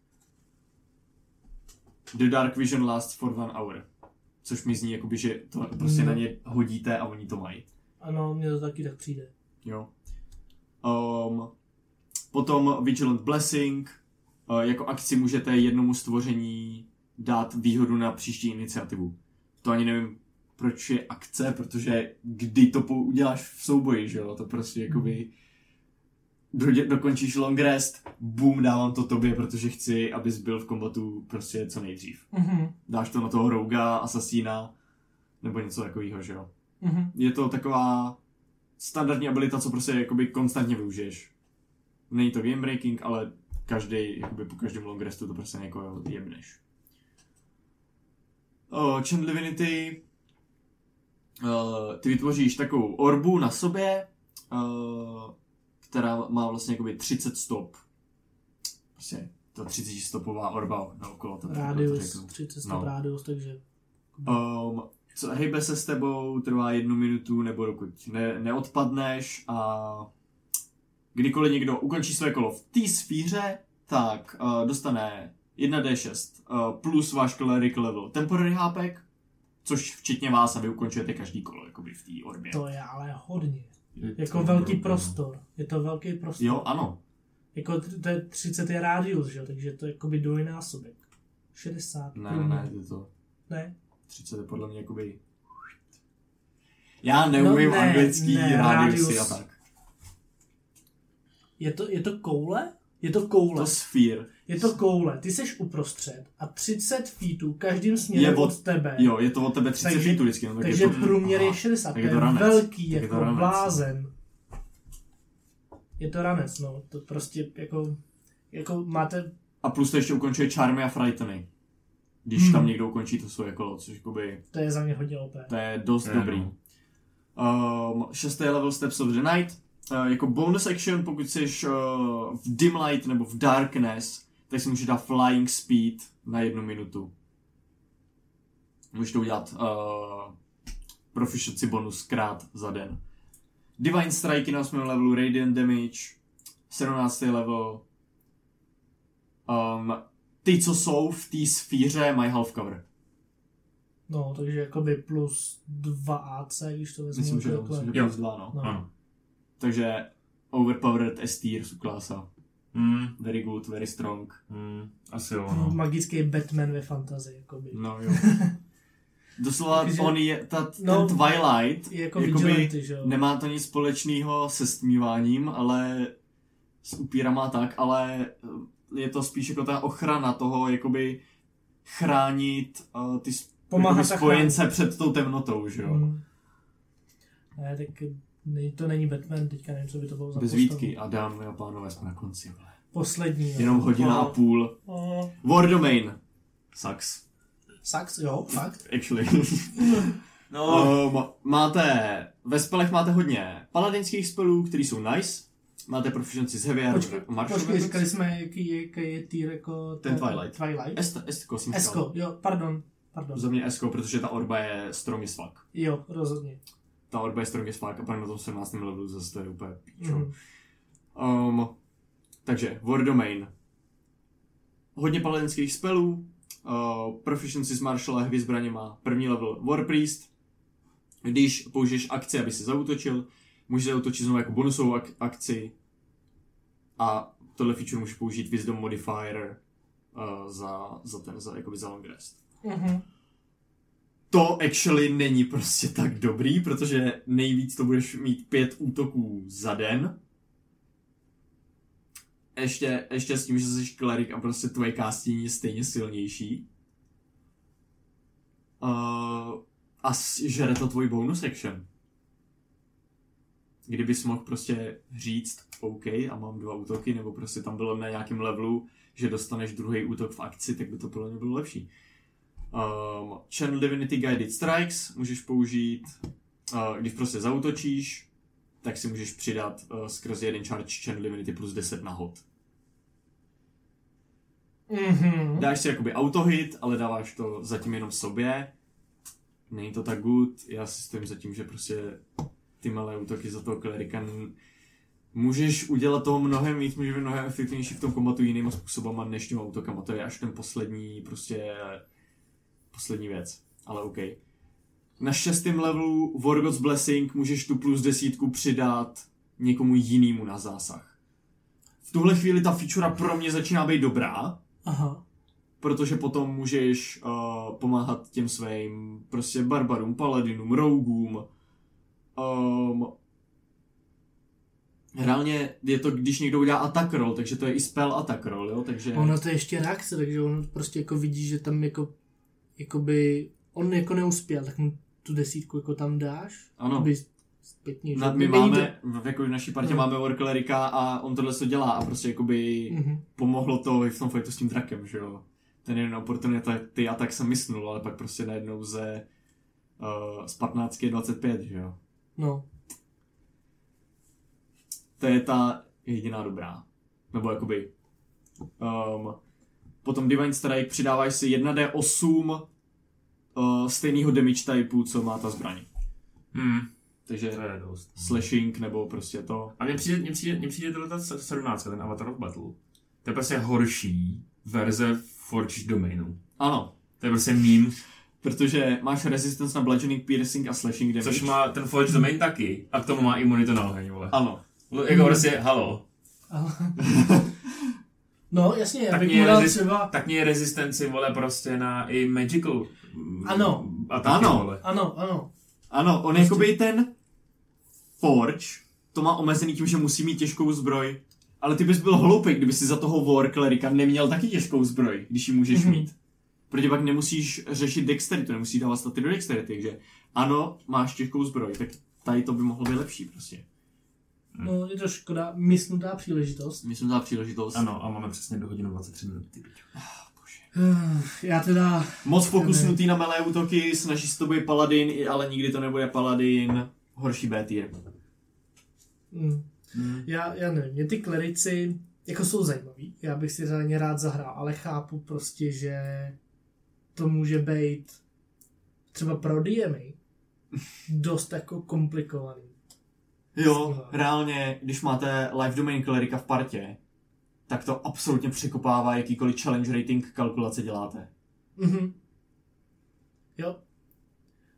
Speaker 1: The Dark Vision lasts for one hour. Což mi zní, jakoby, že to prostě
Speaker 3: No.
Speaker 1: na ně hodíte a oni to mají.
Speaker 3: Ano, mně to taky tak přijde.
Speaker 1: Jo. Um, potom Vigilant Blessing. Uh, jako akci můžete jednomu stvoření dát výhodu na příští iniciativu. To ani nevím, proč je akce, protože kdy to pou- uděláš v souboji, že jo? To prostě jakoby... Do, dokončíš long rest, boom, dávám to tobě, protože chci, abys byl v kombatu prostě co nejdřív.
Speaker 3: Mhm.
Speaker 1: Dáš to na toho rouga, asasína, nebo něco takového, že jo?
Speaker 3: Mhm.
Speaker 1: Je to taková standardní abilita, co prostě jakoby konstantně využiješ. Není to game breaking, ale každý, jakoby po každém long restu to prostě někoho jebneš. Uh, Chant Divinity. Uh, ty vytvoříš takovou orbu na sobě, uh, která má vlastně jakoby třicet stop. Prostě to třicet stopová orba na okolo. To,
Speaker 3: Rádius, třicet stop
Speaker 1: No.
Speaker 3: rádius, takže...
Speaker 1: Um, co hejbe se s tebou, trvá jednu minutu, nebo dokud ne, neodpadneš a kdykoliv někdo ukončí své kolo v té sfíře, tak uh, dostane jedna dé šest uh, plus váš cleric level temporary hápek, což včetně vás a vy ukončujete každý kolo jakoby v té orbě.
Speaker 3: To je ale hodně.
Speaker 2: Je
Speaker 3: Jako
Speaker 2: to
Speaker 3: velký
Speaker 2: problém.
Speaker 3: prostor. Je to velký prostor.
Speaker 1: Jo, ano.
Speaker 3: Jako t- to je třicet je rádius, že jo, takže to je jakoby dvojnásobek. šedesát.
Speaker 1: Ne, ne, ne, je to
Speaker 3: Ne?
Speaker 1: třicet je podle mě jakoby... Já neumím
Speaker 3: No ne,
Speaker 1: anglický
Speaker 3: ne,
Speaker 1: rádiusy
Speaker 3: rádius.
Speaker 1: a tak.
Speaker 3: Je to, je to koule? Je to koule.
Speaker 1: To sfír.
Speaker 3: Je to koule. Ty seš uprostřed a třicet feetů každým směrem
Speaker 1: Je od-
Speaker 3: od tebe.
Speaker 1: Jo, je to od tebe třicet
Speaker 3: Takže-
Speaker 1: feetů vždycky. No, tak
Speaker 3: Takže
Speaker 1: je to,
Speaker 3: průměr je
Speaker 1: aha.
Speaker 3: šedesát.
Speaker 1: tak
Speaker 3: To
Speaker 1: je
Speaker 3: je
Speaker 1: to ranec.
Speaker 3: velký,
Speaker 1: Tak je
Speaker 3: jako
Speaker 1: to ranec,
Speaker 3: blázen. Je to ranec, no. To prostě jako... Jako máte...
Speaker 1: A plus to ještě ukončuje Charmy a Frighteny. Když
Speaker 3: Hmm.
Speaker 1: tam někdo ukončí to svoje kolo, což jakoby,
Speaker 3: To je za mě hodně O P.
Speaker 1: to je dost
Speaker 2: Je,
Speaker 1: dobrý.
Speaker 2: no.
Speaker 1: Um, šestý level Steps of the Night. Uh, jako bonus action, pokud jsi uh, v Dim Light nebo v Darkness, tak si můžeš dát Flying Speed na jednu minutu. Můžeš to udělat uh, proficiency bonus krát za den. Divine Strike na osmém levelu, Radiant Damage, sedmnáctý level. Um, ty, co jsou v té sfíře, mají half cover.
Speaker 3: No, takže jakoby plus dva A C, když to vezmu.
Speaker 1: Myslím, že,
Speaker 3: jako
Speaker 1: myslím, že
Speaker 3: klerik.
Speaker 1: plus dva, no.
Speaker 3: No.
Speaker 2: Ano.
Speaker 1: Takže overpowered S tier subklasa.
Speaker 2: Mm,
Speaker 1: Very good, very strong.
Speaker 2: mm, asi jo, no.
Speaker 3: Magický Batman ve fantazii, jakoby.
Speaker 1: No jo. Doslova
Speaker 3: Takže-
Speaker 1: on je, ta,
Speaker 3: no,
Speaker 1: ten Twilight,
Speaker 3: Je jako
Speaker 1: jakoby
Speaker 3: vigilanty, že jo.
Speaker 1: nemá to nic společného se stmíváním, ale s upírama tak, ale je to spíš jako ta ochrana toho, jakoby chránit uh, ty sp-
Speaker 3: Pomáhat
Speaker 1: jakoby
Speaker 3: a
Speaker 1: spojence
Speaker 3: chránit.
Speaker 1: před tou temnotou, že jo.
Speaker 3: Mm. Ne, tak ne, to není Batman, teďka nevím, co by to bylo za
Speaker 1: Bez
Speaker 3: postavu.
Speaker 1: výtky a dámy a pánové jsme na konci. Vole.
Speaker 3: Poslední. no.
Speaker 1: Jenom hodina a
Speaker 3: No.
Speaker 1: půl.
Speaker 3: No.
Speaker 1: War Domain. Sucks.
Speaker 3: Sax, jo, fakt.
Speaker 1: Actually.
Speaker 2: No,
Speaker 1: um, máte, ve spelech máte hodně paladinských spelů, které jsou nice. Máte proficiency z heavy
Speaker 3: Počkej,
Speaker 1: armor, martial
Speaker 3: počkej,
Speaker 1: weapons.
Speaker 3: říkali jsme, jaký, jaký je tier jako...
Speaker 1: Ten Twilight.
Speaker 3: Twilight.
Speaker 1: Est, Estko jsem
Speaker 3: Esko,
Speaker 1: říkal.
Speaker 3: jo, pardon, pardon.
Speaker 1: Za mě Esko, protože ta orba je strong as fuck.
Speaker 3: Jo, rozhodně.
Speaker 1: Ta orba je strong as fuck a pak na tom sedmnáctém levelu zase to je úplně píčo.
Speaker 3: Mhm.
Speaker 1: Um, takže, War Domain. Hodně paladinských spelů, uh, proficiency s martial a heavy zbraněma, první level War Priest. Když použiješ akci, aby si zaútočil, můžeš zaútočit znovu jako bonusovou ak- akci a tohle feature můžeš použít Wisdom Modifier uh, za, za ten, za, jakoby za long rest.
Speaker 3: Mhm.
Speaker 1: To actually není prostě tak dobrý, protože nejvíc to budeš mít pět útoků za den. Ještě, ještě s tím, že jsi klerik a prostě tvoje casting je stejně silnější. Uh, a s- žere to tvůj bonus action. Kdybys mohl prostě říct OK a mám dva útoky, nebo prostě tam bylo na nějakém levelu, že dostaneš druhý útok v akci, tak by to podle mě bylo lepší. Um, Channel Divinity Guided Strikes můžeš použít, uh, když prostě zaútočíš, tak si můžeš přidat uh, skrz jeden charge Channel Divinity plus deset na hod.
Speaker 3: Mhm.
Speaker 1: Dáš si jakoby autohit, ale dáváš to zatím jenom sobě. Není to tak good, já si stojím za tím, že prostě ty malé útoky za toho klerika n- můžeš udělat toho mnohem víc, můžeš být mnohem efektivnější v tom kombatu jinýma způsobama než těma útokama. To je až ten poslední prostě poslední věc, ale OK. Na šestém levelu War God's Blessing můžeš tu plus desítku přidat někomu jinému na zásah. V tuhle chvíli ta feature pro mě začíná být dobrá,
Speaker 3: Aha.
Speaker 1: protože potom můžeš uh, pomáhat těm svým prostě barbarům, paladinům, rougům. Um, reálně je to, když někdo udělá attack roll, takže to je i spell attack roll, jo, takže...
Speaker 3: Ono to je ještě reakce, takže on prostě jako vidí, že tam jako, jakoby, on jako neuspěl, tak mu tu desítku jako tam dáš.
Speaker 1: Ano.
Speaker 3: Jakoby zpětně, že
Speaker 1: Na, my
Speaker 3: není
Speaker 1: máme, v, jako v naší partě
Speaker 3: No.
Speaker 1: máme War Clerica a on tohle to dělá a prostě jakoby
Speaker 3: Mhm.
Speaker 1: pomohlo to i v tom fightu s tím drakem, že jo. Ten jeden opportunity attack jsem mysnul, ale pak prostě najednou ze uh, z patnáct je dvacet pět, že jo.
Speaker 3: No.
Speaker 1: To je ta jediná dobrá. Nebo jakoby um, potom Divine Strike přidáváš si jedna dé osm uh, stejného damage typeu, co má ta zbraň.
Speaker 2: Hmm,
Speaker 1: Takže
Speaker 2: to je dost.
Speaker 1: slashing nebo prostě to.
Speaker 2: A mně přijde, mně přijde, mně přijde tohle ta sedmnáct, ten Avatar of Battle. To je prostě horší verze Forged Domainu.
Speaker 1: Ano,
Speaker 2: To je prostě meme,
Speaker 1: protože máš resistance na bludgeoning, piercing a slashing damage.
Speaker 2: což má ten Forged Domain taky. A k tomu má imunitu na oheň, vole.
Speaker 1: Ano.
Speaker 2: Jako prostě, halo.
Speaker 3: Ale... no, jasně, já
Speaker 2: Tak
Speaker 3: bych
Speaker 2: mě
Speaker 3: mu
Speaker 2: je
Speaker 3: dal
Speaker 2: rezist-
Speaker 3: třeba...
Speaker 2: Tak mě je rezistenci, vole, prostě na i magical. mm,
Speaker 3: Ano.
Speaker 2: ataky,
Speaker 1: Ano.
Speaker 2: vole.
Speaker 3: Ano, ano.
Speaker 1: Ano, on
Speaker 3: Prostě-
Speaker 1: jakoby ten Forge, to má omezený tím, že musí mít těžkou zbroj. Ale ty bys byl hloupý, kdyby si za toho War Clerica neměl taky těžkou zbroj, když ji můžeš
Speaker 3: Mhm.
Speaker 1: mít. Protože pak nemusíš řešit dexterity, nemusíš dávat staty do dexterity, takže ano, máš těžkou zbroj, tak tady to by mohlo být lepší prostě.
Speaker 3: No, je to škoda, mysnutá příležitost.
Speaker 1: Myslím, za příležitost.
Speaker 2: Ano, a máme přesně do hodinu dvacet tři minut, ty pičo.
Speaker 3: Já teda...
Speaker 1: Moc fokusnutý na melee útoky, snaží se to být paladin, i- ale nikdy to nebude paladin. Horší B tier.
Speaker 3: Mm.
Speaker 2: Hmm.
Speaker 3: Já, já nevím, mě ty klerici jako jsou zajímaví, já bych si za ně rád zahrál, ale chápu prostě, že to může být třeba pro D M A dost jako komplikovaný.
Speaker 1: Jo, reálně, když máte live domain klerika v partě, tak to absolutně překopává jakýkoliv challenge rating kalkulace děláte.
Speaker 3: Mhm. Jo,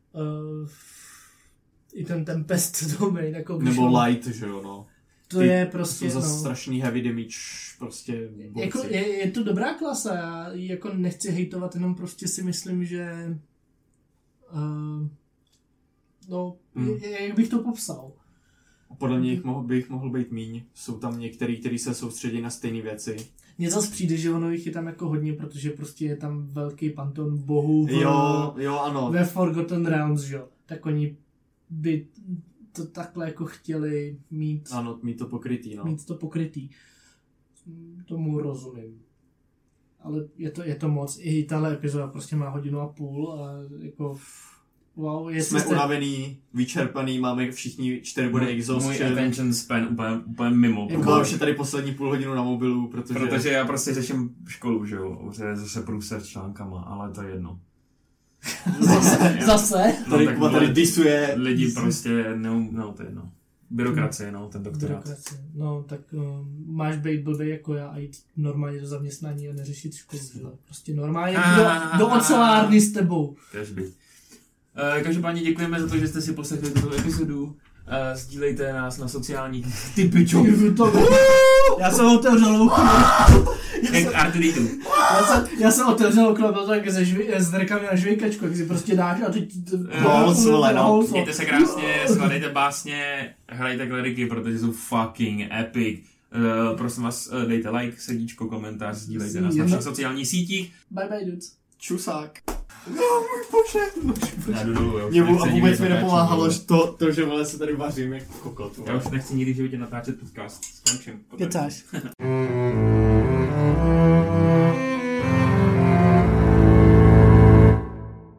Speaker 3: uh, i ten Tempest domain, jako
Speaker 1: Nebo Light, že jo, no.
Speaker 3: To
Speaker 1: Ty,
Speaker 3: je prostě,
Speaker 1: to jsou
Speaker 3: no.
Speaker 1: za strašný heavy damage, prostě
Speaker 3: Jako, je, je to dobrá klasa, já ji jako nechci hejtovat, jenom prostě si myslím, že uh, no,
Speaker 1: hmm.
Speaker 3: jak bych to popsal.
Speaker 1: Podle mě jich mohl, by jich mohl být míň. Jsou tam některý, kteří se soustředí na stejné věci.
Speaker 3: Mně zase přijde, že ono jich je tam jako hodně, protože prostě je tam velký panton bohů v,
Speaker 1: jo, jo, ano.
Speaker 3: ve Forgotten Realms, že jo. Tak oni by to takhle jako chtěli mít,
Speaker 1: ano, mít to pokrytý, no.
Speaker 3: mít to pokrytý. Tomu rozumím. Ale je to, je to moc. I tahle epizoda prostě má hodinu a půl a jako wow.
Speaker 1: Jsme
Speaker 3: jste...
Speaker 1: unavený, vyčerpaný, máme všichni čtyři body exhaustion.
Speaker 2: Můj attention span úplně, úplně mimo.
Speaker 1: Jako už je tady poslední půl hodinu na mobilu, protože...
Speaker 2: Protože já prostě řeším školu, že jo, protože zase průser s článkama, ale to je jedno.
Speaker 3: Zase? Zase?
Speaker 2: No,
Speaker 1: tady
Speaker 2: tak
Speaker 1: Kuba tady disuje.
Speaker 2: Lidi prostě, no, no to je jedno. Byrokracie, no, ten doktorát.
Speaker 3: Byrokracie. No, tak uh, máš být blbý jako já a jít normálně do zaměstnání a neřešit školu. Že? Prostě normálně do, do ocelárny s tebou.
Speaker 2: Každý. Uh, každopádně děkujeme za to, že jste si poslechli tuto epizodu. Uh, sdílejte nás na sociálních ty pičo.
Speaker 3: Já jsem otevřel okno.
Speaker 2: Jak R dva D dva.
Speaker 3: Já jsem, já jsem otevřel okno, bylo to tak ze žvi, s drekami na žvejkačku, jak si prostě dáš a teď...
Speaker 1: Housle, no.
Speaker 2: Mějte se krásně, skladejte básně, hrajte kleriky, protože jsou fucking epic. Uh, prosím vás, uh, dejte like, srdíčko, komentář, sdílejte nás na všech sociálních sítích.
Speaker 3: Bye bye dudes.
Speaker 1: Čusák. No, můj bože.
Speaker 2: Já jdu dolů, jo.
Speaker 1: Mě a vůbec mi nepomáhalo to, to, že vole se tady vařím jako kokot.
Speaker 2: Já už nechci nikdy v životě natáčet podcast. Skončím.
Speaker 3: Kecáš.